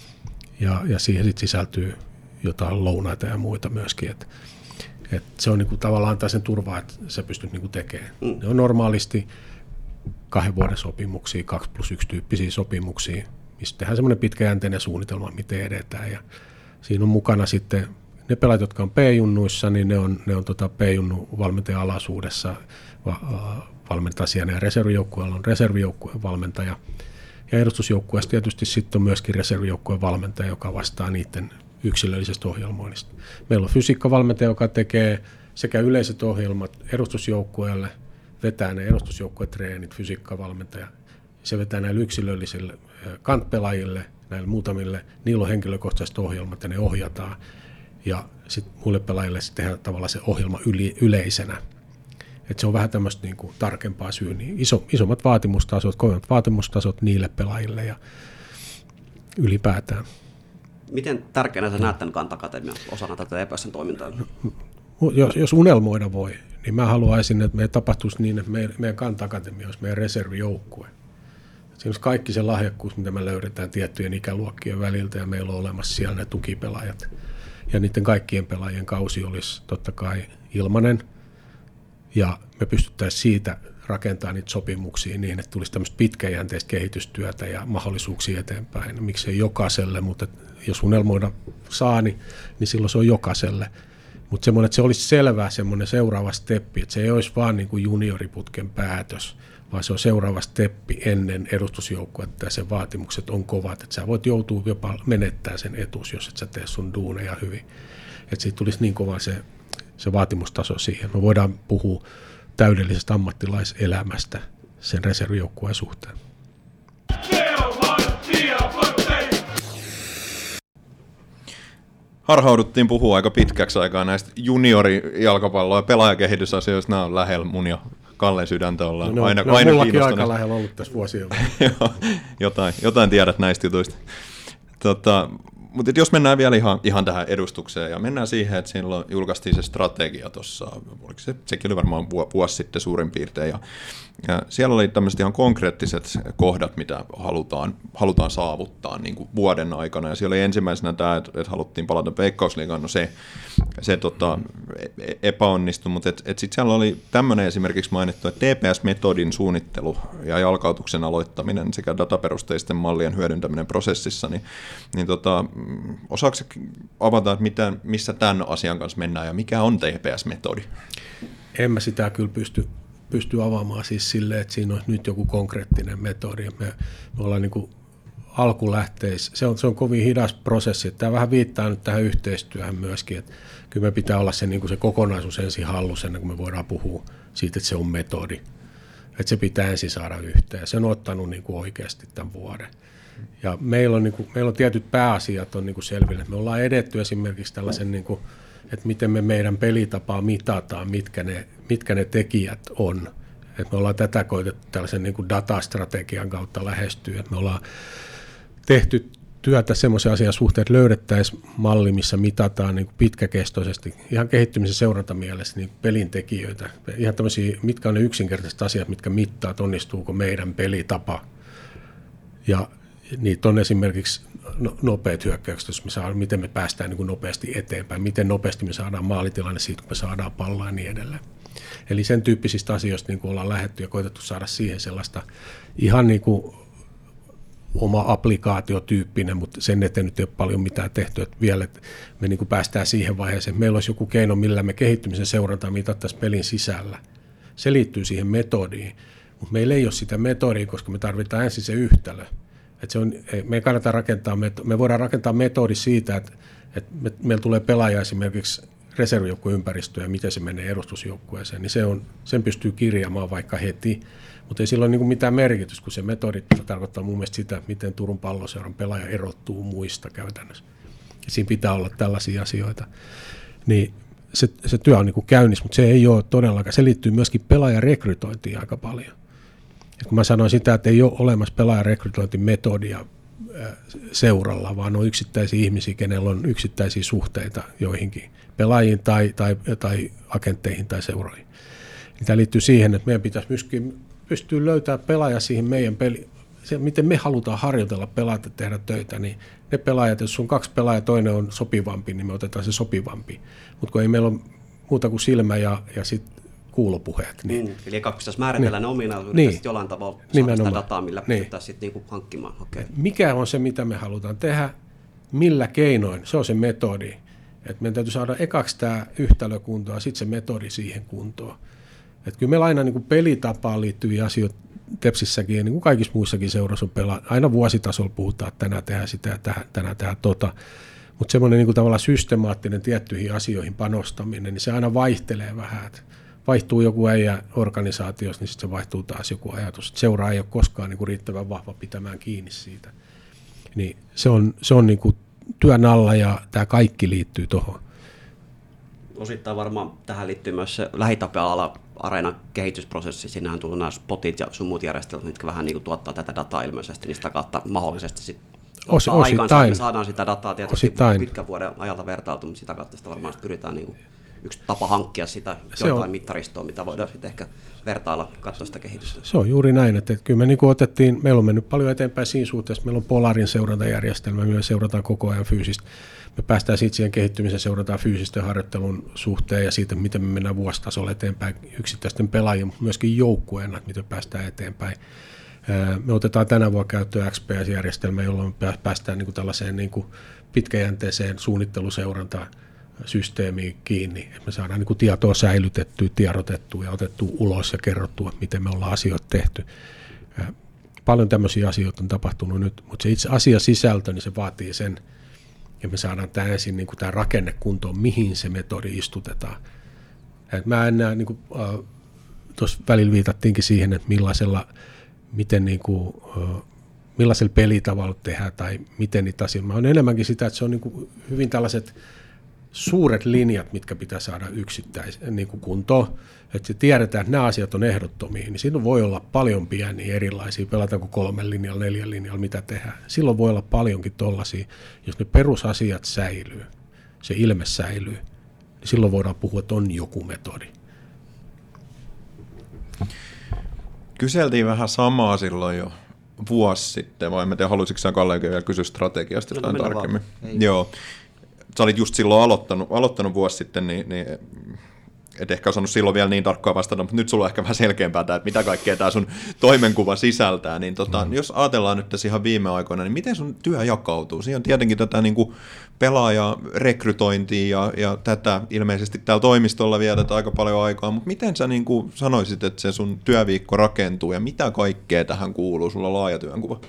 Ja, ja siihen sitten sisältyy jotain lounaita ja muita myöskin. Että, että se on niinku tavallaan antaa sen turvaa, että sä pystyt niinku tekemään. Mm. Ne on normaalisti kahden vuoden sopimuksia, kaksi plus yksi tyyppisiä sopimuksia, missä tehdään semmoinen pitkäjänteinen suunnitelma, miten edetään. Ja siinä on mukana sitten ne pelaajat, jotka on P-junnuissa, niin ne on, ne on tota P-junnu-valmentajan alaisuudessa valmentaa siellä, ja reservijoukkueella on reservijoukkueen valmentaja. Ja edustusjoukkueessa tietysti sitten on myöskin reservijoukkueen valmentaja, joka vastaa niiden yksilöllisestä ohjelmoinnista. Meillä on fysiikkavalmentaja, joka tekee sekä yleiset ohjelmat edustusjoukkueelle, vetää ne edustusjoukkuetreenit, fysiikkavalmentaja. Se vetää näille yksilöllisille kantpelaajille, näille muutamille, niillä on henkilökohtaiset ohjelmat ja ne ohjataan. Ja sitten muille pelaajille sitten tehdään tavallaan se ohjelma yli, yleisenä. Et se on vähän tämmöistä niinku tarkempaa syy, niin iso, isommat vaatimustasot, kovemmat vaatimustasot niille pelaajille ja ylipäätään. Miten tärkeänä sä näet tämän Kanta-akatemian osana tätä E P S:n toimintaa? jos, jos unelmoida voi, niin mä haluaisin, että meidän tapahtuisi niin, että meidän, meidän kanta-akatemia olisi meidän reservijoukkue. Siinä olisi kaikki se lahjakkuus, mitä me löydetään tiettyjen ikäluokkien väliltä, ja meillä on olemassa siellä ne tukipelaajat. Ja niiden kaikkien pelaajien kausi olisi totta kai ilmainen, ja me pystyttäisiin siitä rakentamaan niitä sopimuksia niin, että tulisi tämmöistä pitkäjänteistä kehitystyötä ja mahdollisuuksia eteenpäin. Miksei jokaiselle, mutta jos unelmoida saa, niin, niin silloin se on jokaiselle. Mutta semmoinen, että se olisi selvää semmoinen seuraava steppi, että se ei olisi vaan niin kuin junioriputken päätös, vaan se on seuraava steppi ennen edustusjoukkuetta ja sen vaatimukset on kovat, että sä voit joutua jopa menettää sen etus, jos et sä tee sun duuneja hyvin. Että siitä tulisi niin kova se, se vaatimustaso siihen. Me voidaan puhua täydellisestä ammattilaiselämästä sen reservijoukkueen suhteen. Harhauduttiin puhua aika pitkäksi aikaa näistä juniorijalkapallo- ja pelaajakehitysasioista. Nämä on lähellä mun ja Kallen sydäntä, ollaan no, aina, no, aina mullakin kiinnostuneet. aika lähellä ollut tässä vuosien jotain, jotain tiedät näistä jutuista. Tota, mutta jos mennään vielä ihan, ihan tähän edustukseen ja mennään siihen, että silloin julkaistiin se strategia tuossa, oliko se, sekin oli varmaan vuosi sitten suurin piirtein, ja, ja siellä oli tämmöiset ihan konkreettiset kohdat, mitä halutaan, halutaan saavuttaa niin kuin vuoden aikana, ja siellä oli ensimmäisenä tämä, että, että haluttiin palata Veikkausliigaan, no se, se tota, epäonnistui, mutta et, et sitten siellä oli tämmöinen esimerkiksi mainittu, että T P S-metodin suunnittelu ja jalkautuksen aloittaminen sekä dataperusteisten mallien hyödyntäminen prosessissa, niin, niin tota, osaatko avata, että mitä, missä tämän asian kanssa mennään ja mikä on T P S-metodi? En mä sitä kyllä pysty, pysty avaamaan siis silleen, että siinä on nyt joku konkreettinen metodi. Me, me ollaan niin kuin alkulähteis. Se on, se on kovin hidas prosessi. Tämä vähän viittaa nyt tähän yhteistyöhön myöskin, että kyllä me pitää olla se, niin kuin se kokonaisuus ensin hallussa ennen kuin me voidaan puhua siitä, että se on metodi. Että se pitää ensin saada yhteen. Se on ottanut niin kuin oikeasti tämän vuoden. Ja meillä on, niin kuin, meillä on tietyt pääasiat on niin kuin selville. Me ollaan edetty esimerkiksi tällaisen, niin kuin, että miten me meidän pelitapaa mitataan, mitkä ne, mitkä ne tekijät on. Että me ollaan tätä koitettu tällaisen niin kuin datastrategian kautta lähestyä. Että me ollaan tehty työtä semmoisen asian suhteen, että löydettäisiin malli, missä mitataan niin kuin pitkäkestoisesti, ihan kehittymisen seurantamielessä niin pelin tekijöitä. Ihan tämmöisiä, mitkä on ne yksinkertaiset asiat, mitkä mittaa, että onnistuuko meidän pelitapa. Ja niitä on esimerkiksi nopeat hyökkäykset, jos me saadaan, miten me päästään niin kuin nopeasti eteenpäin, miten nopeasti me saadaan maalitilanne siitä, kun me saadaan palloa ja niin edelleen. Eli sen tyyppisistä asioista niin kuin ollaan lähdetty ja koetettu saada siihen sellaista ihan niin kuin oma applikaatiotyyppinen, mutta sen eteen nyt ei ole paljon mitään tehty, että vielä että me niin kuin päästään siihen vaiheeseen, että meillä olisi joku keino, millä me kehittymisen seurantaa mitattaisiin pelin sisällä. Se liittyy siihen metodiin, mutta meillä ei ole sitä metodia, koska me tarvitaan ensin se yhtälö. Että se on, me, kannattaa rakentaa, me voidaan rakentaa metodi siitä, että, että me, meillä tulee pelaaja esimerkiksi reservijoukkueympäristöön ja miten se menee edustusjoukkueeseen, niin se on, sen pystyy kirjaamaan vaikka heti, mutta ei sillä ole niin kuin mitään merkitystä, kun se metodi tarkoittaa mun mielestä sitä, miten Turun Palloseuran pelaaja erottuu muista käytännössä. Ja siinä pitää olla tällaisia asioita. Niin se, se työ on niin kuin käynnissä, mutta se ei ole todellakaan. Se liittyy myöskin pelaajarekrytointiin aika paljon. Et kun mä sanoin sitä, että ei ole olemassa pelaajarekrytointimetodia seuralla, vaan on yksittäisiä ihmisiä, kenellä on yksittäisiä suhteita joihinkin pelaajiin tai, tai, tai agentteihin tai seuroihin. Niin tämä liittyy siihen, että meidän pitäisi myöskin pystyä löytämään pelaaja siihen meidän peli. Se, miten me halutaan harjoitella pelata, tehdä töitä, niin ne pelaajat, jos on kaksi pelaajaa, toinen on sopivampi, niin me otetaan se sopivampi. Mutta kun ei meillä ole muuta kuin silmä ja, ja sitten kuulopuheet. Niin. Mm, eli eka pitäisi määritellä niin. ne ominaisuudet niin. ja sitten jollain tavalla saada sitä Nimenomaan. dataa, millä niin. pystytään sitten niinku hankkimaan. Okay. Mikä on se, mitä me halutaan tehdä, millä keinoin, se on se metodi. Et meidän täytyy saada ekaksi tämä yhtälö kuntoon ja sitten se metodi siihen kuntoon. Et kyllä meillä aina niin kuin pelitapaan liittyviä asioita Tepsissäkin ja niin kuin kaikissa muissakin seurassa on pelaa. Aina vuositasolla puhutaan, että tänään tehdään sitä ja tänään tehdään tota. Mutta semmoinen niin kuin tavallaan systemaattinen tiettyihin asioihin panostaminen, niin se aina vaihtelee vähän. Et vaihtuu joku äijä organisaatiossa, niin sitten se vaihtuu taas joku ajatus. Seuraa ei ole koskaan niin kuin riittävän vahva pitämään kiinni siitä. Niin se on, se on niin kuin työn alla ja tämä kaikki liittyy tuohon. Osittain varmaan tähän liittyy myös se lähitapea-ala areenan kehitysprosessi. Siinähän on tullut nämä spotit ja sun muut järjestelmät, mitkä vähän niin kuin tuottaa tätä dataa ilmeisesti, niin sitä kautta mahdollisesti sitten Os, aikaan, osittain. me saadaan sitä dataa tietysti Osittain. pitkän vuoden ajalta vertailtu, mutta sitä kautta sitä varmaan pyritään niin kuin yksi tapa hankkia sitä Se jotain on. mittaristoa, mitä voidaan sitten ehkä vertailla, katsoa sitä kehitystä. Se on juuri näin, että kyllä me niin kuin otettiin, meillä on mennyt paljon eteenpäin siinä suhteessa, meillä on Polarin seurantajärjestelmä, me seurataan koko ajan fyysistä. Me päästään siitä siihen kehittymiseen, seurataan fyysisten harjoittelun suhteen ja siitä, miten me mennään vuositasolla eteenpäin yksittäisten pelaajien, mutta myöskin joukkueena, että miten päästään eteenpäin. Me otetaan tänä vuonna käyttöön X P S-järjestelmä, jolloin päästään niin kuin tällaiseen niin kuin pitkäjänteiseen suunnitteluseurantaan systeemiin kiinni, että me saadaan niin kuin tietoa säilytettyä, tiedotettua ja otettua ulos ja kerrottua, miten me ollaan asioita tehty. Paljon tämmöisiä asioita on tapahtunut nyt, mutta se itse asiasisältö, niin se vaatii sen, ja me saadaan tämä ensin niin kuin tämä rakenne kuntoon, mihin se metodi istutetaan. Et mä en näe, niin kuin, äh, tuossa välillä viitattiinkin siihen, että millaisella, miten niin kuin, äh, millaisella pelitavalla tehdään tai miten niitä asioita. Mä on enemmänkin sitä, että se on niin kuin hyvin tällaiset suuret linjat, mitkä pitää saada yksittäisen niin kuin kuntoon. Että se tiedetään, että nämä asiat on ehdottomia, niin siinä voi olla paljon pieniä erilaisia, pelataanko kolmen linjalla, neljän linjalla, mitä tehdään. Silloin voi olla paljonkin tollaisia, jos ne perusasiat säilyy, se ilme säilyy, niin silloin voidaan puhua, että on joku metodi. Kyseltiin vähän samaa silloin jo vuosi sitten, vai en tiedä, haluaisitko sinä Kalle vielä kysyä strategiasta jotain no, tarkemmin? Joo. Sä olit just silloin aloittanut, aloittanut vuosi sitten, niin, niin et ehkä osannut silloin vielä niin tarkkaan vastata, mutta nyt sulla on ehkä vähän selkeämpää tämä, että mitä kaikkea tämä sun toimenkuva sisältää. Niin tota, mm. Jos ajatellaan nyt tässä ihan viime aikoina, niin miten sun työ jakautuu? Siinä on tietenkin tätä niin kuin pelaajarekrytointia ja, ja tätä ilmeisesti täällä toimistolla vietetään aika paljon aikaa, mutta miten sä niin kuin sanoisit, että se sun työviikko rakentuu ja mitä kaikkea tähän kuuluu? Sulla on laaja työnkuva.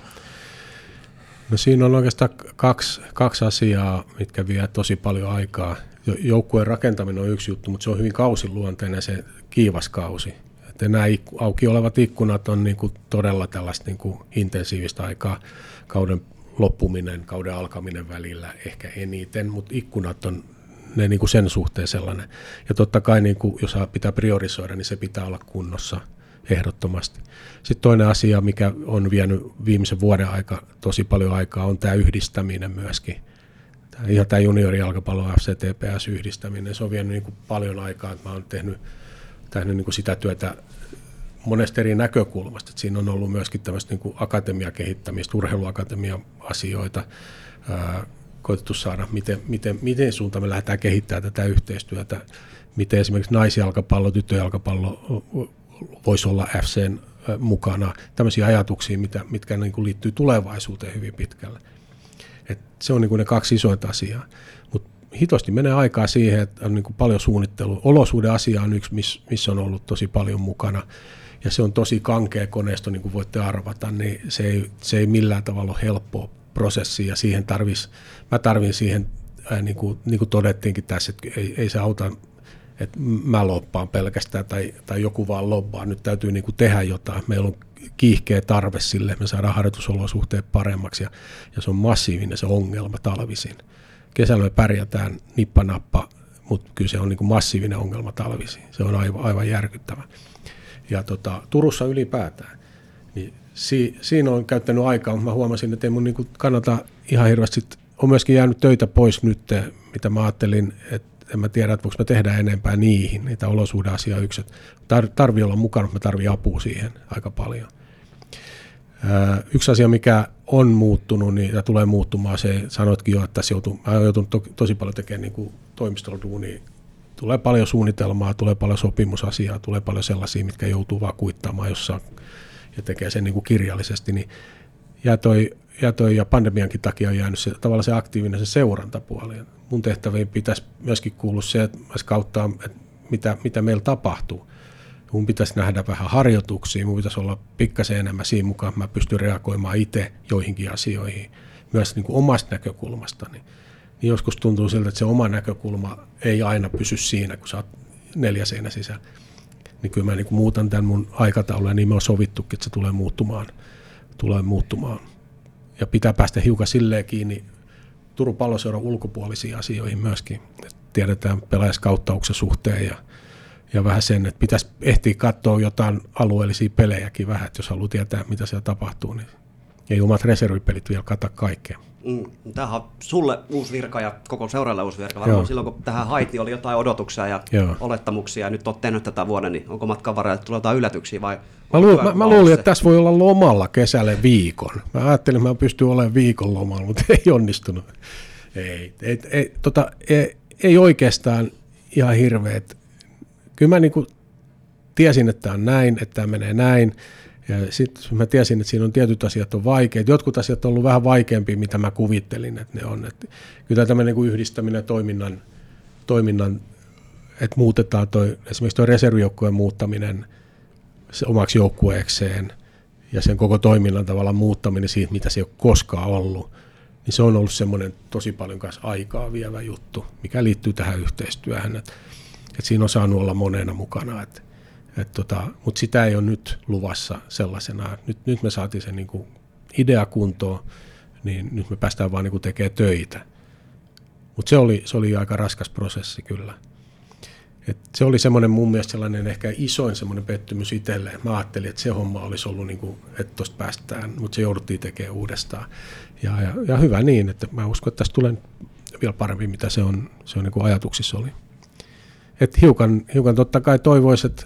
No siinä on oikeastaan kaksi, kaksi asiaa, mitkä vie tosi paljon aikaa. Joukkueen rakentaminen on yksi juttu, mutta se on hyvin kausiluonteinen se kiivas kausi. Että nämä auki olevat ikkunat on niin kuin todella tällaista niin kuin intensiivistä aikaa, kauden loppuminen, kauden alkaminen välillä ehkä eniten, mutta ikkunat on ne niin kuin sen suhteen sellainen. Ja totta kai niin kuin, jos pitää priorisoida, niin se pitää olla kunnossa ehdottomasti. Sitten toinen asia, mikä on vienyt viimeisen vuoden aika tosi paljon aikaa, on tämä yhdistäminen myöskin. Tämä, ihan tämä juniorijalkapallo F C T P S-yhdistäminen, se on vienyt niin kuin paljon aikaa. Mä oon tehnyt, tehnyt niin kuin sitä työtä monesta eri näkökulmasta. Että siinä on ollut myöskin tämmöistä niin kuin akatemiakehittämistä, urheiluakatemia-asioita, ää, koetettu saada, miten, miten, miten suuntaan me lähdetään kehittämään tätä yhteistyötä, miten esimerkiksi naisjalkapallo, tyttöjalkapallo voisi olla F C:n mukana, tämmöisiä ajatuksia, mitä, mitkä niin kuin liittyy tulevaisuuteen hyvin pitkälle. Et se on niin kuin ne kaksi isointa asiaa. Mutta hitosti menee aikaa siihen, että on niin kuin paljon suunnittelua. Olosuuden asia on yksi, missä on ollut tosi paljon mukana, ja se on tosi kankea koneisto, niin kuin voitte arvata, niin se ei, se ei millään tavalla ole helppoa prosessia, ja siihen tarvis, mä tarvin siihen, ää, niin, kuin, niin kuin todettiinkin tässä, että ei, ei se auta, että mä lobbaan pelkästään tai, tai joku vaan lobbaa. Nyt täytyy niin kuin tehdä jotain. Meillä on kiihkeä tarve sille, me saadaan harjoitusolosuhteet paremmaksi ja, ja se on massiivinen se ongelma talvisin. Kesällä me pärjätään nippanappa, mutta kyllä se on niin kuin massiivinen ongelma talvisin. Se on aivan, aivan järkyttävä. Ja tota, Turussa ylipäätään, niin si, siinä on käyttänyt aikaa, mutta mä huomasin, että ei mun niin kuin kannata ihan hirveästi, on myöskin jäänyt töitä pois nyt, mitä mä ajattelin, että en mä tiedä, että voiko me tehdä enempää niihin, niitä olosuhdeasiaa ykset. Tar- tarvii olla mukana, mutta mä tarvii apua siihen aika paljon. Öö, yksi asia, mikä on muuttunut niin, ja tulee muuttumaan, se sanoitkin jo, että tässä joutuu, mä oon joutunut to- tosi paljon tekemään niin kuin toimistolla duunia. Tulee paljon suunnitelmaa, tulee paljon sopimusasiaa, tulee paljon sellaisia, mitkä joutuu vaan kuittaamaan jossain ja tekee sen niin kuin kirjallisesti. Niin ja toi, ja toi ja pandemiankin takia on jäänyt se, tavallaan se aktiivinen se seurantapuoli. Mun tehtäviin pitäisi myöskin kuulua se, että mä skauttaa, että mitä, mitä meillä tapahtuu. Mun pitäisi nähdä vähän harjoituksia, mun pitäisi olla pikkasen enemmän siinä mukaan, että mä pystyn reagoimaan itse joihinkin asioihin, myös niin kuin omasta näkökulmastani. Niin joskus tuntuu siltä, että se oma näkökulma ei aina pysy siinä, kun sä oot neljä seinä sisällä. Niin kyllä mä niin kuin muutan tämän mun aikataulun ja niin me on sovittukin, että se tulee muuttumaan. Tulee muuttumaan. Ja pitää päästä hiukan silleen kiinni Turun Palloseuran ulkopuolisiin asioihin myöskin. Et tiedetään pelaajaskauttauksen suhteen ja, ja vähän sen, että pitäisi ehtiä katsoa jotain alueellisia pelejäkin vähän, että jos haluaa tietää, mitä siellä tapahtuu, niin ei omat reservipelit vielä kata kaikkea. Mm, tämähän on sulle uusi virka ja koko seuraavalle uusi virka. Varmaan silloin kun tähän hait, niin oli jotain odotuksia ja Joo. olettamuksia ja nyt olet tehnyt tätä vuoden, niin onko matkan varrella, että tulee jotain yllätyksiä vai? Mä, luul, mä, mä luulin, että tässä voi olla lomalla kesälle viikon. Mä ajattelin, että mä pystyn olemaan viikon lomalla, mutta ei onnistunut. Ei, ei, ei, tota, ei, ei oikeastaan ihan hirveet. Kyllä mä niin kuin tiesin, että tämä on näin, että tämä menee näin. Ja sitten mä tiesin, että siinä on tietyt asiat on vaikeita. Jotkut asiat on ollut vähän vaikeampia, mitä mä kuvittelin, että ne on. Että kyllä tämmöinen niin yhdistäminen toiminnan, toiminnan, että muutetaan toi, esimerkiksi tuo reservijoukkueen muuttaminen se omaksi joukkueekseen ja sen koko toiminnan tavallaan muuttaminen siitä, mitä se ei ole koskaan ollut, niin se on ollut semmoinen tosi paljon kanssa aikaa vievä juttu, mikä liittyy tähän yhteistyöhön. Että, että siinä on saanut olla monena mukana. Että, että tota, mutta sitä ei ole nyt luvassa sellaisena. Nyt, nyt me saatiin se niin kuin idea kuntoon, niin nyt me päästään vaan niin kuin tekemään töitä. Mutta se oli, se oli aika raskas prosessi kyllä. Et se oli semmoinen mun mielestä sellainen ehkä isoin semmoinen pettymys itselleen. Mä ajattelin, että se homma olisi ollut, niin kuin, että tuosta päästään, mutta se jouduttiin tekemään uudestaan. Ja, ja, ja hyvä niin, että mä uskon, että tästä tulee vielä paremmin, mitä se on, se on niin kuin ajatuksissa oli. Et hiukan, hiukan totta kai toivoisi, että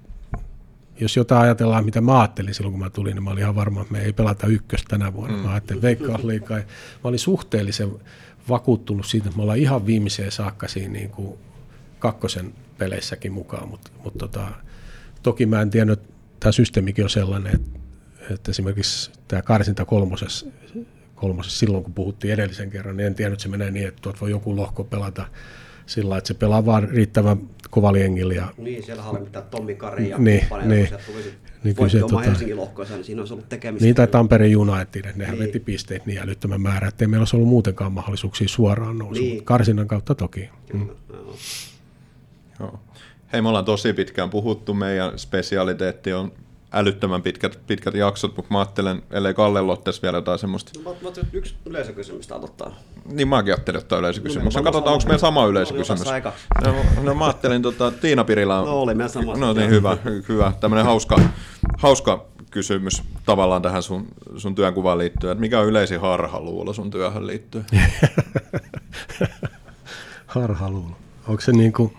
jos jotain ajatellaan, mitä mä ajattelin silloin, kun mä tulin, niin mä olin ihan varma, että me ei pelata ykköstä tänä vuonna. Mä ajattelin Veikkausliigaa. Mä olin suhteellisen vakuuttunut siitä, että me ollaan ihan viimeiseen saakka siinä niin kuin kakkosen peleissäkin mukaan, mutta, mutta tota, toki mä en tiennyt, että tämä systeemikin on sellainen, että, että esimerkiksi tämä karsinta kolmosessa, kolmosessa silloin, kun puhuttiin edellisen kerran, niin en tiennyt, että se menee niin, että tuot voi joku lohko pelata sillä lailla, että se pelaa vaan riittävän kovalla jengillä. Ja niin, siellä oli mitään Tommi Kari ja niin, kumppaneita, niin, kun sieltä tuli niin, voitti oma tota, Helsingin lohkoissa, niin siinä olisi ollut tekemistä. Niin, tai Tampereen United, nehän niin. veti pisteet niin älyttömän määrä, ettei meillä olisi ollut muutenkaan mahdollisuuksia suoraan nousuun, niin. Karsinnan kautta toki. Kyllä, mm. joo. Joo. Hei, me ollaan tosi pitkään puhuttu, meidän spesialiteetti on älyttömän pitkät, pitkät jaksot, mutta mä ajattelen, ellei Kallella ole tässä vielä jotain semmoista. No, mä oon yksi yleisökysymystä aloittaa. Niin mäkin ajattelin ottaa yleisökysymys. No, katsotaan, onko meillä sama yleisökysymys. No, no mä ajattelin, tota, Tiina Pirilä on... No oli meillä sama. No niin, hyvä, hyvä. Tämmöinen hauska, hauska kysymys tavallaan tähän sun, sun työnkuvaan liittyen. Että mikä on yleisin harhaluulo sun työhön liittyen? Harhaluulo. Onko se niin kuin...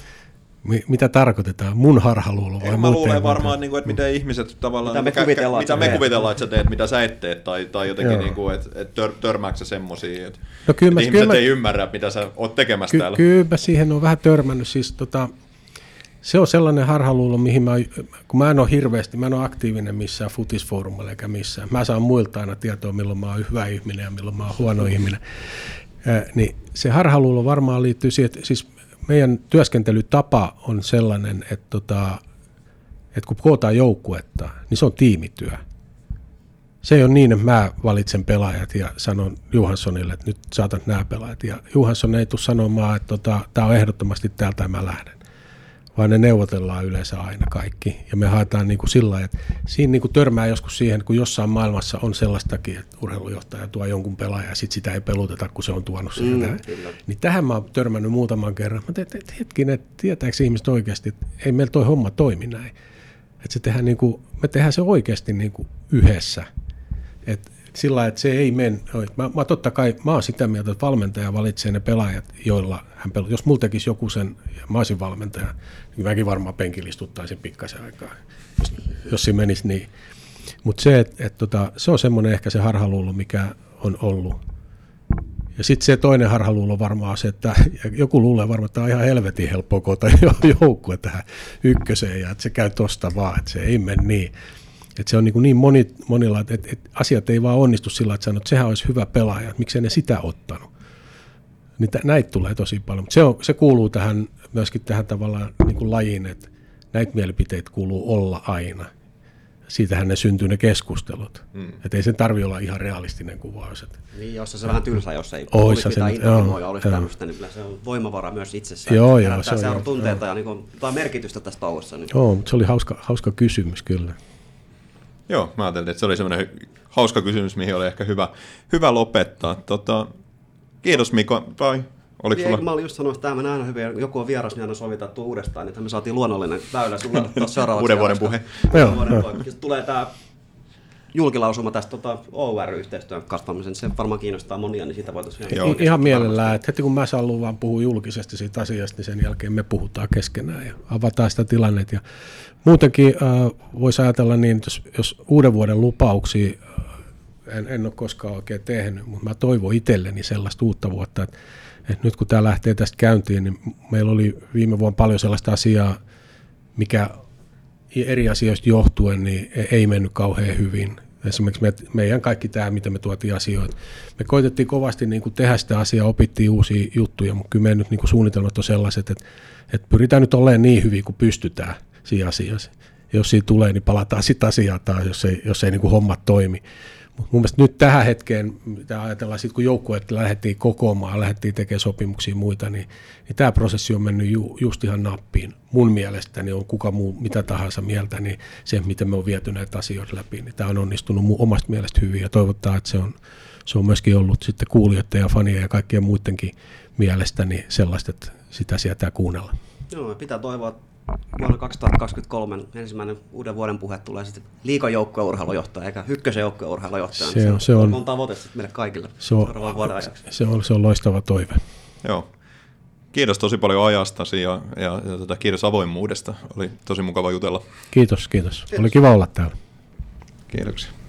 Mitä tarkoitetaan? Mun harhaluulo vai mä luulen varmaan, niin kuin, että miten ihmiset tavallaan... Mitä me kuvitellaan, mitä me kuvitellaan, että sä teet, mitä sä et tee, tai, tai jotenkin, niin kuin, että, että tör, törmääkö sä semmosia, että, no, kyllä mä, että ihmiset kyllä ei mä, ymmärrä, mitä sä oot tekemässä ky, täällä. Kyllä mä siihen on vähän törmännyt. Siis, tota, se on sellainen harhaluulo, mihin mä, kun mä en ole hirveästi, mä en ole aktiivinen missään futisfoorumilla eikä missään. Mä saan muilta aina tietoa, milloin mä oon hyvä ihminen ja milloin mä oon huono ihminen. Äh, niin se harhaluulo varmaan liittyy siihen, että siis meidän työskentelytapa on sellainen, että, tota, että kun kootaan joukkuetta, niin se on tiimityö. Se ei ole niin, että mä valitsen pelaajat ja sanon Johanssonille, että nyt saatat nämä pelaajat. Ja Johansson ei tule sanomaan, että tota, tämä on ehdottomasti täältä ja mä lähden. Vaan ne neuvotellaan yleensä aina kaikki. Ja me haetaan niin kuin sillä lailla, että siinä niin kuin törmää joskus siihen, kun jossain maailmassa on sellaistakin, että urheilujohtaja tuo jonkun pelaajan ja sitten sitä ei peluteta, kun se on tuonut sen. Mm, niin tähän mä oon törmännyt muutaman kerran. Mä tein, että hetkinen, että tietääkö ihmiset oikeasti, että ei meillä toi homma toimi näin. Että se tehdään niin kuin, me tehdään se oikeasti niin kuin yhdessä. Että sillä lailla, että se ei mene. Mä, mä totta kai, mä oon sitä mieltä, että valmentaja valitsee ne pelaajat, joilla hän pelaa. Jos mulla tekisi joku sen, ja mä olisin valmentaja, niin mäkin varmaan penkilistuttaisin pikkasen aikaa, jos, jos se menisi niin. Mutta se, että et, tota, se on semmoinen ehkä se harhaluulo, mikä on ollut. Ja sitten se toinen harhaluulo varmaan se, että joku luulee varmaan, että tämä on ihan helvetin helppoa koota joukkue tähän ykköseen, ja että se käy tosta vaan, että se ei mene niin. Että se on niin, niin moni, monilla, että, että asiat ei vaan onnistu sillä, että sanoo, että sehän olisi hyvä pelaaja, että miksei ne sitä ottanut. Niin t- näitä tulee tosi paljon, mutta se, on, se kuuluu tähän, myöskin tähän tavallaan niin kuin lajiin, että näitä mielipiteitä kuuluu olla aina. Siitähän ne syntyy ne keskustelut. Mm. Että ei sen tarvitse olla ihan realistinen kuvaus. Että... Niin, jos se vähän tylsä, jos ei Ois olisi mitään intohimoja, joo, olisi joo. tämmöistä, niin kyllä se on voimavara myös itsessään. Joo, joo. Se, se on tunteita joo. ja niin kuin, merkitystä tässä touhussa. Niin. Joo, mutta se oli hauska, hauska kysymys kyllä. Joo, mä ajattelin, että se oli semmoinen hauska kysymys, mihin oli ehkä hyvä, hyvä lopettaa. Tota, kiitos Miko. Vai? Oliko sulla? Mä olin just sanonut, että tämä menee aina hyvin. Joku on vieras, niin aina sovitaan tuo uudestaan, niin me saatiin luonnollinen väylä sulle taas seuraavaksi. Uuden vuoden puhe. Uuden vuoden puhe. Tulee tämä julkilausuma tästä tota, O R-yhteistyön kasvamisen, se varmaan kiinnostaa monia, niin siitä voitaisiin... Joo. Ihan mielellään, että heti kun mä saan luvan puhua julkisesti siitä asiasta, niin sen jälkeen me puhutaan keskenään ja avataan sitä tilannetta. Ja muutenkin äh, voisi ajatella niin, että jos, jos uuden vuoden lupauksia en, en ole koskaan oikein tehnyt, mutta mä toivon itselleni sellaista uutta vuotta, että, että nyt kun tämä lähtee tästä käyntiin, niin meillä oli viime vuonna paljon sellaista asiaa, mikä eri asioista johtuen niin ei mennyt kauhean hyvin. Esimerkiksi me, meidän kaikki tämä, mitä me tuotiin asioita. Me koitettiin kovasti niin kuin tehdä sitä asiaa, opittiin uusia juttuja, mutta kyllä meidän nyt niin kuin suunnitelmat on sellaiset, että, että pyritään nyt olemaan niin hyviä kuin pystytään siinä asiassa. Ja jos siitä tulee, niin palataan sitä asiaa taas, jos ei, jos ei niin kuin hommat toimi. Mutta mun mielestä nyt tähän hetkeen, mitä ajatellaan sitten, kun joukkueet lähdettiin kokoamaan, lähdettiin tekemään sopimuksia ja muita, niin, niin tämä prosessi on mennyt ju, just ihan nappiin. Mun mielestä niin on kuka muu mitä tahansa mieltä, niin se, miten me on viety näitä asioita läpi, niin tämä on onnistunut mun omasta mielestä hyvin ja toivotaan, että se on, se on myöskin ollut sitten kuulijoiden ja fanien ja kaikkien muidenkin mielestä niin sellaista, että sitä sieltä kuunnella. Joo, pitää toivoa, että vuonna kaksituhattakaksikymmentäkolme ensimmäinen uuden vuoden puhe tulee sitten liigan joukkueurheilujohtaja, eikä Hykkösen joukkueurheilujohtaja. Se on, se on, on tavoite sitten meille kaikille se on, seuraavan vuoden ajaksi. Se on, se on loistava toive. Joo. Kiitos tosi paljon ajastasi ja, ja, ja tota, kiitos avoimuudesta. Oli tosi mukava jutella. Kiitos, kiitos. Oli kiva olla täällä. Kiitoksia.